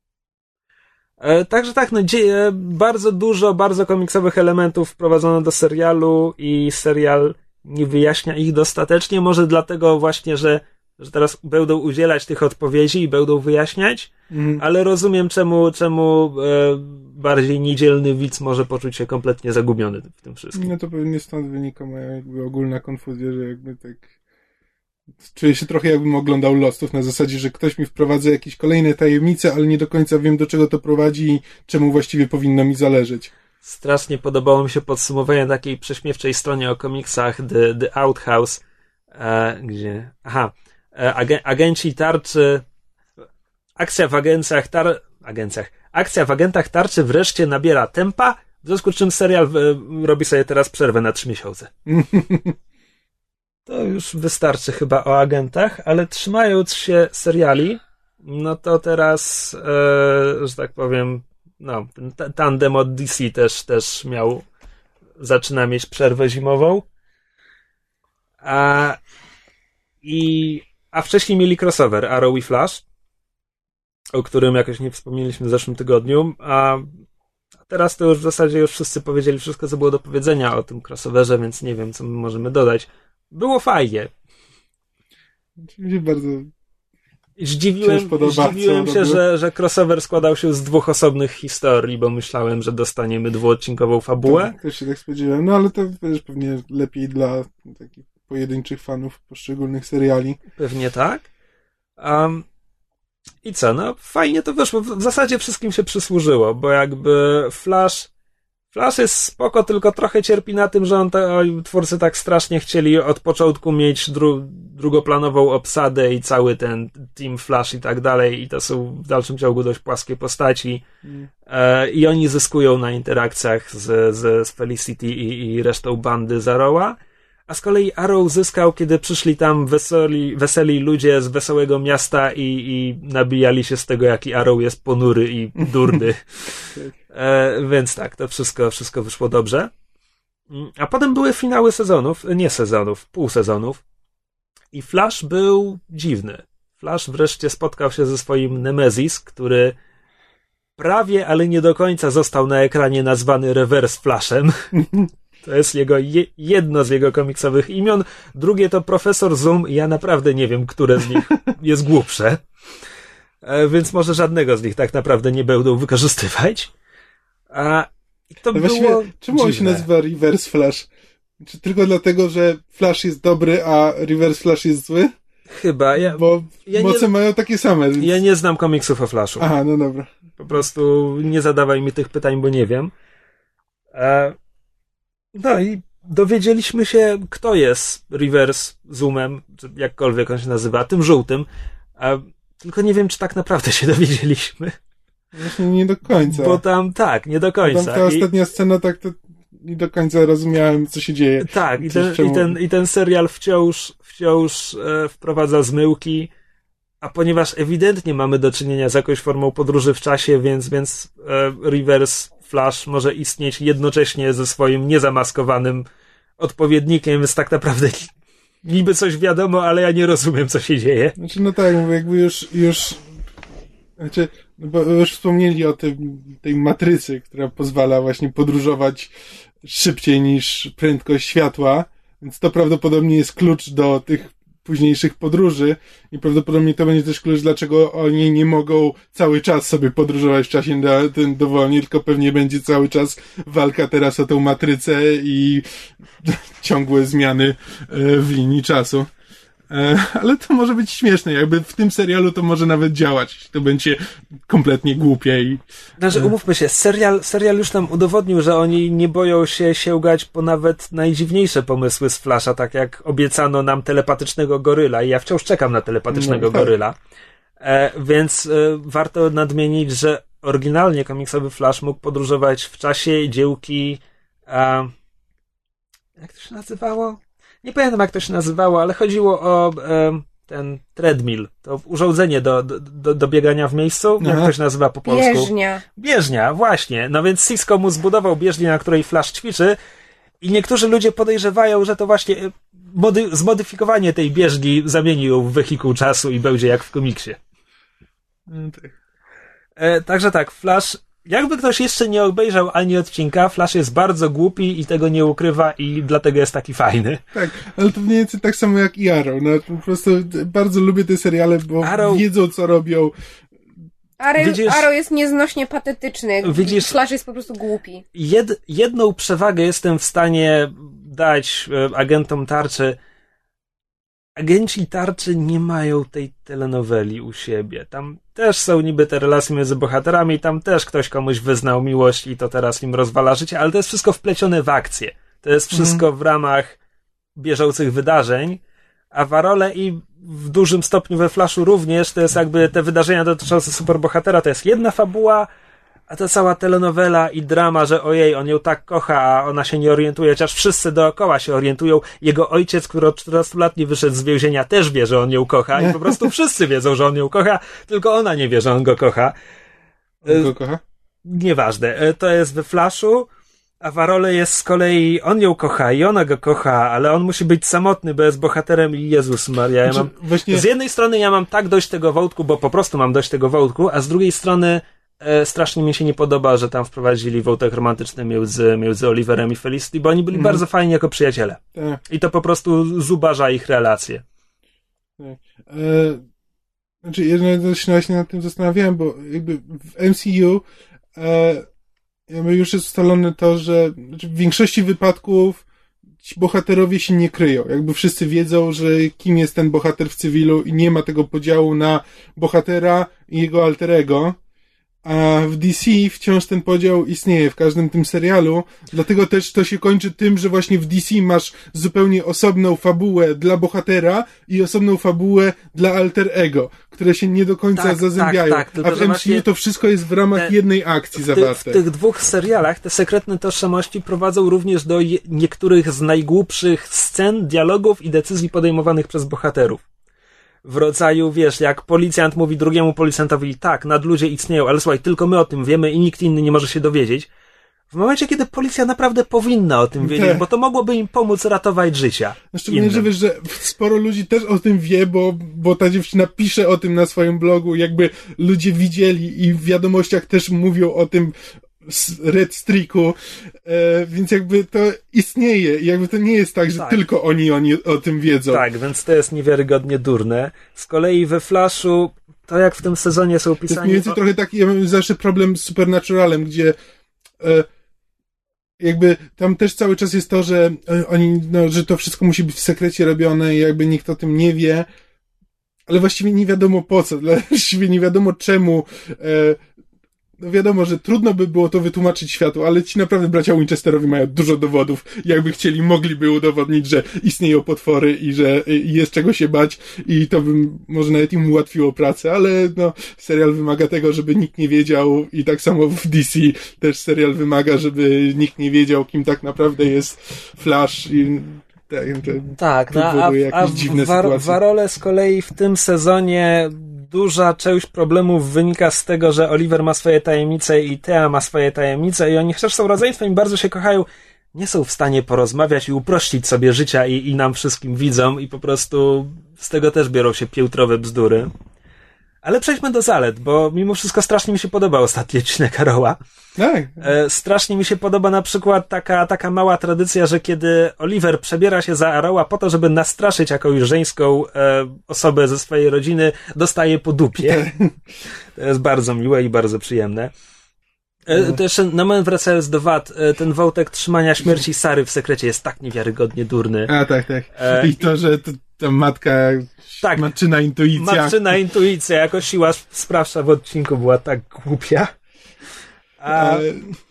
Speaker 3: E, także tak, no dzieje bardzo dużo, bardzo komiksowych elementów wprowadzono do serialu i serial nie wyjaśnia ich dostatecznie. Może dlatego właśnie, że, że teraz będą udzielać tych odpowiedzi i będą wyjaśniać, mm. ale rozumiem, czemu, czemu e, bardziej niedzielny widz może poczuć się kompletnie zagubiony w tym wszystkim.
Speaker 4: No to pewnie stąd wynika moja jakby ogólna konfuzja, że jakby tak czuję się trochę jakbym oglądał Lostów na zasadzie, że ktoś mi wprowadza jakieś kolejne tajemnice, ale nie do końca wiem, do czego to prowadzi i czemu właściwie powinno mi zależeć.
Speaker 3: strasznie podobało mi się podsumowanie na takiej prześmiewczej stronie o komiksach The, The Outhouse, e, gdzie, aha, e, agen, agenci tarczy, akcja w agencjach, tar, agencjach, akcja w agentach tarczy wreszcie nabiera tempa, w związku z czym serial e, robi sobie teraz przerwę na trzy miesiące. To już wystarczy chyba o agentach, ale trzymając się seriali, no to teraz, e, że tak powiem, no, ten tandem od D C też, też miał, zaczyna mieć przerwę zimową. A, i, a wcześniej mieli crossover Arrow i Flash, o którym jakoś nie wspomnieliśmy w zeszłym tygodniu, a teraz to już w zasadzie już wszyscy powiedzieli wszystko, co było do powiedzenia o tym crossoverze, więc nie wiem, co my możemy dodać. Było fajnie.
Speaker 4: Mi się bardzo
Speaker 3: Zdziwiłem,
Speaker 4: podoba,
Speaker 3: zdziwiłem się, że, że crossover składał się z dwóch osobnych historii, bo myślałem, że dostaniemy dwuodcinkową fabułę.
Speaker 4: Tak, też się tak spodziewałem, no ale to też pewnie lepiej dla takich pojedynczych fanów poszczególnych seriali.
Speaker 3: Pewnie tak. Um, I co, no fajnie to wyszło. W zasadzie wszystkim się przysłużyło, bo jakby Flash Flash jest spoko, tylko trochę cierpi na tym, że on te, o, twórcy tak strasznie chcieli od początku mieć dru, drugoplanową obsadę i cały ten Team Flash i tak dalej, i to są w dalszym ciągu dość płaskie postaci. Mm. E, i oni zyskują na interakcjach z, z, z Felicity i, i resztą bandy z Arrowa, a z kolei Arrow zyskał, kiedy przyszli tam weseli, weseli ludzie z wesołego miasta i, i nabijali się z tego, jaki Arrow jest ponury i durny. E, więc tak, to wszystko, wszystko wyszło dobrze. A potem były finały sezonów, nie sezonów, półsezonów. I Flash był dziwny. Flash wreszcie spotkał się ze swoim Nemesis, który prawie, ale nie do końca został na ekranie nazwany Reverse Flashem. To jest jego je, jedno z jego komiksowych imion. Drugie to Profesor Zoom. Ja naprawdę nie wiem, które z nich jest głupsze. E, więc może żadnego z nich tak naprawdę nie będą wykorzystywać. A i to
Speaker 4: no
Speaker 3: było
Speaker 4: czemu on się nazywa Reverse Flash? Czy tylko dlatego, że Flash jest dobry, a Reverse Flash jest zły?
Speaker 3: Chyba. Ja,
Speaker 4: Bo
Speaker 3: ja
Speaker 4: moce
Speaker 3: nie,
Speaker 4: mają takie same. Więc...
Speaker 3: Ja nie znam komiksów o Flashu.
Speaker 4: Aha, no dobra.
Speaker 3: Po prostu nie zadawaj mi tych pytań, bo nie wiem. E, no i dowiedzieliśmy się, kto jest Reverse Zoomem, czy jakkolwiek on się nazywa, tym żółtym. E, tylko nie wiem, czy tak naprawdę się dowiedzieliśmy.
Speaker 4: Właśnie nie do końca.
Speaker 3: Bo tam, tak, nie do końca.
Speaker 4: Tam ta ostatnia I... scena, tak to nie do końca rozumiałem, co się dzieje.
Speaker 3: Tak, i ten, i ten, i ten serial wciąż, wciąż e, wprowadza zmyłki, a ponieważ ewidentnie mamy do czynienia z jakąś formą podróży w czasie, więc, więc e, Reverse Flash może istnieć jednocześnie ze swoim niezamaskowanym odpowiednikiem, więc tak naprawdę niby coś wiadomo, ale ja nie rozumiem, co się dzieje.
Speaker 4: Znaczy, no tak, mówię, jakby już, już znaczy, no bo już wspomnieli o tym, tej matrycy, która pozwala właśnie podróżować szybciej niż prędkość światła, więc to prawdopodobnie jest klucz do tych późniejszych podróży i prawdopodobnie to będzie też klucz, dlaczego oni nie mogą cały czas sobie podróżować w czasie do, ten dowolnie, tylko pewnie będzie cały czas walka teraz o tą matrycę i ciągłe zmiany w linii czasu. Ale to może być śmieszne, jakby w tym serialu to może nawet działać, to będzie kompletnie głupie i...
Speaker 3: Znaczy, umówmy się, serial, serial już nam udowodnił, że oni nie boją się sięgać po nawet najdziwniejsze pomysły z Flasha, tak jak obiecano nam telepatycznego goryla i ja wciąż czekam na telepatycznego no, tak. goryla, e, więc e, warto nadmienić, że oryginalnie komiksowy Flash mógł podróżować w czasie dziełki e, jak to się nazywało? Nie pamiętam, jak to się nazywało, ale chodziło o e, ten treadmill, to urządzenie do, do, do, do biegania w miejscu. Aha. Jak to się nazywa po polsku?
Speaker 2: Bieżnia. Bieżnia,
Speaker 3: właśnie. No więc Cisco mu zbudował bieżnię, na której Flash ćwiczy i niektórzy ludzie podejrzewają, że to właśnie mody, zmodyfikowanie tej bieżni zamieni ją w wehikuł czasu i będzie jak w komiksie. E, także tak, Flash... Jakby ktoś jeszcze nie obejrzał ani odcinka, Flash jest bardzo głupi i tego nie ukrywa i dlatego jest taki fajny.
Speaker 4: Tak, ale to mniej więcej tak samo jak i Arrow. No, po prostu bardzo lubię te seriale, bo Arrow... wiedzą, co robią.
Speaker 2: Arrow, widzisz, Arrow jest nieznośnie patetyczny. Widzisz, Flash jest po prostu głupi.
Speaker 3: Jed, jedną przewagę jestem w stanie dać e, agentom tarczy. agenci Tarczy nie mają tej telenoweli u siebie. Tam też są niby te relacje między bohaterami, tam też ktoś komuś wyznał miłość i to teraz im rozwala życie, ale to jest wszystko wplecione w akcję. To jest wszystko mm. w ramach bieżących wydarzeń, a w Arole i w dużym stopniu we Flashu również to jest jakby te wydarzenia dotyczące superbohatera, to jest jedna fabuła, a ta cała telenowela i drama, że ojej, on ją tak kocha, a ona się nie orientuje, chociaż wszyscy dookoła się orientują. Jego ojciec, który od czternastu lat nie wyszedł z więzienia, też wie, że on ją kocha i po prostu wszyscy wiedzą, że on ją kocha, tylko ona nie wie, że on go kocha.
Speaker 4: On go kocha?
Speaker 3: Nieważne. To jest we Flashu, a w Arole jest z kolei on ją kocha i ona go kocha, ale on musi być samotny, bo jest bohaterem i Jezus Maria. Ja mam... Właśnie... Z jednej strony ja mam tak dość tego wątku, bo po prostu mam dość tego wątku, a z drugiej strony e, strasznie mi się nie podoba, że tam wprowadzili wątek romantyczny między, między Oliverem i Felicity, bo oni byli mm. bardzo fajni jako przyjaciele. Tak. I to po prostu zubaża ich relacje.
Speaker 4: Tak. E, znaczy, ja się właśnie nad tym zastanawiałem, bo jakby w M C U e, jakby już jest ustalone to, że znaczy w większości wypadków ci bohaterowie się nie kryją. Jakby wszyscy wiedzą, że kim jest ten bohater w cywilu i nie ma tego podziału na bohatera i jego alterego. A w D C wciąż ten podział istnieje w każdym tym serialu, dlatego też to się kończy tym, że właśnie w D C masz zupełnie osobną fabułę dla bohatera i osobną fabułę dla alter ego, które się nie do końca tak, zazębiają. Tak, tak, a w M C U to wszystko jest w ramach te, jednej akcji
Speaker 3: w
Speaker 4: zawarte.
Speaker 3: Ty, w tych dwóch serialach te sekretne tożsamości prowadzą również do je, niektórych z najgłupszych scen, dialogów i decyzji podejmowanych przez bohaterów. W rodzaju, wiesz, jak policjant mówi drugiemu policjantowi, tak, nadludzie istnieją, ale słuchaj, tylko my o tym wiemy i nikt inny nie może się dowiedzieć. W momencie, kiedy policja naprawdę powinna o tym wiedzieć, bo to mogłoby im pomóc ratować życia.
Speaker 4: Szczególnie, że wiesz, że sporo ludzi też o tym wie, bo, bo ta dziewczyna pisze o tym na swoim blogu, jakby ludzie widzieli i w wiadomościach też mówią o tym Red Streaku, e, więc jakby to istnieje i jakby to nie jest tak, że tak. tylko oni, oni o tym wiedzą.
Speaker 3: Tak, więc to jest niewiarygodnie durne. Z kolei we Flashu, to jak w tym sezonie są pisani...
Speaker 4: To jest mniej więcej o... trochę taki, ja mam zawsze problem z Supernaturalem, gdzie e, jakby tam też cały czas jest to, że e, oni, no, że to wszystko musi być w sekrecie robione i jakby nikt o tym nie wie, ale właściwie nie wiadomo po co, właściwie nie wiadomo czemu e, no wiadomo, że trudno by było to wytłumaczyć światu, ale ci naprawdę bracia Winchesterowi mają dużo dowodów. Jakby chcieli, mogliby udowodnić, że istnieją potwory i że jest czego się bać i to by może nawet im ułatwiło pracę, ale no, serial wymaga tego, żeby nikt nie wiedział i tak samo w D C też serial wymaga, żeby nikt nie wiedział, kim tak naprawdę jest Flash i tak,
Speaker 3: tak no, a, a w, war, w Arole z kolei w tym sezonie duża część problemów wynika z tego, że Oliver ma swoje tajemnice i Thea ma swoje tajemnice i oni chociaż są rodzeństwem i bardzo się kochają, nie są w stanie porozmawiać i uprościć sobie życia i, i nam wszystkim widzom i po prostu z tego też biorą się piętrowe bzdury. Ale przejdźmy do zalet, bo mimo wszystko strasznie mi się podoba ostatni odcinek Arrowa.
Speaker 4: Tak.
Speaker 3: E, strasznie mi się podoba na przykład taka, taka mała tradycja, że kiedy Oliver przebiera się za Arrowa po to, żeby nastraszyć jakąś żeńską e, osobę ze swojej rodziny, dostaje po dupie. To jest bardzo miłe i bardzo przyjemne. E, to jeszcze na moment wracając do wad, e, ten wątek trzymania śmierci Sary w sekrecie jest tak niewiarygodnie durny.
Speaker 4: A tak, tak. E, I to, że to, ta matka tak, matczyna intuicja.
Speaker 3: Matczyna intuicja, jako siła sprawcza w odcinku była tak głupia. A,
Speaker 4: a,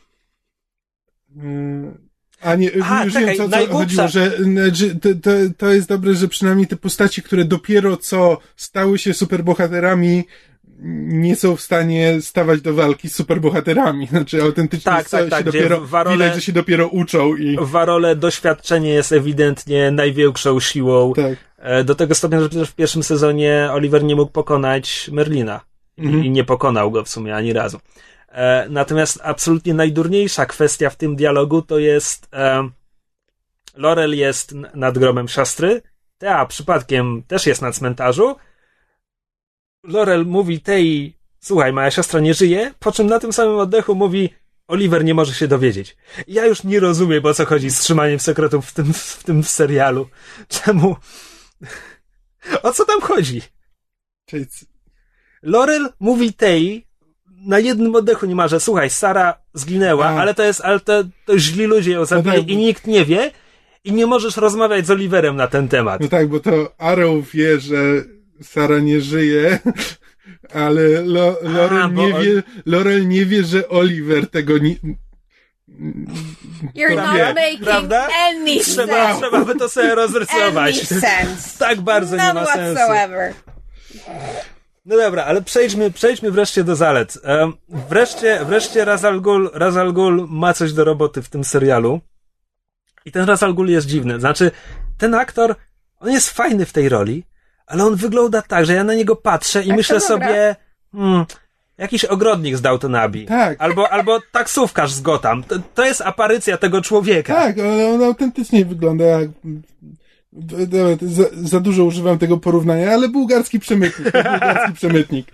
Speaker 4: a nie, a, już czekaj, wiem, co, co chodziło, że, że to, to, to jest dobre, że przynajmniej te postaci, które dopiero co stały się superbohaterami, nie są w stanie stawać do walki z superbohaterami. Znaczy autentycznie
Speaker 3: tak, tak, tak,
Speaker 4: się dopiero,
Speaker 3: w Arole,
Speaker 4: widać, że się dopiero uczą. I...
Speaker 3: W Arole doświadczenie jest ewidentnie największą siłą.
Speaker 4: Tak.
Speaker 3: Do tego stopnia, że przecież w pierwszym sezonie Oliver nie mógł pokonać Merlina. Mhm. I nie pokonał go w sumie ani razu. Natomiast absolutnie najdurniejsza kwestia w tym dialogu to jest e, Laurel jest nad grobem siostry, Thea przypadkiem też jest na cmentarzu. Laurel mówi tej, słuchaj, moja siostra nie żyje, po czym na tym samym oddechu mówi Oliver nie może się dowiedzieć. Ja już nie rozumiem, o co chodzi z trzymaniem sekretów w tym, w tym serialu. Czemu? O co tam chodzi?
Speaker 4: Czyli...
Speaker 3: Laurel mówi tej na jednym oddechu nie ma, że słuchaj, Sara zginęła, A. ale to jest, ale to, to źli ludzie ją zabili no tak. i nikt nie wie. i nie możesz rozmawiać z Oliverem na ten temat.
Speaker 4: No tak, bo to Arrow wie, że Sara nie żyje, ale Lo- Laurel,
Speaker 3: A,
Speaker 4: nie
Speaker 3: on...
Speaker 4: wie, Laurel nie wie, że Oliver tego nie...
Speaker 2: You're not
Speaker 4: wie,
Speaker 2: making
Speaker 3: prawda?
Speaker 2: any
Speaker 3: Trzeba,
Speaker 2: sense.
Speaker 3: trzeba by to sobie rozrysować.
Speaker 2: Any sense.
Speaker 3: Tak bardzo
Speaker 2: None
Speaker 3: nie ma sensu.
Speaker 2: whatsoever.
Speaker 3: No dobra, ale przejdźmy, przejdźmy wreszcie do zalet. Um, wreszcie, wreszcie Ra's al Ghul, Ra's al Ghul ma coś do roboty w tym serialu. I ten Ra's al Ghul jest dziwny. Znaczy, ten aktor, on jest fajny w tej roli, ale on wygląda tak, że ja na niego patrzę i
Speaker 2: tak,
Speaker 3: myślę
Speaker 2: to
Speaker 3: sobie, hmm, jakiś ogrodnik z Downton Abbey.
Speaker 4: Tak.
Speaker 3: Albo, albo taksówkarz z Gotham. To, to jest aparycja tego człowieka.
Speaker 4: Tak, ale on autentycznie wygląda jak... Za, za dużo używam tego porównania, ale bułgarski przemytnik. Bułgarski przemytnik.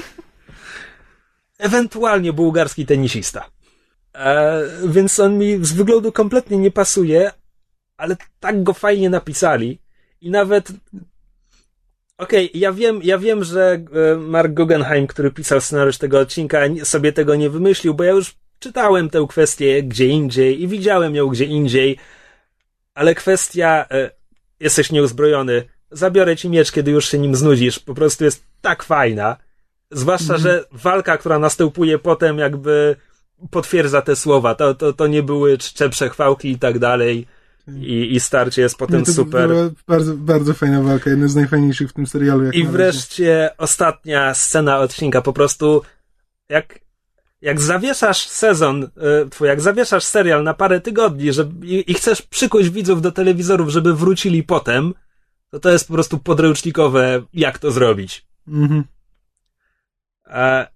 Speaker 3: Ewentualnie bułgarski tenisista. E, więc on mi z wyglądu kompletnie nie pasuje, ale tak go fajnie napisali i nawet okej, okay, ja wiem, ja wiem, że Mark Guggenheim, który pisał scenariusz tego odcinka, sobie tego nie wymyślił, bo ja już czytałem tę kwestię gdzie indziej i widziałem ją gdzie indziej, ale kwestia e, jesteś nieuzbrojony, zabiorę ci miecz, kiedy już się nim znudzisz, po prostu jest tak fajna. Zwłaszcza, mm. że walka, która następuje potem jakby potwierdza te słowa. To, to, to nie były czcze przechwałki i tak dalej. I, i starcie jest potem
Speaker 4: no to
Speaker 3: super.
Speaker 4: Była bardzo, bardzo fajna walka, jedna z najfajniejszych w tym serialu. Jak
Speaker 3: I wreszcie ostatnia scena odcinka. Po prostu jak, jak zawieszasz sezon, twój, jak zawieszasz serial na parę tygodni żeby, i, i chcesz przykuć widzów do telewizorów, żeby wrócili potem, to to jest po prostu podręcznikowe, jak to zrobić.
Speaker 4: Mhm.
Speaker 3: E...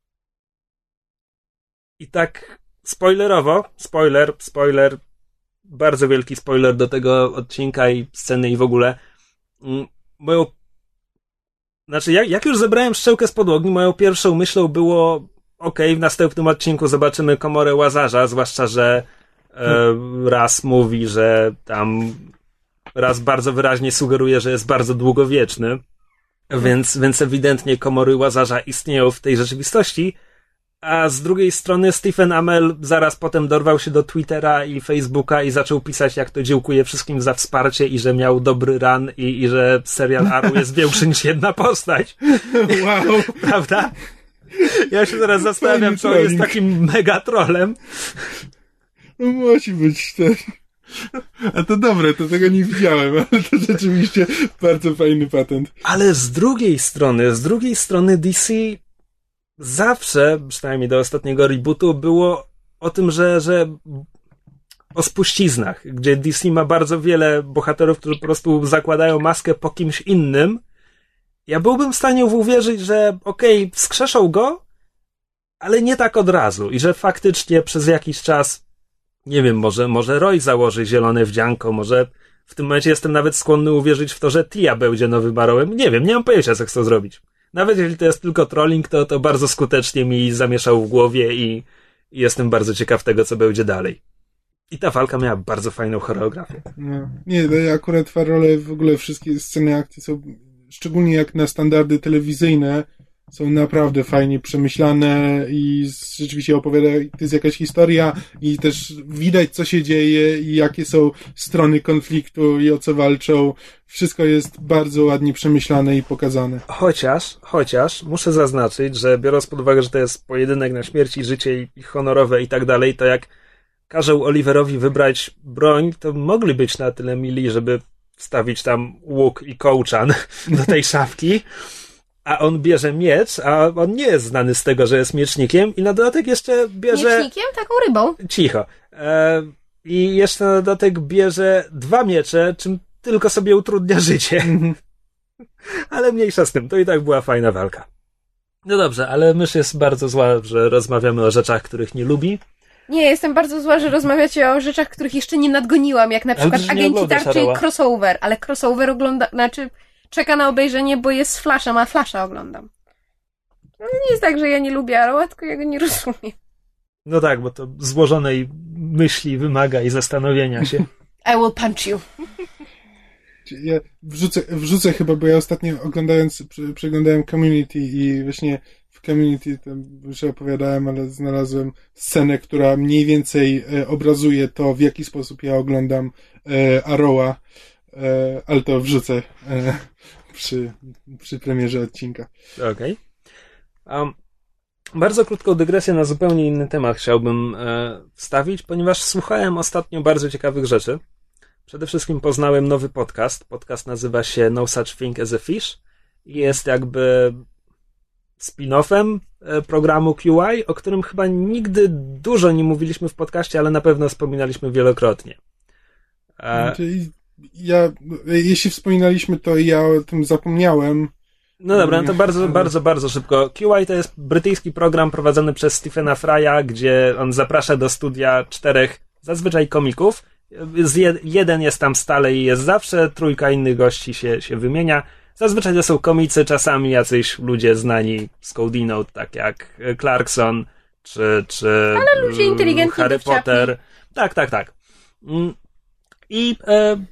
Speaker 3: I tak spoilerowo, spoiler, spoiler, bardzo wielki spoiler do tego odcinka i sceny i w ogóle. Moją... Znaczy, jak, jak już zebrałem szczękę z podłogi, moją pierwszą myślą było okej, okay, w następnym odcinku zobaczymy komorę Łazarza, zwłaszcza, że e, raz mówi, że tam raz bardzo wyraźnie sugeruje, że jest bardzo długowieczny, więc, więc ewidentnie komory Łazarza istnieją w tej rzeczywistości. A z drugiej strony Stephen Amell zaraz potem dorwał się do Twittera i Facebooka i zaczął pisać, jak to dziękuję wszystkim za wsparcie i że miał dobry run i, i że serial Arrow jest większy niż jedna postać.
Speaker 4: Wow.
Speaker 3: Prawda? Ja się teraz zastanawiam, czy on jest takim mega trollem.
Speaker 4: No musi być ten. A to dobre, to tego nie widziałem, ale to rzeczywiście bardzo fajny patent.
Speaker 3: Ale z drugiej strony, z drugiej strony D C zawsze, przynajmniej do ostatniego rebootu, było o tym, że, że o spuściznach, gdzie D C ma bardzo wiele bohaterów, którzy po prostu zakładają maskę po kimś innym. Ja byłbym w stanie uwierzyć, że okej, okay, wskrzeszą go, ale nie tak od razu i że faktycznie przez jakiś czas, nie wiem, może, może Roy założy zielone wdzianko, może w tym momencie jestem nawet skłonny uwierzyć w to, że Tia będzie nowym Arrowem. Nie wiem, nie mam pojęcia, co chcą zrobić. Nawet jeśli to jest tylko trolling, to, to bardzo skutecznie mi zamieszał w głowie i, i jestem bardzo ciekaw tego, co będzie dalej. I ta walka miała bardzo fajną choreografię.
Speaker 4: No. Nie, akurat Farrole, w ogóle wszystkie sceny akcji są, szczególnie jak na standardy telewizyjne, są naprawdę fajnie przemyślane i rzeczywiście opowiada, to jest jakaś historia i też widać, co się dzieje i jakie są strony konfliktu i o co walczą. Wszystko jest bardzo ładnie przemyślane i pokazane.
Speaker 3: Chociaż, chociaż muszę zaznaczyć, że biorąc pod uwagę, że to jest pojedynek na śmierć i życie i honorowe i tak dalej, to jak każą Oliverowi wybrać broń, to mogli być na tyle mili, żeby wstawić tam łuk i kołczan do tej szafki. A on bierze miecz, a on nie jest znany z tego, że jest miecznikiem i na dodatek jeszcze bierze...
Speaker 2: Miecznikiem? Taką rybą.
Speaker 3: Cicho. E, I jeszcze na dodatek bierze dwa miecze, czym tylko sobie utrudnia życie. Ale mniejsza z tym, to i tak była fajna walka. No dobrze, ale mysz jest bardzo zła, że rozmawiamy o rzeczach, których nie lubi.
Speaker 2: Nie, jestem bardzo zła, że rozmawiacie o rzeczach, których jeszcze nie nadgoniłam, jak na przykład Agenci Tarczy i crossover, ale crossover ogląda... Znaczy... czeka na obejrzenie, bo jest z Flashem, a Flasha oglądam. No nie jest tak, że ja nie lubię Arrowa, tylko ja go nie rozumiem.
Speaker 3: No tak, bo to złożonej myśli wymaga i zastanowienia się.
Speaker 2: I will punch you.
Speaker 4: Ja wrzucę, wrzucę chyba, bo ja ostatnio oglądając, przeglądałem Community i właśnie w Community tam już opowiadałem, ale znalazłem scenę, która mniej więcej e, obrazuje to, w jaki sposób ja oglądam e, Arrowa, e, ale to wrzucę e, przy, przy premierze odcinka.
Speaker 3: Okej. Okay. Um, bardzo krótką dygresję na zupełnie inny temat chciałbym e, wstawić, ponieważ słuchałem ostatnio bardzo ciekawych rzeczy. Przede wszystkim poznałem nowy podcast. Podcast nazywa się No Such Thing as a Fish i jest jakby spin-offem programu Q I, o którym chyba nigdy dużo nie mówiliśmy w podcaście, ale na pewno wspominaliśmy wielokrotnie. E...
Speaker 4: Ja, jeśli wspominaliśmy, to ja o tym zapomniałem.
Speaker 3: No dobra, no to bardzo, bardzo, bardzo szybko. Q I to jest brytyjski program prowadzony przez Stephena Fry'a, gdzie on zaprasza do studia czterech zazwyczaj komików. Jeden jest tam stale i jest zawsze, trójka innych gości się, się wymienia. Zazwyczaj to są komicy, czasami jacyś ludzie znani z Codinote, tak jak Clarkson, czy, czy
Speaker 2: ale ludzie inteligentni,
Speaker 3: Harry Potter. Tak, tak, tak. I e,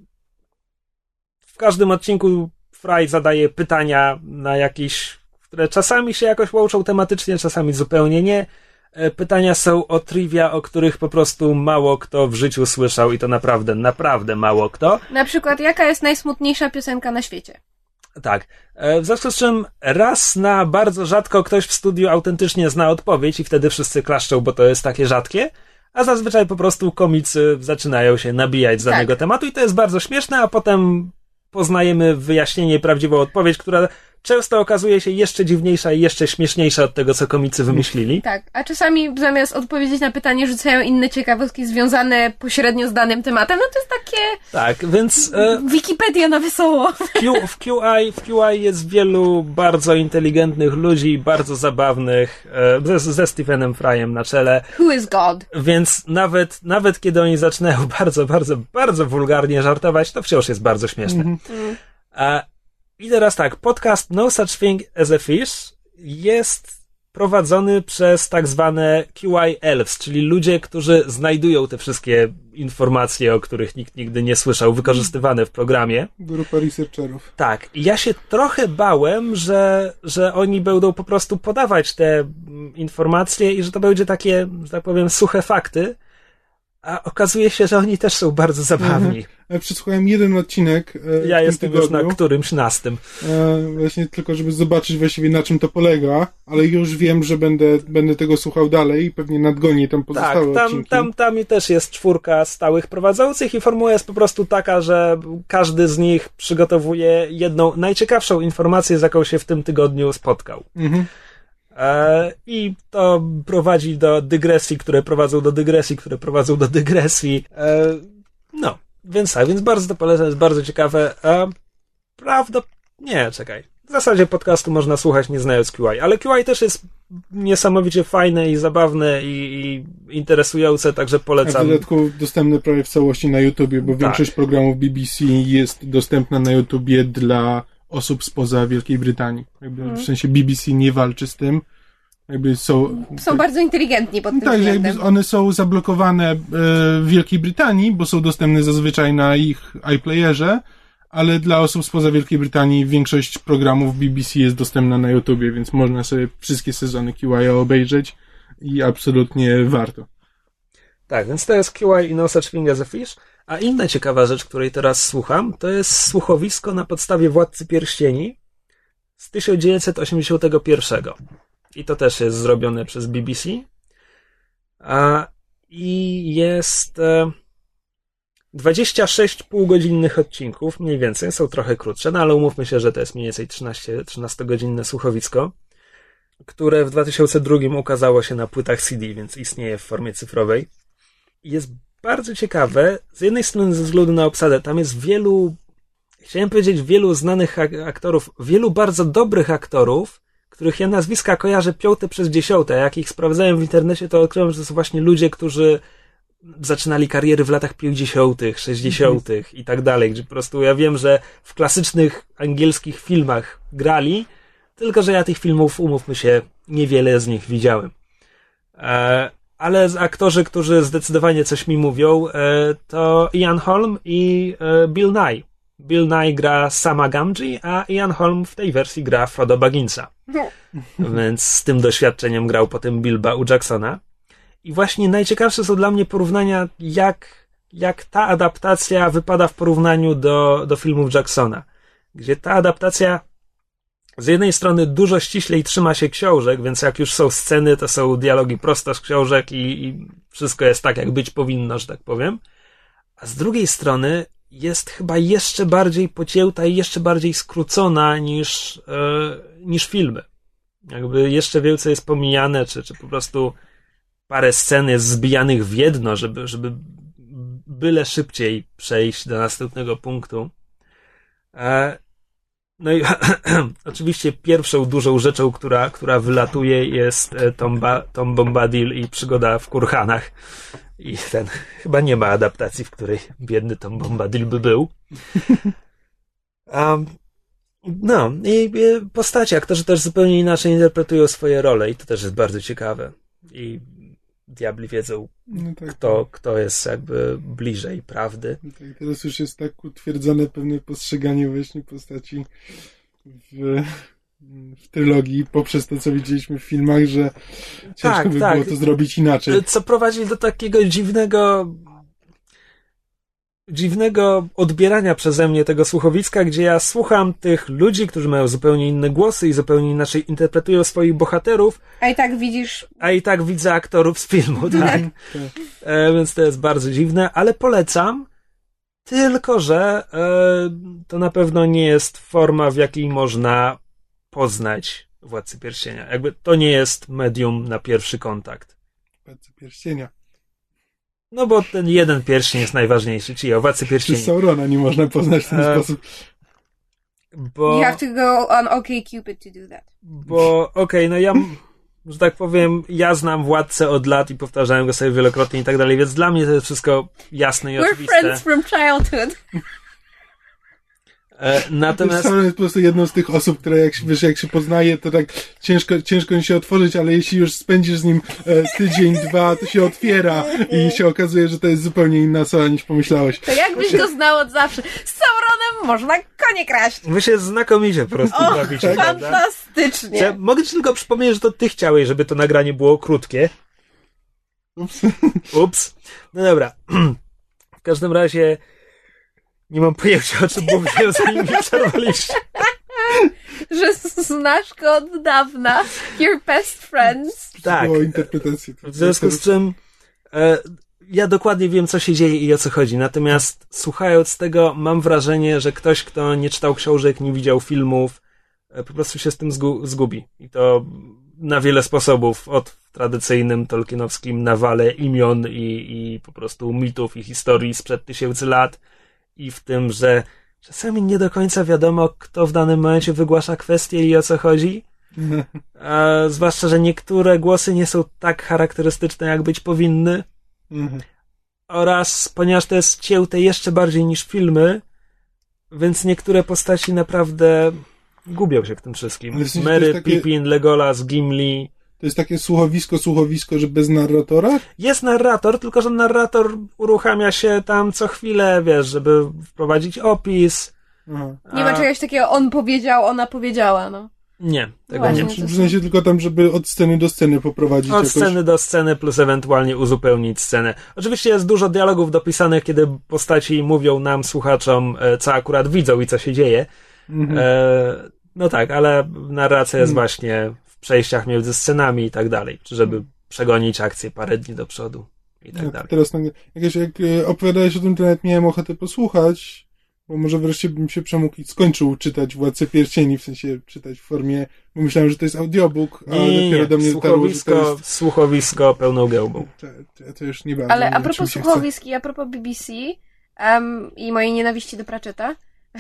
Speaker 3: w każdym odcinku Fry zadaje pytania na jakieś, które czasami się jakoś łączą tematycznie, czasami zupełnie nie. E, pytania są o trivia, o których po prostu mało kto w życiu słyszał i to naprawdę, naprawdę mało kto.
Speaker 2: Na przykład, jaka jest najsmutniejsza piosenka na świecie?
Speaker 3: Tak. W związku z czym raz na bardzo rzadko ktoś w studiu autentycznie zna odpowiedź i wtedy wszyscy klaszczą, bo to jest takie rzadkie, a zazwyczaj po prostu komicy zaczynają się nabijać z danego tak. tematu i to jest bardzo śmieszne, a potem poznajemy wyjaśnienie i prawdziwą odpowiedź, która często okazuje się jeszcze dziwniejsza i jeszcze śmieszniejsza od tego, co komicy wymyślili.
Speaker 2: Tak, a czasami zamiast odpowiedzieć na pytanie, rzucają inne ciekawostki związane pośrednio z danym tematem. No to jest takie...
Speaker 3: Tak, więc... E,
Speaker 2: Wikipedia na wesoło.
Speaker 3: W, Q, w, Q I, w Q I jest wielu bardzo inteligentnych ludzi, bardzo zabawnych, e, ze, ze Stephenem Fry'em na czele.
Speaker 2: Who is God?
Speaker 3: Więc nawet, nawet kiedy oni zaczynają bardzo, bardzo, bardzo wulgarnie żartować, to wciąż jest bardzo śmieszne. Mm-hmm. A I teraz tak, podcast No Such Thing as a Fish jest prowadzony przez tak zwane Q I Elves, czyli ludzie, którzy znajdują te wszystkie informacje, o których nikt nigdy nie słyszał, wykorzystywane w programie.
Speaker 4: Grupa researcherów.
Speaker 3: Tak. I ja się trochę bałem, że, że oni będą po prostu podawać te informacje i że to będzie takie, że tak powiem, suche fakty. A okazuje się, że oni też są bardzo zabawni.
Speaker 4: Mhm. Przesłuchałem jeden odcinek. E,
Speaker 3: ja jestem
Speaker 4: tygodniu.
Speaker 3: już na którymś nastym.
Speaker 4: E, właśnie tylko, żeby zobaczyć właściwie na czym to polega, ale już wiem, że będę, będę tego słuchał dalej i pewnie nadgonię tam pozostałe
Speaker 3: tak, tam,
Speaker 4: odcinki.
Speaker 3: Tam, tam też jest czwórka stałych prowadzących i formuła jest po prostu taka, że każdy z nich przygotowuje jedną najciekawszą informację, z jaką się w tym tygodniu spotkał. Mhm. I to prowadzi do dygresji, które prowadzą do dygresji, które prowadzą do dygresji. No, więc tak, więc bardzo to polecam, jest bardzo ciekawe. Prawda? Nie, czekaj. W zasadzie podcastu można słuchać nie znając Q I, ale Q I też jest niesamowicie fajne i zabawne i, i interesujące, także polecam.
Speaker 4: A w dodatku dostępne prawie w całości na YouTubie, bo tak. Większość programów B B C jest dostępna na YouTubie dla osób spoza Wielkiej Brytanii. Jakby hmm. W sensie B B C nie walczy z tym. Jakby są
Speaker 2: są tak, bardzo inteligentni pod tym
Speaker 4: tak,
Speaker 2: względem.
Speaker 4: Jakby one są zablokowane w Wielkiej Brytanii, bo są dostępne zazwyczaj na ich iPlayerze, ale dla osób spoza Wielkiej Brytanii większość programów B B C jest dostępna na YouTubie, więc można sobie wszystkie sezony Q I obejrzeć i absolutnie warto.
Speaker 3: Tak, więc to jest Q I i No Such Thing as a Fish. A inna ciekawa rzecz, której teraz słucham, to jest słuchowisko na podstawie Władcy Pierścieni z tysiąc dziewięćset osiemdziesiątego pierwszego. I to też jest zrobione przez B B C. A, I jest e, dwadzieścia sześć półgodzinnych odcinków, mniej więcej, są trochę krótsze, no ale umówmy się, że to jest mniej więcej trzynastogodzinne słuchowisko, które w dwa tysiące drugim ukazało się na płytach C D, więc istnieje w formie cyfrowej. I jest bardzo ciekawe, z jednej strony ze względu na obsadę, tam jest wielu, chciałem powiedzieć wielu znanych aktorów, wielu bardzo dobrych aktorów, których ja nazwiska kojarzę piąte przez dziesiąte. Jak ich sprawdzałem w internecie, to odkryłem, że to są właśnie ludzie, którzy zaczynali kariery w latach pięćdziesiątych, sześćdziesiątych mm-hmm. i tak dalej, gdzie po prostu ja wiem, że w klasycznych angielskich filmach grali, tylko że ja tych filmów, umówmy się, niewiele z nich widziałem. E, ale aktorzy, którzy zdecydowanie coś mi mówią, e, to Ian Holm i e, Bill Nye. Bill Nye gra Sama Gamgee, a Ian Holm w tej wersji gra Frodo Bagginsa. Więc z tym doświadczeniem grał potem Bilba u Jacksona. I właśnie najciekawsze są dla mnie porównania, jak, jak ta adaptacja wypada w porównaniu do, do filmów Jacksona. Gdzie ta adaptacja z jednej strony dużo ściślej trzyma się książek, więc jak już są sceny, to są dialogi prosto z książek i, i wszystko jest tak, jak być powinno, że tak powiem. A z drugiej strony jest chyba jeszcze bardziej pocięta i jeszcze bardziej skrócona niż, e, niż filmy. Jakby jeszcze więcej jest pomijane, czy, czy po prostu parę scen jest zbijanych w jedno, żeby, żeby byle szybciej przejść do następnego punktu. E, no i oczywiście pierwszą dużą rzeczą, która, która wylatuje, jest Tom, ba- Tom Bombadil i przygoda w kurhanach. I ten, chyba nie ma adaptacji, w której biedny Tom Bombadil by był. Um, no, i postacie, aktorzy też zupełnie inaczej interpretują swoje role i to też jest bardzo ciekawe. I diabli wiedzą, no tak, kto, kto jest jakby bliżej prawdy.
Speaker 4: No tak, teraz już jest tak utwierdzone pewne postrzeganie właśnie postaci w, w trylogii poprzez to, co widzieliśmy w filmach, że ciężko
Speaker 3: tak,
Speaker 4: by
Speaker 3: tak.
Speaker 4: było to zrobić inaczej.
Speaker 3: Co prowadzi do takiego dziwnego dziwnego odbierania przeze mnie tego słuchowiska, gdzie ja słucham tych ludzi, którzy mają zupełnie inne głosy i zupełnie inaczej interpretują swoich bohaterów.
Speaker 2: A i tak widzisz...
Speaker 3: A i tak widzę aktorów z filmu, tak? e, więc to jest bardzo dziwne, ale polecam, tylko że e, to na pewno nie jest forma, w jakiej można poznać Władcy Pierścienia. Jakby to nie jest medium na pierwszy kontakt.
Speaker 4: Władcy Pierścienia.
Speaker 3: No bo ten jeden pierścień jest najważniejszy, czyli o Władcy Pierścieni.
Speaker 4: Czy Saurona nie można poznać w ten e, sposób.
Speaker 3: Bo...
Speaker 2: You have to go on OkCupid to do that.
Speaker 3: Bo, okej, okay, no ja, że tak powiem, ja znam Władcę od lat i powtarzałem go sobie wielokrotnie i tak dalej, więc dla mnie to jest wszystko jasne i
Speaker 2: We're
Speaker 3: oczywiste.
Speaker 2: friends from childhood.
Speaker 3: E, natomiast...
Speaker 4: Sauron jest po prostu jedną z tych osób, które jak, wiesz, jak się poznaje, to tak ciężko, ciężko się otworzyć, ale jeśli już spędzisz z nim e, tydzień, dwa, to się otwiera i się okazuje, że to jest zupełnie inna osoba niż pomyślałeś.
Speaker 2: To jakbyś go znał od zawsze. Z Sauronem można konie kraść.
Speaker 3: Wy się znakomicie po prostu
Speaker 2: Och,
Speaker 3: bawicie,
Speaker 2: fantastycznie.
Speaker 3: Prawda? Mogę ci tylko przypomnieć, że to ty chciałeś, żeby to nagranie było krótkie.
Speaker 4: Ups.
Speaker 3: Ups. No dobra. W każdym razie nie mam pojęcia, o czym mówiłem, zanim mnie przerwaliście.
Speaker 2: Że znasz go od dawna. Your best friends.
Speaker 3: Tak.
Speaker 4: Było interpretacji.
Speaker 3: W związku z czym e, ja dokładnie wiem, co się dzieje i o co chodzi. Natomiast słuchając tego, mam wrażenie, że ktoś, kto nie czytał książek, nie widział filmów, e, po prostu się z tym zgu- zgubi. I to na wiele sposobów. Od w tradycyjnym tolkienowskim nawale imion i, i po prostu mitów i historii sprzed tysięcy lat. I w tym, że czasami nie do końca wiadomo, kto w danym momencie wygłasza kwestię i o co chodzi. A zwłaszcza, że niektóre głosy nie są tak charakterystyczne, jak być powinny. Oraz, ponieważ to jest cięte jeszcze bardziej niż filmy, więc niektóre postaci naprawdę gubią się w tym wszystkim.
Speaker 4: Ale w sensie
Speaker 3: Merry,
Speaker 4: to jest takie-
Speaker 3: Pippin, Legolas, Gimli.
Speaker 4: To jest takie słuchowisko, słuchowisko, że bez narratora?
Speaker 3: Jest narrator, tylko że narrator uruchamia się tam co chwilę, wiesz, żeby wprowadzić opis.
Speaker 4: Aha.
Speaker 2: Nie ma
Speaker 3: A-
Speaker 2: czegoś takiego, on powiedział, ona powiedziała, no.
Speaker 3: Nie, tego
Speaker 2: Właśnie.
Speaker 3: nie.
Speaker 2: to
Speaker 4: Czy
Speaker 2: są-
Speaker 4: w sensie tylko tam, żeby od sceny do sceny poprowadzić
Speaker 3: Od
Speaker 4: jakoś...
Speaker 3: sceny do sceny, plus ewentualnie uzupełnić scenę. Oczywiście jest dużo dialogów dopisanych, kiedy postaci mówią nam, słuchaczom, e, co akurat widzą i co się dzieje.
Speaker 4: Mhm.
Speaker 3: E, no tak, ale narracja jest
Speaker 4: Mhm.
Speaker 3: właśnie w przejściach między scenami i tak dalej, czy żeby przegonić akcję parę dni do przodu i tak
Speaker 4: Ja
Speaker 3: dalej.
Speaker 4: teraz tak, jakieś, jak e, opowiadałeś o tym, to nawet miałem ochotę posłuchać, bo może wreszcie bym się przemógł i skończył czytać Władcę Pierścieni, w sensie czytać w formie, bo myślałem, że to jest audiobook, a
Speaker 3: Nie, nie,
Speaker 4: dopiero
Speaker 3: nie.
Speaker 4: do mnie dotarło, że to
Speaker 3: Słuchowisko,
Speaker 4: jest...
Speaker 3: słuchowisko pełną gębą.
Speaker 4: To, to, to już nie bardzo.
Speaker 2: Ale
Speaker 4: nie
Speaker 2: a
Speaker 4: wiem, czym
Speaker 2: propos
Speaker 4: się chce.
Speaker 2: słuchowisk i a propos B B C um, i mojej nienawiści do Pratchetta,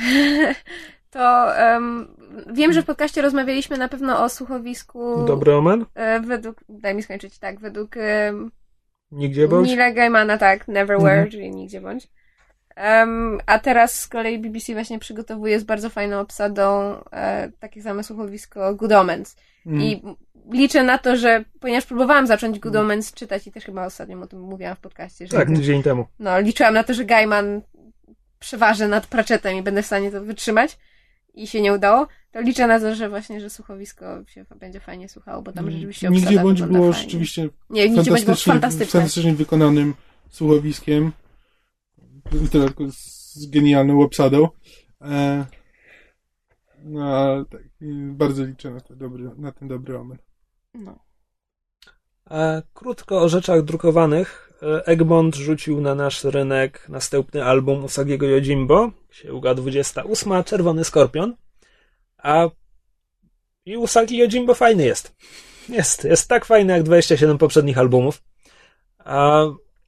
Speaker 2: to um, wiem, że w podcaście rozmawialiśmy na pewno o słuchowisku
Speaker 3: Dobry omen?
Speaker 2: e, według, daj mi skończyć, tak, według e,
Speaker 3: Nigdzie bądź?
Speaker 2: Neila Gaimana, tak, Neverwhere,
Speaker 4: Mhm.
Speaker 2: czyli Nigdzie Bądź. Um, a teraz z kolei B B C właśnie przygotowuje z bardzo fajną obsadą e, takie same słuchowisko Good Omens.
Speaker 4: Mm.
Speaker 2: I liczę na to, że ponieważ próbowałam zacząć Good Omens czytać i też chyba ostatnio o tym mówiłam w podcaście, że
Speaker 3: Tak, tydzień temu.
Speaker 2: no, liczyłam na to, że Gaiman przeważę nad Pratchettem i będę w stanie to wytrzymać i się nie udało, to liczę na to, że właśnie, że słuchowisko się będzie fajnie słuchało, bo tam rzeczywiście obsada
Speaker 4: Nigdzie bądź było
Speaker 2: fajnie.
Speaker 4: rzeczywiście
Speaker 2: nie, nigdzie bądź było fantastycznie.
Speaker 4: fantastycznie wykonanym słuchowiskiem, w dodatku z genialną obsadą. E, no, ale tak, bardzo liczę na, to dobry, na ten dobry omen.
Speaker 2: No.
Speaker 3: A krótko o rzeczach drukowanych. Egmont rzucił na nasz rynek następny album Usagiego Yojimbo, Księga dwudziesta ósma, Czerwony Skorpion. A i Usagi Yojimbo fajny jest. Jest, jest tak fajny jak dwadzieścia siedem poprzednich albumów. A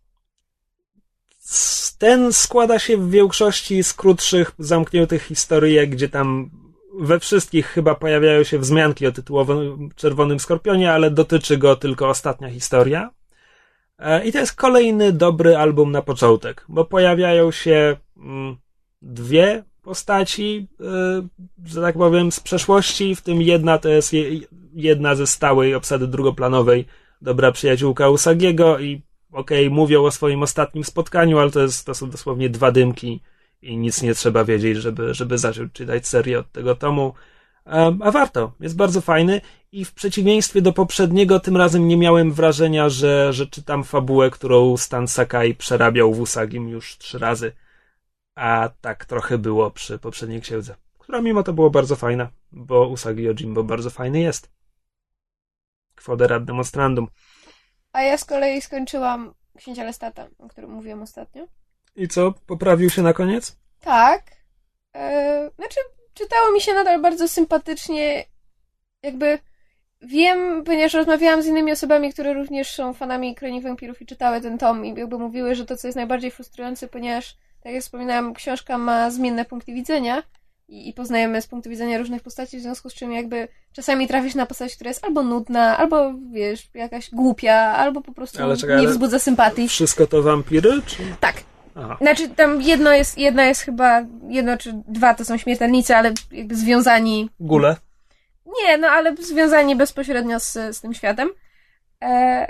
Speaker 3: ten składa się w większości z krótszych, zamkniętych historyjek, gdzie tam we wszystkich chyba pojawiają się wzmianki o tytułowym Czerwonym Skorpionie, ale dotyczy go tylko ostatnia historia. I to jest kolejny dobry album na początek, bo pojawiają się mm, dwie postaci, yy, że tak powiem, z przeszłości, w tym jedna to jest je, jedna ze stałej obsady drugoplanowej, dobra przyjaciółka Usagiego i okej, okay, mówią o swoim ostatnim spotkaniu, ale to, jest, to są dosłownie dwa dymki i nic nie trzeba wiedzieć, żeby, żeby zacząć czytać serię od tego tomu. A warto, jest bardzo fajny i w przeciwieństwie do poprzedniego tym razem nie miałem wrażenia, że, że czytam fabułę, którą Stan Sakai przerabiał w Usagim już trzy razy, a tak trochę było przy poprzedniej księdze, która mimo to była bardzo fajna, bo Usagi Yojimbo bardzo fajny jest. Kwoderat demonstrandum.
Speaker 2: A ja z kolei skończyłam Księcia Lestata, o którym mówiłam ostatnio.
Speaker 3: I co, poprawił się na koniec?
Speaker 2: Tak. Yy, znaczy czytało mi się nadal bardzo sympatycznie. Jakby wiem, ponieważ rozmawiałam z innymi osobami, które również są fanami Kronik Wampirów i czytały ten tom i jakby mówiły, że to, co jest najbardziej frustrujące, ponieważ, tak jak wspominałam, książka ma zmienne punkty widzenia i, i poznajemy z punktu widzenia różnych postaci, w związku z czym jakby czasami trafisz na postać, która jest albo nudna, albo wiesz, jakaś głupia, albo po prostu ale czekaj, nie wzbudza sympatii.
Speaker 3: Wszystko to wampiry? Czy...
Speaker 2: Tak.
Speaker 3: Aha.
Speaker 2: Znaczy tam jedno jest, jedno jest chyba, jedno czy dwa to są śmiertelnicy, ale jakby związani...
Speaker 3: Gule?
Speaker 2: Nie, no ale związani bezpośrednio z, z tym światem. E...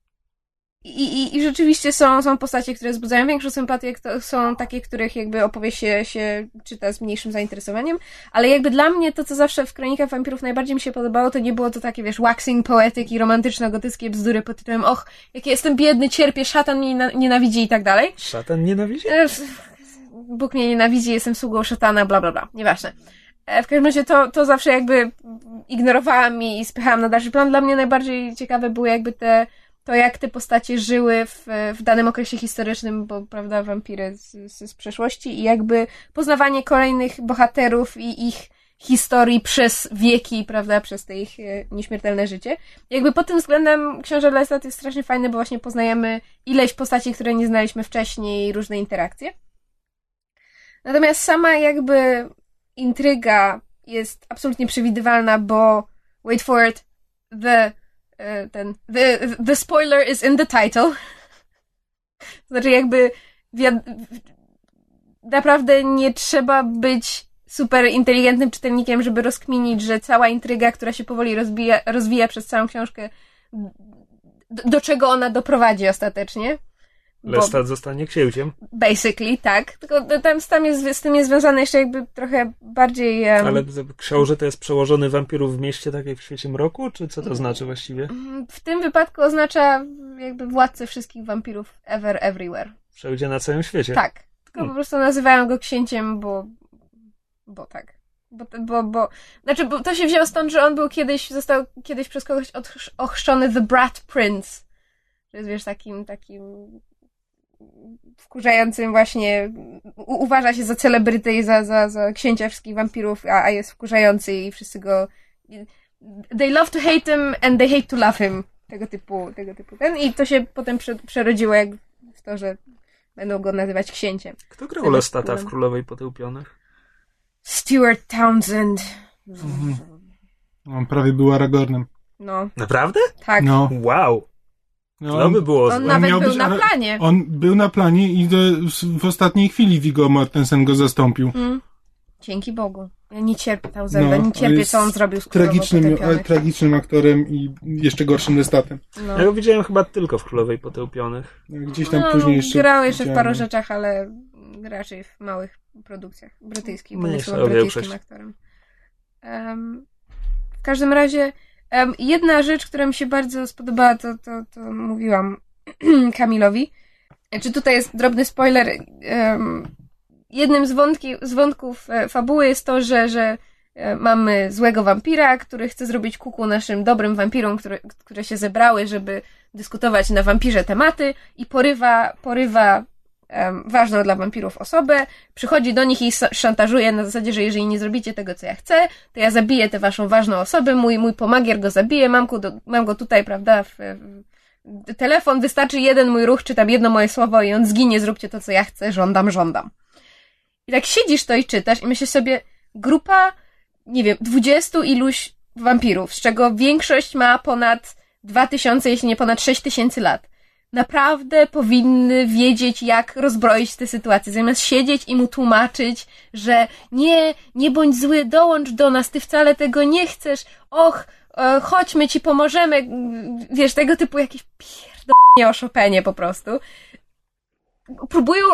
Speaker 2: I, i, I rzeczywiście są, są postacie, które wzbudzają większą sympatię, to są takie, których jakby opowieść się, się czyta z mniejszym zainteresowaniem, ale jakby dla mnie to, co zawsze w Kronikach Wampirów najbardziej mi się podobało, to nie było to takie, wiesz, waxing poetyk i romantyczno-gotyckie bzdury pod tytułem och, jak jestem biedny, cierpię, szatan mnie nienawidzi i tak dalej.
Speaker 3: Szatan nienawidzi?
Speaker 2: Bóg mnie nienawidzi, jestem sługą szatana, bla, bla, bla. Nieważne. W każdym razie to, to zawsze jakby ignorowałam i spychałam na dalszy plan. Dla mnie najbardziej ciekawe były jakby te to, jak te postacie żyły w, w danym okresie historycznym, bo, prawda, wampiry z, z, z przeszłości i jakby poznawanie kolejnych bohaterów i ich historii przez wieki, prawda, przez te ich e, nieśmiertelne życie. Jakby pod tym względem Książę Lestat jest strasznie fajny, bo właśnie poznajemy ileś postaci, które nie znaliśmy wcześniej, różne interakcje. Natomiast sama jakby intryga jest absolutnie przewidywalna, bo wait for it, the ten the, the spoiler is in the title. Znaczy jakby wiad- naprawdę nie trzeba być super inteligentnym czytelnikiem, żeby rozkminić, że cała intryga, która się powoli rozbija, rozwija przez całą książkę, do, do czego ona doprowadzi ostatecznie.
Speaker 3: Lestat zostanie księciem.
Speaker 2: Basically, tak. Tylko tam, tam jest, z tym jest związane jeszcze jakby trochę bardziej... Um...
Speaker 3: Ale książę to jest przełożony wampirów w mieście, tak jak w Świecie Mroku? Czy co to znaczy właściwie?
Speaker 2: W tym wypadku oznacza jakby władcę wszystkich wampirów ever, everywhere.
Speaker 3: Wszędzie na całym świecie.
Speaker 2: Tak. Tylko hmm. po prostu nazywają go księciem, bo... bo tak. Bo, bo, bo... Znaczy, bo to się wzięło stąd, że on był kiedyś, został kiedyś przez kogoś ochrzczony The Brat Prince. To jest, wiesz, takim, takim... wkurzającym właśnie, u- uważa się za celebrytę i za, za, za księcia wszystkich wampirów, a, a jest wkurzający i wszyscy go they love to hate him and they hate to love him. Tego typu, tego typu ten. I to się potem prze, przerodziło jak w to, że będą go nazywać księciem.
Speaker 3: Kto grał Lestata w Królowej Potępionych?
Speaker 2: Stuart Townsend.
Speaker 4: Mhm. On prawie był Aragornem.
Speaker 2: No.
Speaker 3: Naprawdę?
Speaker 2: Tak.
Speaker 4: No.
Speaker 3: Wow.
Speaker 4: No,
Speaker 3: to by było
Speaker 2: on
Speaker 3: złe.
Speaker 2: nawet
Speaker 4: on
Speaker 2: był
Speaker 4: być,
Speaker 2: na planie.
Speaker 4: On był na planie i do, w ostatniej chwili Viggo Mortensen go zastąpił.
Speaker 2: Mm. Dzięki Bogu. Ja nie cierpię Townsenda,
Speaker 4: no,
Speaker 2: nie cierpię, co on zrobił z Królową
Speaker 4: tragicznym, tragicznym aktorem i jeszcze gorszym Lestatem.
Speaker 2: No.
Speaker 3: Ja go widziałem chyba tylko w Królowej Potępionych.
Speaker 4: Gdzieś tam
Speaker 2: no,
Speaker 4: później jeszcze...
Speaker 2: Grał jeszcze w paru rzeczach, ale raczej w małych produkcjach brytyjskich, bo
Speaker 3: Mniejsza
Speaker 2: nie są brytyjskim
Speaker 3: większość.
Speaker 2: aktorem. Um, w każdym razie um, jedna rzecz, która mi się bardzo spodobała, to, to, to mówiłam Kamilowi. Czy tutaj jest drobny spoiler. Um, jednym z, wątki, z wątków e, fabuły jest to, że, że e, mamy złego wampira, który chce zrobić kuku naszym dobrym wampirom, które, które się zebrały, żeby dyskutować na wampirze tematy i porywa, porywa um, ważną dla wampirów osobę, przychodzi do nich i szantażuje na zasadzie, że jeżeli nie zrobicie tego, co ja chcę, to ja zabiję tę waszą ważną osobę, mój, mój pomagier go zabije, mam go, do, mam go tutaj, prawda, w, w telefon, wystarczy jeden mój ruch, czy tam jedno moje słowo i on zginie, zróbcie to, co ja chcę, żądam, żądam. I tak siedzisz to i czytasz i myślisz sobie, grupa, nie wiem, dwudziestu iluś wampirów, z czego większość ma ponad dwa tysiące, jeśli nie ponad sześć tysięcy lat. Naprawdę powinny wiedzieć, jak rozbroić tę sytuację, zamiast siedzieć i mu tłumaczyć, że nie, nie bądź zły, dołącz do nas, ty wcale tego nie chcesz, och, e, chodźmy, ci pomożemy, wiesz, tego typu jakieś pierdolenie o Chopinie po prostu. Próbują,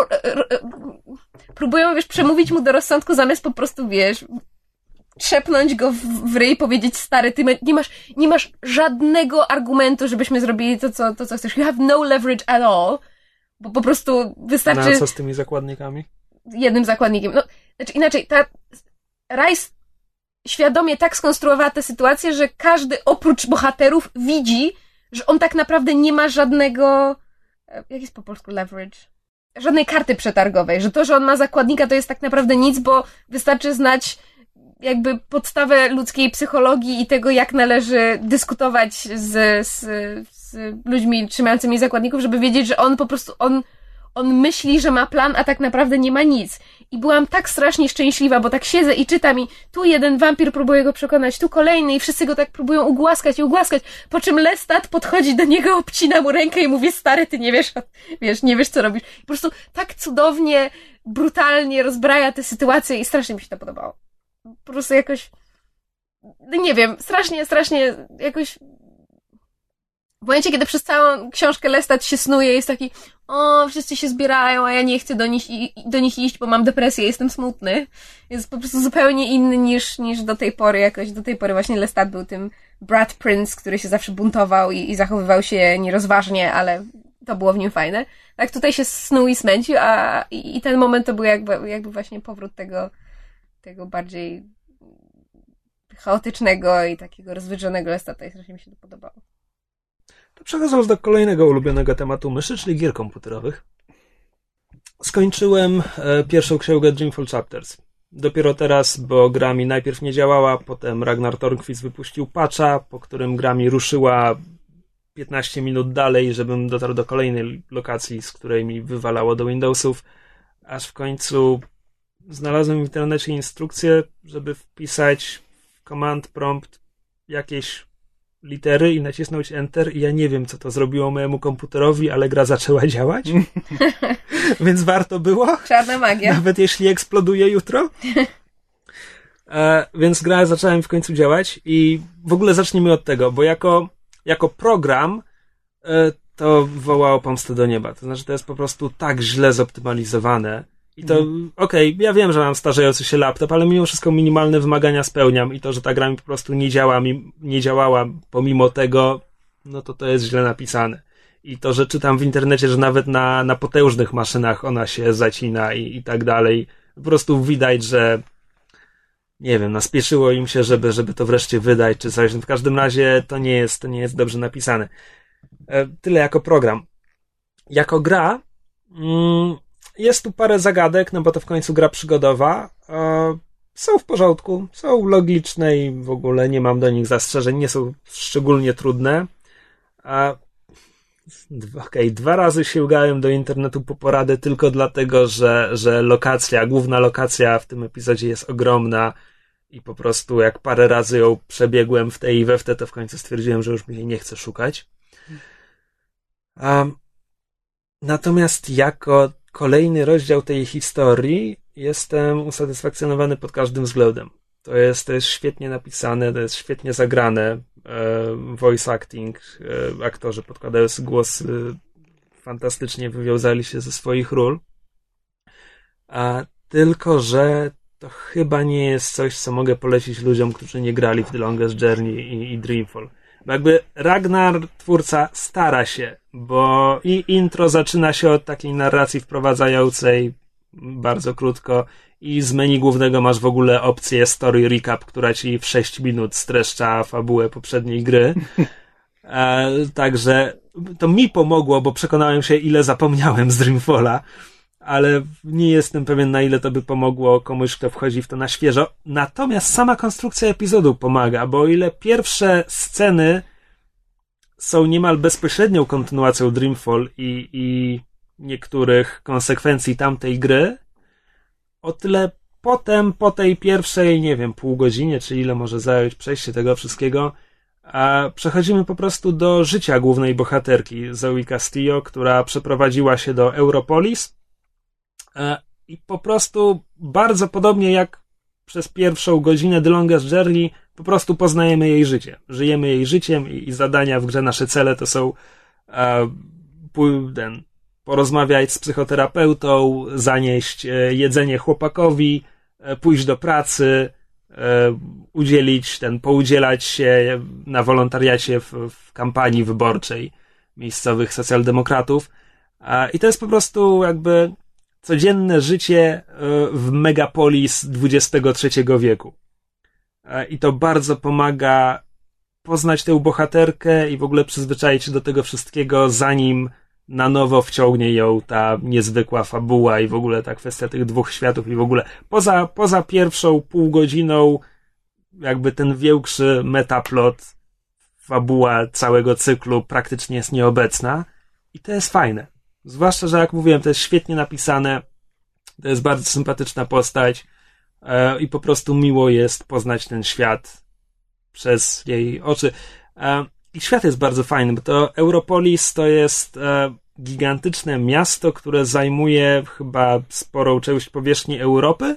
Speaker 2: próbują, wiesz, przemówić mu do rozsądku, zamiast po prostu, wiesz, trzepnąć go w, w ryj i powiedzieć, stary, ty nie masz, nie masz żadnego argumentu, żebyśmy zrobili to co, to, co chcesz. You have no leverage at all. Bo po prostu wystarczy...
Speaker 3: No, a co z tymi zakładnikami?
Speaker 2: Jednym zakładnikiem. No, znaczy inaczej, ta Rice świadomie tak skonstruowała tę sytuację, że każdy oprócz bohaterów widzi, że on tak naprawdę nie ma żadnego... Jak jest po polsku leverage? Żadnej karty przetargowej. Że to, że on ma zakładnika, to jest tak naprawdę nic, bo wystarczy znać jakby podstawę ludzkiej psychologii i tego, jak należy dyskutować z, z, z ludźmi trzymającymi zakładników, żeby wiedzieć, że on po prostu, on, on myśli, że ma plan, a tak naprawdę nie ma nic. I byłam tak strasznie szczęśliwa, bo tak siedzę i czytam i tu jeden wampir próbuje go przekonać, tu kolejny i wszyscy go tak próbują ugłaskać i ugłaskać, po czym Lestat podchodzi do niego, obcina mu rękę i mówi, stary, ty nie wiesz, wiesz, nie wiesz, co robisz. I po prostu tak cudownie, brutalnie rozbraja tę sytuację i strasznie mi się to podobało. Po prostu jakoś, no nie wiem, strasznie, strasznie jakoś w momencie, kiedy przez całą książkę Lestat się snuje, jest taki, o, wszyscy się zbierają, a ja nie chcę do nich, do nich iść, bo mam depresję, jestem smutny. Jest po prostu zupełnie inny niż, niż do tej pory jakoś. Do tej pory właśnie Lestat był tym brat prince, który się zawsze buntował i, i zachowywał się nierozważnie, ale to było w nim fajne. Tak tutaj się snuł i smęcił, a i, i ten moment to był jakby, jakby właśnie powrót tego tego bardziej chaotycznego i takiego rozwydrzonego Lestata i strasznie mi się to podobało.
Speaker 3: To przechodząc do kolejnego ulubionego tematu myszy, czyli gier komputerowych. Skończyłem e, pierwszą księgę Dreamfall Chapters. Dopiero teraz, bo gra mi najpierw nie działała, potem Ragnar Tornquist wypuścił patcha, po którym gra mi ruszyła piętnaście minut dalej, żebym dotarł do kolejnej lokacji, z której mi wywalało do Windowsów, aż w końcu znalazłem w internecie instrukcję, żeby wpisać w command prompt jakieś litery i nacisnąć enter i ja nie wiem, co to zrobiło mojemu komputerowi, ale gra zaczęła działać. Więc warto było.
Speaker 2: Czarna magia.
Speaker 3: Nawet jeśli eksploduje jutro. E, więc gra zaczęła w końcu działać i w ogóle zacznijmy od tego, bo jako, jako program e, to wołało pomstę do nieba. To znaczy, to jest po prostu tak źle zoptymalizowane. I to, mm. okej, okay, ja wiem, że mam starzejący się laptop, ale mimo wszystko minimalne wymagania spełniam i to, że ta gra mi po prostu nie działa, nie działała pomimo tego, no to to jest źle napisane. I to, że czytam w internecie, że nawet na, na potężnych maszynach ona się zacina i, i tak dalej, po prostu widać, że nie wiem, naspieszyło im się, żeby, żeby to wreszcie wydać, czy coś. W każdym razie to nie jest, to nie jest dobrze napisane. E, tyle jako program. Jako gra, mm, jest tu parę zagadek, no bo to w końcu gra przygodowa. E, są w porządku, są logiczne i w ogóle nie mam do nich zastrzeżeń, nie są szczególnie trudne. A Okej, okay, dwa razy sięgałem do internetu po poradę tylko dlatego, że, że lokacja, główna lokacja w tym epizodzie jest ogromna i po prostu jak parę razy ją przebiegłem w te i we w te, to w końcu stwierdziłem, że już mi jej nie chcę szukać. Um, natomiast jako kolejny rozdział tej historii jestem usatysfakcjonowany pod każdym względem. To jest, to jest świetnie napisane, to jest świetnie zagrane, e, voice acting, e, aktorzy podkładający głos e, fantastycznie wywiązali się ze swoich ról. A tylko, że to chyba nie jest coś, co mogę polecić ludziom, którzy nie grali w The Longest Journey i, i Dreamfall. Bo jakby Ragnar, twórca, stara się, bo i intro zaczyna się od takiej narracji wprowadzającej bardzo krótko i z menu głównego masz w ogóle opcję story recap, która ci w sześć minut streszcza fabułę poprzedniej gry. E, także to mi pomogło, bo przekonałem się, ile zapomniałem z Dreamfalla, ale nie jestem pewien, na ile to by pomogło komuś, kto wchodzi w to na świeżo. Natomiast sama konstrukcja epizodu pomaga, bo o ile pierwsze sceny są niemal bezpośrednią kontynuacją Dreamfall i, i niektórych konsekwencji tamtej gry, o tyle potem, po tej pierwszej, nie wiem, pół godzinie, czy ile może zająć przejście tego wszystkiego, a przechodzimy po prostu do życia głównej bohaterki, Zoe Castillo, która przeprowadziła się do Europolis i po prostu bardzo podobnie jak przez pierwszą godzinę The Longest Journey, po prostu poznajemy jej życie. Żyjemy jej życiem i, i zadania w grze, nasze cele to są e, ten, porozmawiać z psychoterapeutą, zanieść e, jedzenie chłopakowi, e, pójść do pracy, e, udzielić ten, poudzielać się na wolontariacie w, w kampanii wyborczej miejscowych socjaldemokratów. E, I to jest po prostu jakby codzienne życie w megapolis dwudziestego trzeciego wieku. I to bardzo pomaga poznać tę bohaterkę i w ogóle przyzwyczaić się do tego wszystkiego, zanim na nowo wciągnie ją ta niezwykła fabuła i w ogóle ta kwestia tych dwóch światów i w ogóle poza, poza pierwszą pół godziną jakby ten większy metaplot, fabuła całego cyklu praktycznie jest nieobecna i to jest fajne. Zwłaszcza, że jak mówiłem, to jest świetnie napisane, to jest bardzo sympatyczna postać e, i po prostu miło jest poznać ten świat przez jej oczy. E, I świat jest bardzo fajny, bo to Europolis to jest e, gigantyczne miasto, które zajmuje chyba sporą część powierzchni Europy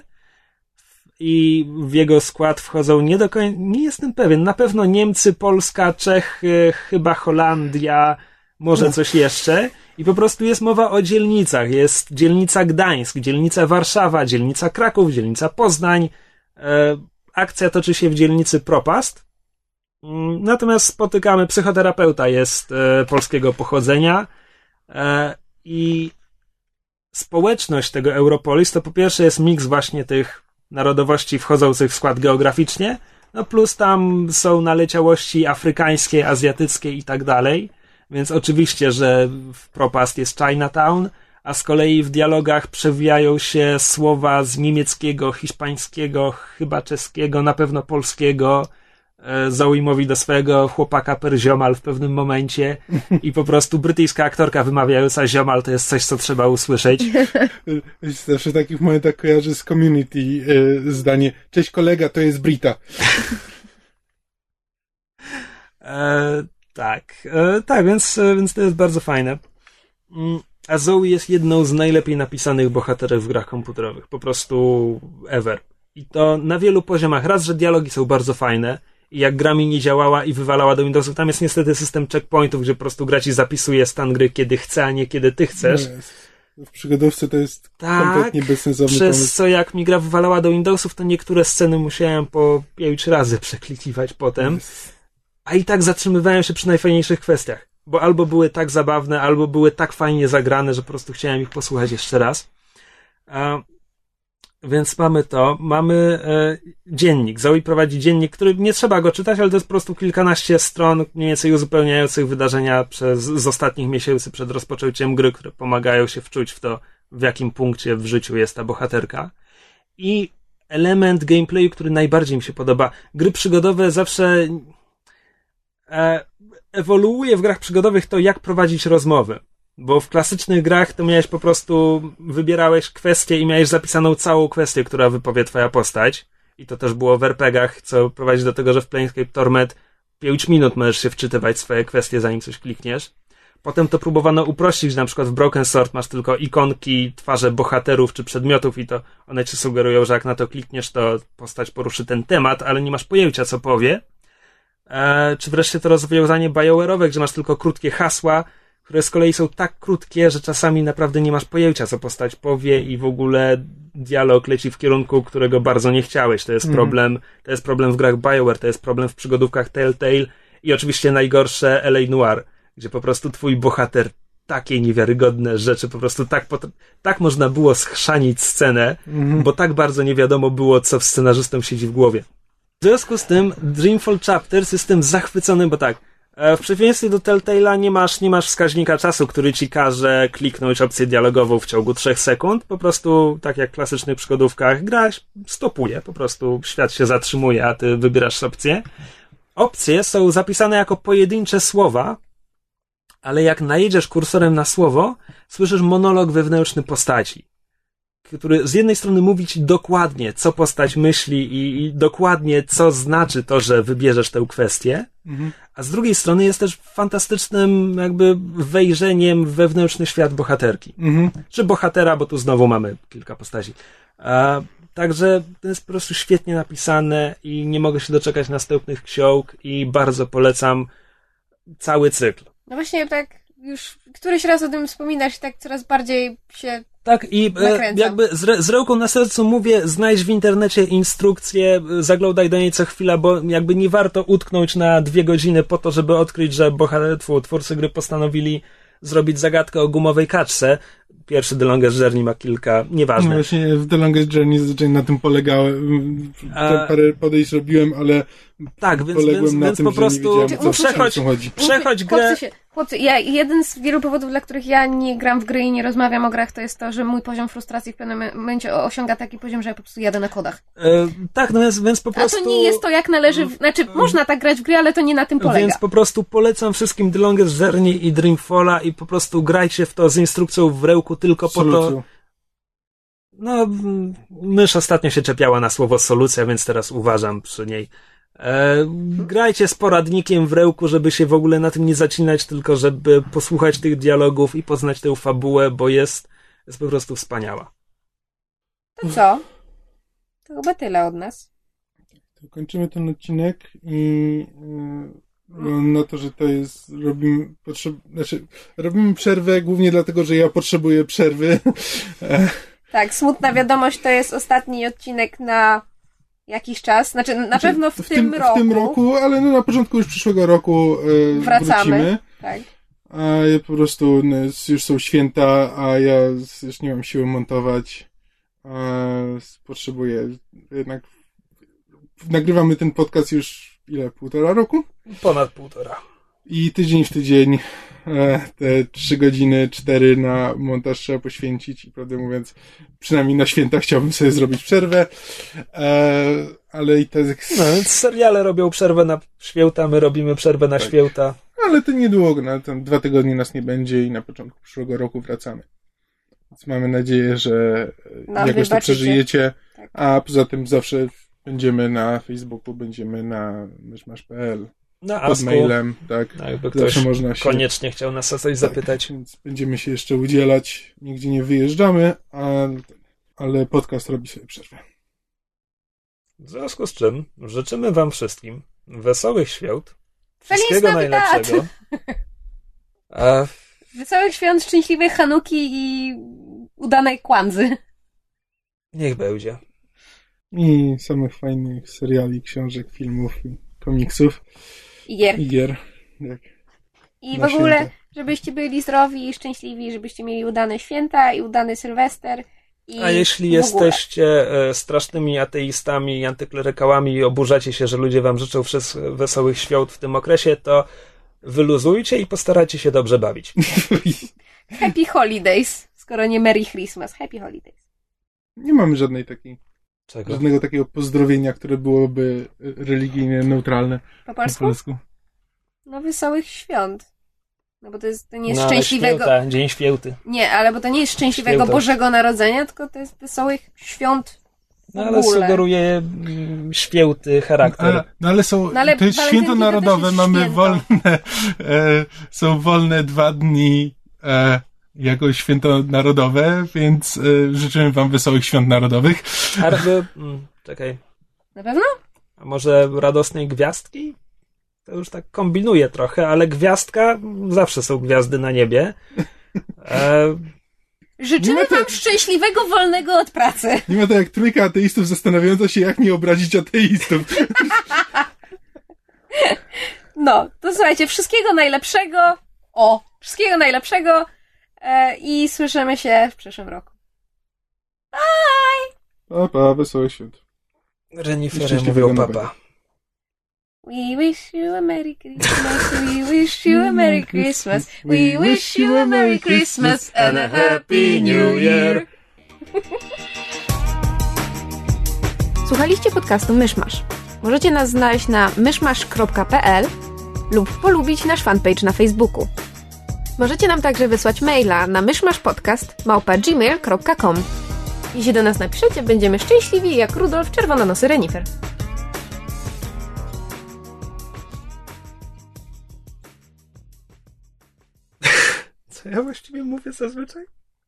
Speaker 3: i w jego skład wchodzą nie do końca, nie jestem pewien, na pewno Niemcy, Polska, Czechy, chyba Holandia, może coś jeszcze. I po prostu jest mowa o dzielnicach. Jest dzielnica Gdańsk, dzielnica Warszawa, dzielnica Kraków, dzielnica Poznań. E, akcja toczy się w dzielnicy Propast. Natomiast spotykamy, psychoterapeuta jest e, polskiego pochodzenia e, i społeczność tego Europolis to po pierwsze jest miks właśnie tych narodowości wchodzących w skład geograficznie, no plus tam są naleciałości afrykańskie, azjatyckie i tak dalej. Więc oczywiście, że w Propast jest Chinatown, a z kolei w dialogach przewijają się słowa z niemieckiego, hiszpańskiego, chyba czeskiego, na pewno polskiego. Zoe mówi do swojego chłopaka per ziomal w pewnym momencie i po prostu brytyjska aktorka wymawiająca ziomal to jest coś, co trzeba usłyszeć.
Speaker 4: Zawsze w takich momentach kojarzy z Community yy, zdanie: cześć kolega, to jest Brita.
Speaker 3: e, tak, e, tak, więc, więc to jest bardzo fajne. A Zoe jest jedną z najlepiej napisanych bohaterek w grach komputerowych. Po prostu ever. I to na wielu poziomach. Raz, że dialogi są bardzo fajne i jak gra mi nie działała i wywalała do Windowsów, tam jest niestety system checkpointów, gdzie po prostu gra ci zapisuje stan gry, kiedy chce, a nie kiedy ty chcesz.
Speaker 4: W przygodowce to jest tak, kompletnie bezsensowny
Speaker 3: przez
Speaker 4: pomysł.
Speaker 3: co jak mi gra wywalała do Windowsów, to niektóre sceny musiałem po pięć razy przeklikiwać potem. Yes. A i tak zatrzymywałem się przy najfajniejszych kwestiach. Bo albo były tak zabawne, albo były tak fajnie zagrane, że po prostu chciałem ich posłuchać jeszcze raz. A, więc mamy to. Mamy e, dziennik. Zoe prowadzi dziennik, który nie trzeba go czytać, ale to jest po prostu kilkanaście stron mniej więcej uzupełniających wydarzenia przez, z ostatnich miesięcy przed rozpoczęciem gry, które pomagają się wczuć w to, w jakim punkcie w życiu jest ta bohaterka. I element gameplayu, który najbardziej mi się podoba. Gry przygodowe zawsze e, ewoluuje w grach przygodowych to, jak prowadzić rozmowy. Bo w klasycznych grach to miałeś po prostu, wybierałeś kwestię i miałeś zapisaną całą kwestię, która wypowie twoja postać. I to też było w er pe gach, co prowadzi do tego, że w Planescape Torment pięć minut możesz się wczytywać swoje kwestie, zanim coś klikniesz. Potem to próbowano uprościć, na przykład w Broken Sword masz tylko ikonki, twarze bohaterów czy przedmiotów i to one ci sugerują, że jak na to klikniesz, to postać poruszy ten temat, ale nie masz pojęcia, co powie. Eee, czy wreszcie to rozwiązanie BioWare'owe, gdzie masz tylko krótkie hasła, które z kolei są tak krótkie, że czasami naprawdę nie masz pojęcia, co postać powie i w ogóle dialog leci w kierunku, którego bardzo nie chciałeś. To jest
Speaker 4: Mm.
Speaker 3: problem, to jest problem w grach BioWare, to jest problem w przygodówkach Telltale i oczywiście najgorsze L A Noire, gdzie po prostu twój bohater takie niewiarygodne rzeczy, po prostu tak, pot- tak można było schrzanić scenę,
Speaker 4: Mhm.
Speaker 3: bo tak bardzo nie wiadomo było, co w scenarzystom siedzi w głowie. W związku z tym Dreamfall Chapters jestem zachwycony, bo tak, e, w przeciwieństwie do Telltale'a nie masz, nie masz wskaźnika czasu, który ci każe kliknąć opcję dialogową w ciągu trzech sekund. Po prostu, tak jak w klasycznych przygodówkach, gra stopuje, po prostu świat się zatrzymuje, a ty wybierasz opcję. Opcje są zapisane jako pojedyncze słowa, ale jak najedziesz kursorem na słowo, słyszysz monolog wewnętrzny postaci, który z jednej strony mówi ci dokładnie, co postać myśli i, i dokładnie, co znaczy to, że wybierzesz tę kwestię,
Speaker 4: Mhm.
Speaker 3: a z drugiej strony jest też fantastycznym jakby wejrzeniem w wewnętrzny świat bohaterki.
Speaker 4: Mhm.
Speaker 3: Czy bohatera, bo tu znowu mamy kilka postaci. A, także to jest po prostu świetnie napisane i nie mogę się doczekać następnych ksiąg i bardzo polecam cały cykl.
Speaker 2: No właśnie tak już któryś raz o tym wspominasz i tak coraz bardziej się...
Speaker 3: Tak, i e,
Speaker 2: Nakręcam.
Speaker 3: jakby z, re, z ręką na sercu mówię, znajdź w internecie instrukcję, e, zaglądaj do niej co chwila, bo jakby nie warto utknąć na dwie godziny po to, żeby odkryć, że bohater, twórcy gry postanowili zrobić zagadkę o gumowej kaczce. Pierwszy The Longest Journey ma kilka,
Speaker 4: No
Speaker 3: nieważne.
Speaker 4: właśnie w The Longest Journey zazwyczaj na tym polegałem.
Speaker 3: A-
Speaker 4: Parę podejść robiłem, ale
Speaker 3: Tak, więc,
Speaker 4: poległem
Speaker 3: więc,
Speaker 4: na
Speaker 3: więc
Speaker 4: tym,
Speaker 3: po
Speaker 4: że
Speaker 3: prostu
Speaker 4: nie wiedziałem, o co
Speaker 3: przechodź,
Speaker 4: w tym chodzi.
Speaker 3: przechodź grę.
Speaker 2: Chłopcy, się, chłopcy, ja jeden z wielu powodów, dla których ja nie gram w gry i nie rozmawiam o grach, to jest to, że mój poziom frustracji w pewnym momencie osiąga taki poziom, że ja po prostu jadę na kodach.
Speaker 3: E, tak, no więc, więc po
Speaker 2: A
Speaker 3: prostu...
Speaker 2: to nie jest to, jak należy... W... Znaczy, można tak grać w gry, ale to nie na tym polega.
Speaker 3: Więc po prostu polecam wszystkim The Longest Journey i Dreamfalla i po prostu grajcie w to z instrukcją w rełku tylko po to...
Speaker 4: Solucją.
Speaker 3: No, m, mysz ostatnio się czepiała na słowo solucja, więc teraz uważam przy niej. E, grajcie z poradnikiem w rełku, żeby się w ogóle na tym nie zacinać, tylko żeby posłuchać tych dialogów i poznać tę fabułę, bo jest, jest po prostu wspaniała.
Speaker 2: To co? To chyba tyle od nas.
Speaker 4: To kończymy ten odcinek i yy, na to, że to jest robimy, potrzeb, znaczy, robimy przerwę głównie dlatego, że ja potrzebuję przerwy.
Speaker 2: Tak, smutna wiadomość, to jest ostatni odcinek na jakiś czas. Znaczy, na
Speaker 4: Znaczy,
Speaker 2: pewno w,
Speaker 4: w
Speaker 2: tym, roku.
Speaker 4: W tym roku, ale no na początku już przyszłego roku yy,
Speaker 2: Wracamy.
Speaker 4: wrócimy.
Speaker 2: Tak.
Speaker 4: A ja po prostu, no, już są święta, a ja już nie mam siły montować. A potrzebuję jednak. Nagrywamy ten podcast już ile? Półtora roku?
Speaker 3: Ponad półtora.
Speaker 4: I tydzień w tydzień e, te trzy godziny, cztery na montaż trzeba poświęcić i prawdę mówiąc, przynajmniej na święta chciałbym sobie zrobić przerwę. E, ale i tak.
Speaker 3: No więc seriale robią przerwę na święta, my robimy przerwę na
Speaker 4: Tak.
Speaker 3: święta.
Speaker 4: Ale to niedługo, na tam dwa tygodnie nas nie będzie i na początku przyszłego roku wracamy. Więc mamy nadzieję, że
Speaker 2: No,
Speaker 4: jakoś to
Speaker 2: wybaczycie.
Speaker 4: przeżyjecie.
Speaker 2: Tak.
Speaker 4: A poza tym zawsze będziemy na Facebooku, będziemy na myszmasz kropka p l
Speaker 3: Na
Speaker 4: pod
Speaker 3: Asku.
Speaker 4: mailem, tak.
Speaker 3: No, jakby
Speaker 4: Zawsze
Speaker 3: ktoś
Speaker 4: można się
Speaker 3: koniecznie chciał nas o coś zapytać.
Speaker 4: Tak, więc będziemy się jeszcze udzielać. Nigdzie nie wyjeżdżamy, a, ale podcast robi sobie przerwę.
Speaker 3: W związku z czym życzymy wam wszystkim wesołych świąt,
Speaker 2: Feliz
Speaker 3: wszystkiego
Speaker 2: Navidad!
Speaker 3: najlepszego. A
Speaker 2: Wesołych świąt, szczęśliwej Hanuki i udanej Kwanzy.
Speaker 3: niech będzie.
Speaker 4: I samych fajnych seriali, książek, filmów, i komiksów
Speaker 2: I gier.
Speaker 4: i gier. Tak.
Speaker 2: I w
Speaker 4: Na
Speaker 2: ogóle,
Speaker 4: święta.
Speaker 2: żebyście byli zdrowi i szczęśliwi, żebyście mieli udane święta i udany Sylwester. I
Speaker 3: A jeśli
Speaker 2: w ogóle.
Speaker 3: jesteście e, strasznymi ateistami i antyklerykałami i oburzacie się, że ludzie wam życzą wszys- wesołych świąt w tym okresie, to wyluzujcie i postarajcie się dobrze bawić.
Speaker 2: Happy Holidays, skoro nie Merry Christmas. Happy Holidays.
Speaker 4: Nie mamy żadnej takiej,
Speaker 3: Czego?
Speaker 4: żadnego takiego pozdrowienia, które byłoby religijnie neutralne
Speaker 2: Po
Speaker 4: po
Speaker 2: polsku?
Speaker 4: polsku.
Speaker 2: No wesołych świąt. No bo to, jest, to nie jest
Speaker 3: No, ale
Speaker 2: szczęśliwego...
Speaker 3: święta, dzień święty.
Speaker 2: Nie, ale bo to nie jest szczęśliwego
Speaker 3: Święta.
Speaker 2: Bożego Narodzenia, tylko to jest wesołych świąt w
Speaker 3: No ale
Speaker 2: ogóle.
Speaker 3: sugeruje mm, święty charakter.
Speaker 4: Ale, no ale są,
Speaker 2: No ale
Speaker 4: to jest
Speaker 2: walentynki
Speaker 4: święto
Speaker 2: to
Speaker 4: narodowe,
Speaker 2: też jest
Speaker 4: mamy
Speaker 2: święto.
Speaker 4: wolne, e, są wolne dwa dni e, jako święto narodowe, więc e, życzymy wam wesołych świąt narodowych.
Speaker 3: A, mm, czekaj,
Speaker 2: Na pewno?
Speaker 3: a może radosnej gwiazdki? To już tak kombinuję trochę, ale gwiazdka, zawsze są gwiazdy na niebie. E,
Speaker 2: Życzymy
Speaker 4: Nie ma
Speaker 2: wam
Speaker 4: te-
Speaker 2: szczęśliwego, wolnego od pracy.
Speaker 4: Nie ma to jak trójka ateistów zastanawiająca się, jak nie obrazić ateistów.
Speaker 2: No, to słuchajcie, wszystkiego najlepszego. O, wszystkiego najlepszego e, i słyszymy się w przyszłym roku. Bye!
Speaker 4: Pa, pa, wesołych świąt.
Speaker 3: Renifery
Speaker 4: Szczęśliwego
Speaker 3: mówią
Speaker 4: nowego.
Speaker 3: papa.
Speaker 2: We wish you a Merry Christmas, we wish you a Merry Christmas, we wish you a Merry Christmas and a Happy New Year. Słuchaliście podcastu Myszmasz. Możecie nas znaleźć na myszmasz kropka p l lub polubić nasz fanpage na Facebooku. Możecie nam także wysłać maila na myszmaszpodcast małpa gmail kropka com. Jeśli do nas napiszecie, będziemy szczęśliwi jak Rudolf Czerwononosy Renifer.
Speaker 3: Co ja właściwie mówię zazwyczaj?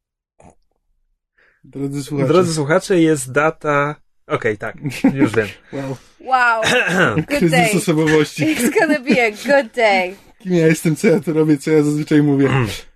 Speaker 4: Drodzy słuchacze.
Speaker 3: Drodzy słuchacze, jest data... Okej, tak, już wiem.
Speaker 4: Wow.
Speaker 2: Wow, good
Speaker 4: Kryzys
Speaker 2: day.
Speaker 4: osobowości.
Speaker 2: It's gonna be a good day.
Speaker 4: Kim ja jestem, co ja tu robię, co ja zazwyczaj mówię.